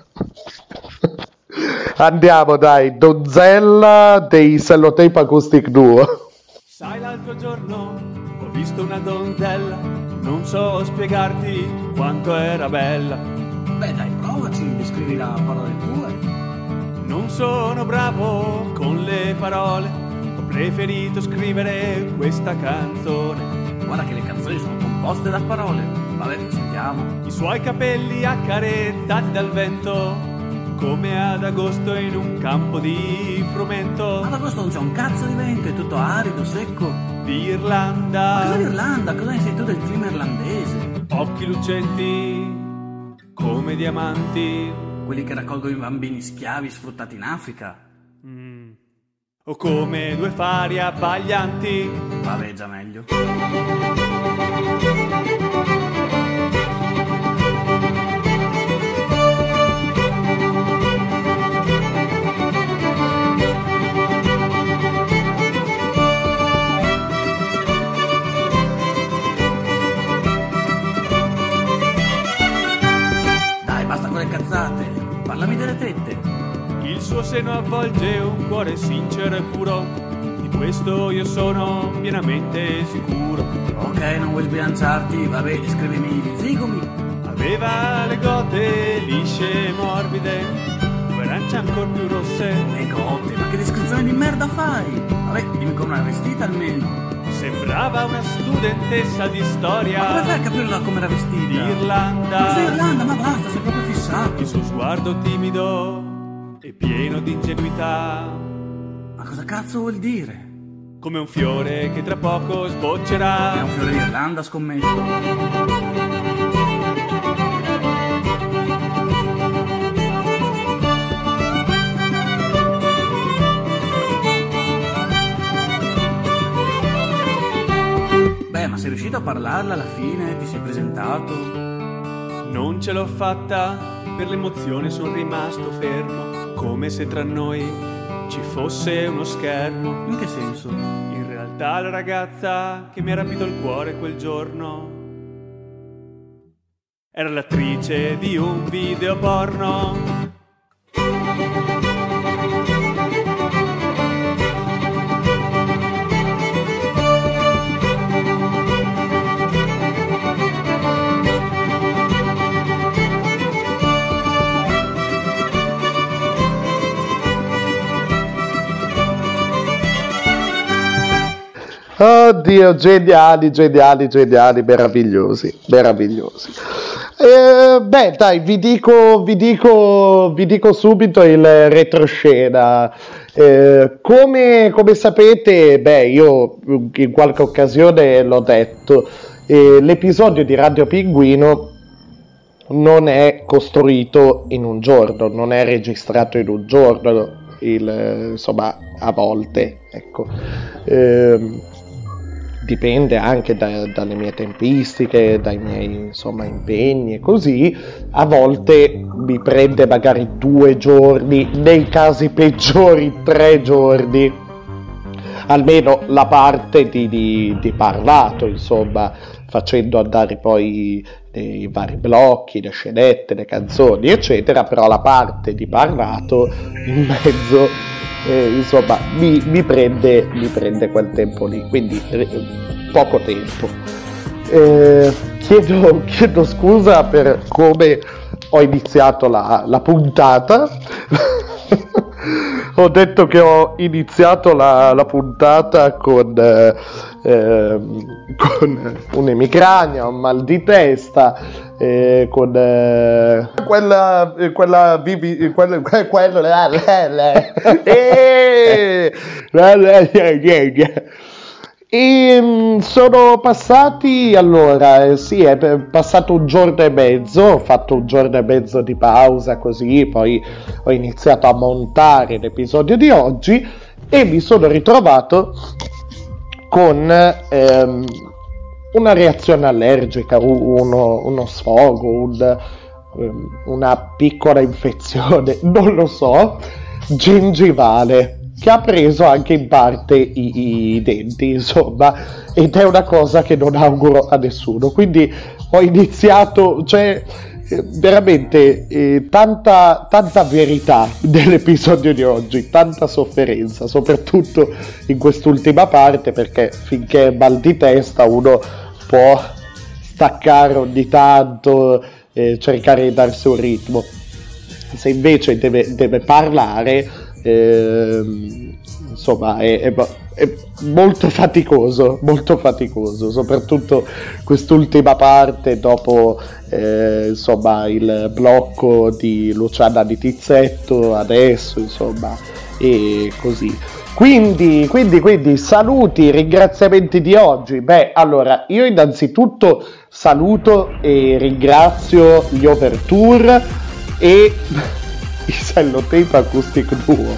Andiamo, dai, Donzella dei Sellotape Acoustic Duo. Sai, l'altro giorno ho visto una donzella, non so spiegarti quanto era bella. Beh dai, provaci, descrivi la parola tue. Non sono bravo con le parole, ho preferito scrivere questa canzone. Guarda che le canzoni sono composte da parole. Vabbè, sentiamo. I suoi capelli accarezzati dal vento, come ad agosto in un campo di frumento. Ad agosto non c'è un cazzo di vento, è tutto arido, secco. Di Irlanda. Ma cosa l'Irlanda? Cosa ne sai tu del clima irlandese? Occhi lucenti come diamanti, quelli che raccolgono i bambini schiavi sfruttati in Africa. O come due fari abbaglianti. Vabbè, già meglio. Cazzate, parlami delle tette. Il suo seno avvolge un cuore sincero e puro, di questo io sono pienamente sicuro. Ok, non vuoi sbilanciarti, vabbè, descrivimi gli zigomi. Aveva le gote lisce e morbide, due arance ancora più rosse. Le gote, ma che descrizione di merda fai? Vabbè, dimmi come era vestita almeno. Sembrava una studentessa di storia. Ma come fai a capirla come era vestita? Di Irlanda. Ma sei Irlanda, ma basta, sei proprio fissato. Il suo sguardo timido e pieno di ingenuità. Ma cosa cazzo vuol dire? Come un fiore che tra poco sboccerà. È un fiore di Irlanda, scommetto. Ma sei riuscito a parlarla alla fine? Ti sei presentato? Non ce l'ho fatta, per l'emozione sono rimasto fermo, come se tra noi ci fosse uno schermo. In che senso? In realtà la ragazza che mi ha rapito il cuore quel giorno era l'attrice di un video porno. Oddio, geniali, meravigliosi. Beh, dai, vi dico subito il retroscena. Come sapete, io in qualche occasione l'ho detto, l'episodio di Radio Pinguino non è costruito in un giorno, non è registrato in un giorno, insomma, a volte, ecco. dipende anche dalle mie tempistiche, dai miei insomma impegni e così, a volte mi prende magari 2 giorni, nei casi peggiori 3 giorni, almeno la parte di parlato, insomma, facendo andare poi i vari blocchi, le scenette, le canzoni, eccetera, però la parte di parlato in mezzo, insomma, mi prende quel tempo lì, quindi poco tempo. Chiedo scusa per come ho iniziato la puntata. Ho detto che ho iniziato la puntata con un'emicrania, un mal di testa, con e sono passati, allora, sì, è passato 1 giorno e mezzo, ho fatto 1 giorno e mezzo di pausa così, poi ho iniziato a montare l'episodio di oggi e mi sono ritrovato con una reazione allergica, uno sfogo, una piccola infezione, non lo so, gengivale, che ha preso anche in parte i denti, insomma, ed è una cosa che non auguro a nessuno. Quindi ho iniziato, cioè veramente tanta verità nell'episodio di oggi, tanta sofferenza, soprattutto in quest'ultima parte, perché finché è mal di testa uno può staccare ogni tanto, cercare di darsi un ritmo. Se invece deve parlare, insomma è molto faticoso, soprattutto quest'ultima parte dopo insomma il blocco di Luciana di Tizzetto adesso, insomma, e così. Quindi saluti, ringraziamenti di oggi. Beh, allora, io innanzitutto saluto e ringrazio gli Overture e i Sellotape Acoustic Duo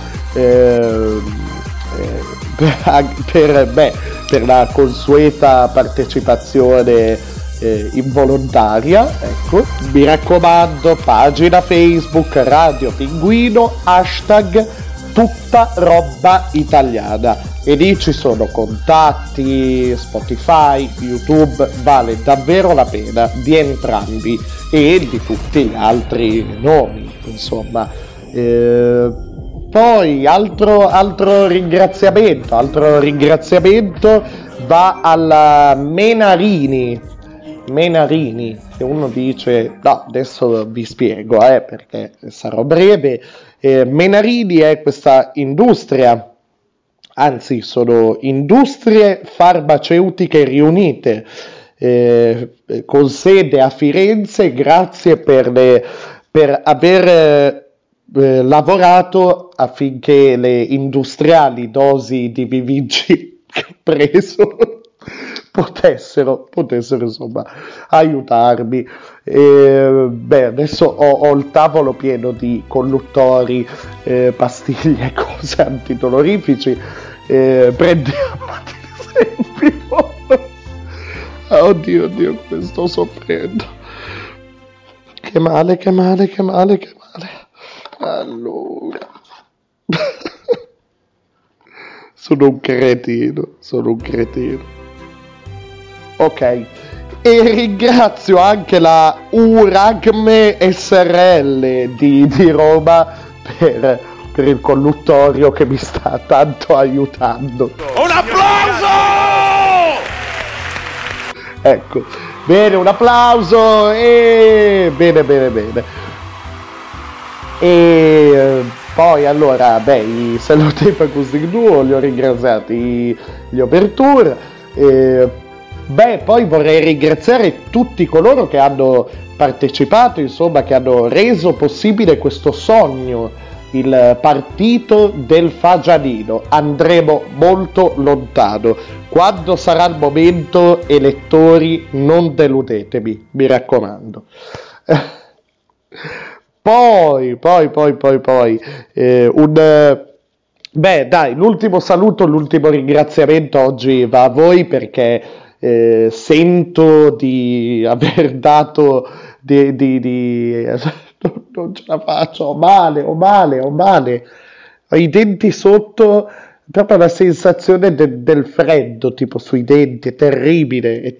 per la consueta partecipazione involontaria, ecco. Mi raccomando, pagina Facebook Radio Pinguino, hashtag tutta roba italiana, e lì ci sono contatti, Spotify, YouTube, vale davvero la pena di entrambi e di tutti gli altri nomi, insomma. Poi altro ringraziamento va alla Menarini, che uno dice, no, adesso vi spiego perché sarò breve. Menarini è questa industria, anzi sono industrie farmaceutiche riunite, con sede a Firenze. Grazie per aver lavorato affinché le industriali dosi di VVG che ho preso potessero insomma aiutarmi. Adesso ho il tavolo pieno di colluttori, pastiglie e cose antidolorifici. Prendiamo ad esempio oddio come sto soffrendo, che male. Allora sono un cretino. Ok, e ringrazio anche la Uragme SRL di Roma per il colluttorio che mi sta tanto aiutando. Un applauso! Ecco, bene, un applauso e bene. E poi allora, i Sellotape Acoustic Duo li ho ringraziati, gli Overture. Poi vorrei ringraziare tutti coloro che hanno partecipato, insomma, che hanno reso possibile questo sogno, il partito del Fagianino. Andremo molto lontano. Quando sarà il momento, elettori, non deludetemi, mi raccomando. Poi Beh, dai, l'ultimo saluto, l'ultimo ringraziamento oggi va a voi perché sento di aver dato non ce la faccio, ho male, ho i denti sotto, proprio la sensazione del freddo tipo sui denti, è terribile,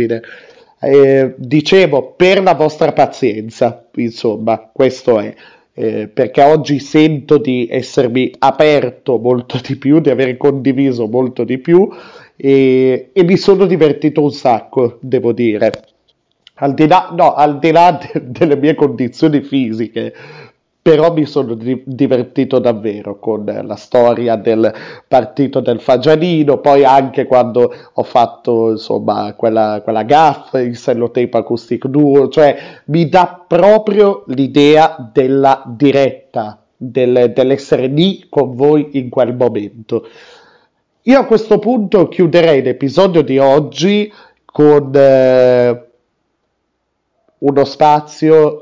dicevo, per la vostra pazienza, insomma, questo è. Perché oggi sento di essermi aperto molto di più, di aver condiviso molto di più e mi sono divertito un sacco, devo dire, al di là delle mie condizioni fisiche, però mi sono divertito davvero con la storia del partito del Fagianino, poi anche quando ho fatto insomma quella gaffe, il Sellotape Acoustic Duo, cioè mi dà proprio l'idea della diretta, dell'essere lì con voi in quel momento. Io a questo punto chiuderei l'episodio di oggi con uno spazio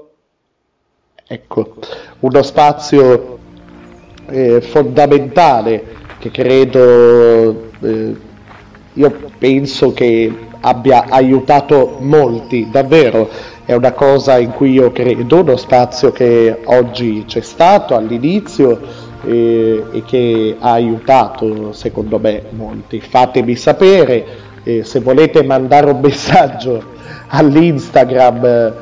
fondamentale che credo, io penso che abbia aiutato molti, davvero, è una cosa in cui io credo, uno spazio che oggi c'è stato all'inizio e che ha aiutato secondo me molti. Fatemi sapere, se volete mandare un messaggio all'Instagram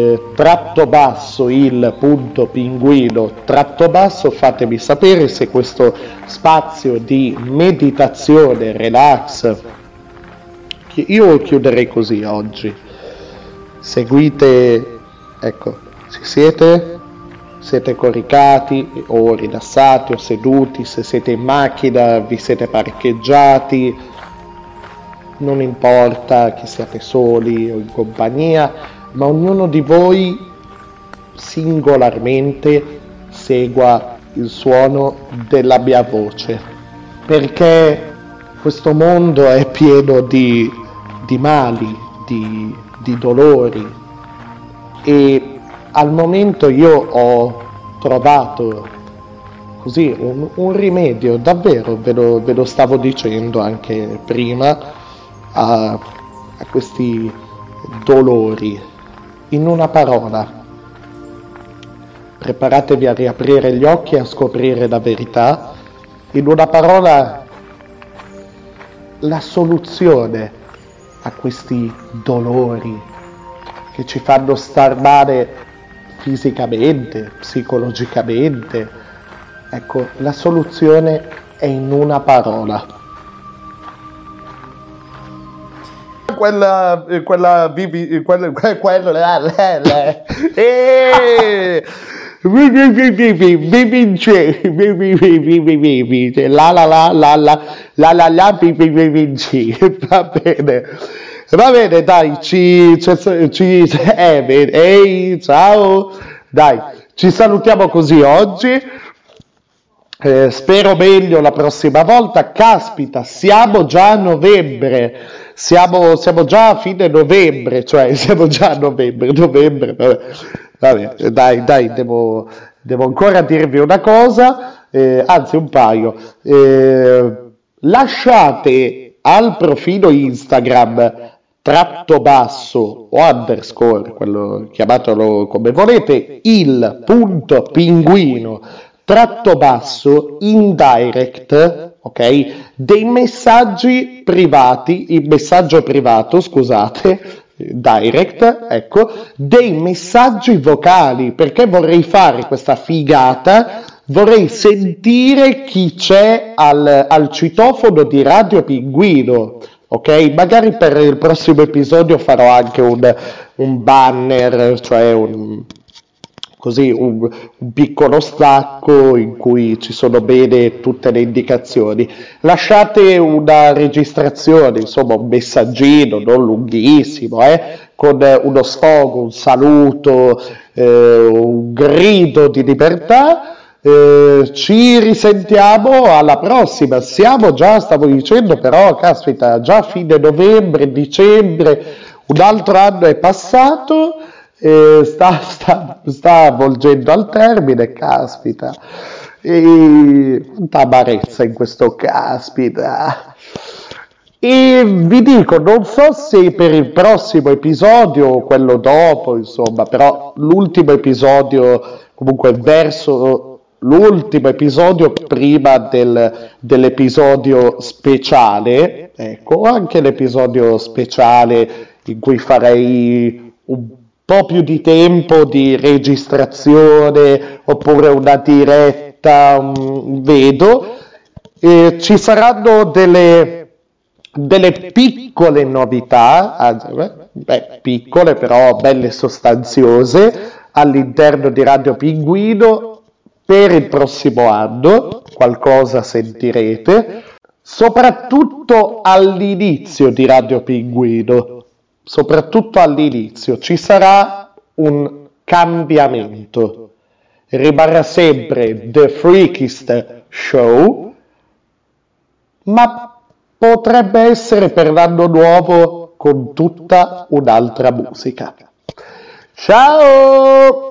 _il.pinguino_ fatemi sapere se questo spazio di meditazione, relax, io chiuderei così oggi. Seguite, ecco, ci siete? Siete coricati o rilassati o seduti? Se siete in macchina, vi siete parcheggiati, non importa che siate soli o in compagnia, ma ognuno di voi singolarmente segua il suono della mia voce, perché questo mondo è pieno di mali, di dolori, e al momento io ho trovato così un rimedio, davvero, ve lo stavo dicendo anche prima, a questi dolori, in una parola. Preparatevi a riaprire gli occhi e a scoprire la verità. In una parola, la soluzione a questi dolori che ci fanno star male fisicamente, psicologicamente. Ecco, la soluzione è in una parola. Quella va bene, dai, ehi, ciao, dai, ci salutiamo così oggi. Spero meglio la prossima volta. Caspita, siamo già a novembre, siamo già a fine novembre, cioè siamo già a novembre, vabbè, dai, devo ancora dirvi una cosa, anzi un paio. Lasciate al profilo Instagram _, o underscore, quello, chiamatelo come volete, il.pinguino _ in direct, ok? Dei messaggi privati, il messaggio privato, scusate, direct, ecco, dei messaggi vocali, perché vorrei fare questa figata, vorrei sentire chi c'è al citofono di Radio Pinguino, ok? Magari per il prossimo episodio farò anche un banner, cioè un piccolo stacco in cui ci sono bene tutte le indicazioni. Lasciate una registrazione, insomma un messaggino non lunghissimo, con uno sfogo, un saluto, un grido di libertà. Ci risentiamo alla prossima. Siamo già, stavo dicendo, però caspita, già fine novembre, dicembre, un altro anno è passato. Sta volgendo al termine, caspita. Tanta amarezza in questo caspita. E vi dico, non so se per il prossimo episodio o quello dopo, insomma, però l'ultimo episodio, comunque verso l'ultimo episodio prima dell'episodio speciale, ecco, anche l'episodio speciale in cui farei un po' più di tempo di registrazione oppure una diretta, vedo, ci saranno delle piccole novità, piccole però belle sostanziose all'interno di Radio Pinguino per il prossimo anno, qualcosa sentirete, soprattutto all'inizio di Radio Pinguino, soprattutto all'inizio ci sarà un cambiamento, rimarrà sempre The Freakist Show, ma potrebbe essere per l'anno nuovo con tutta un'altra musica. Ciao!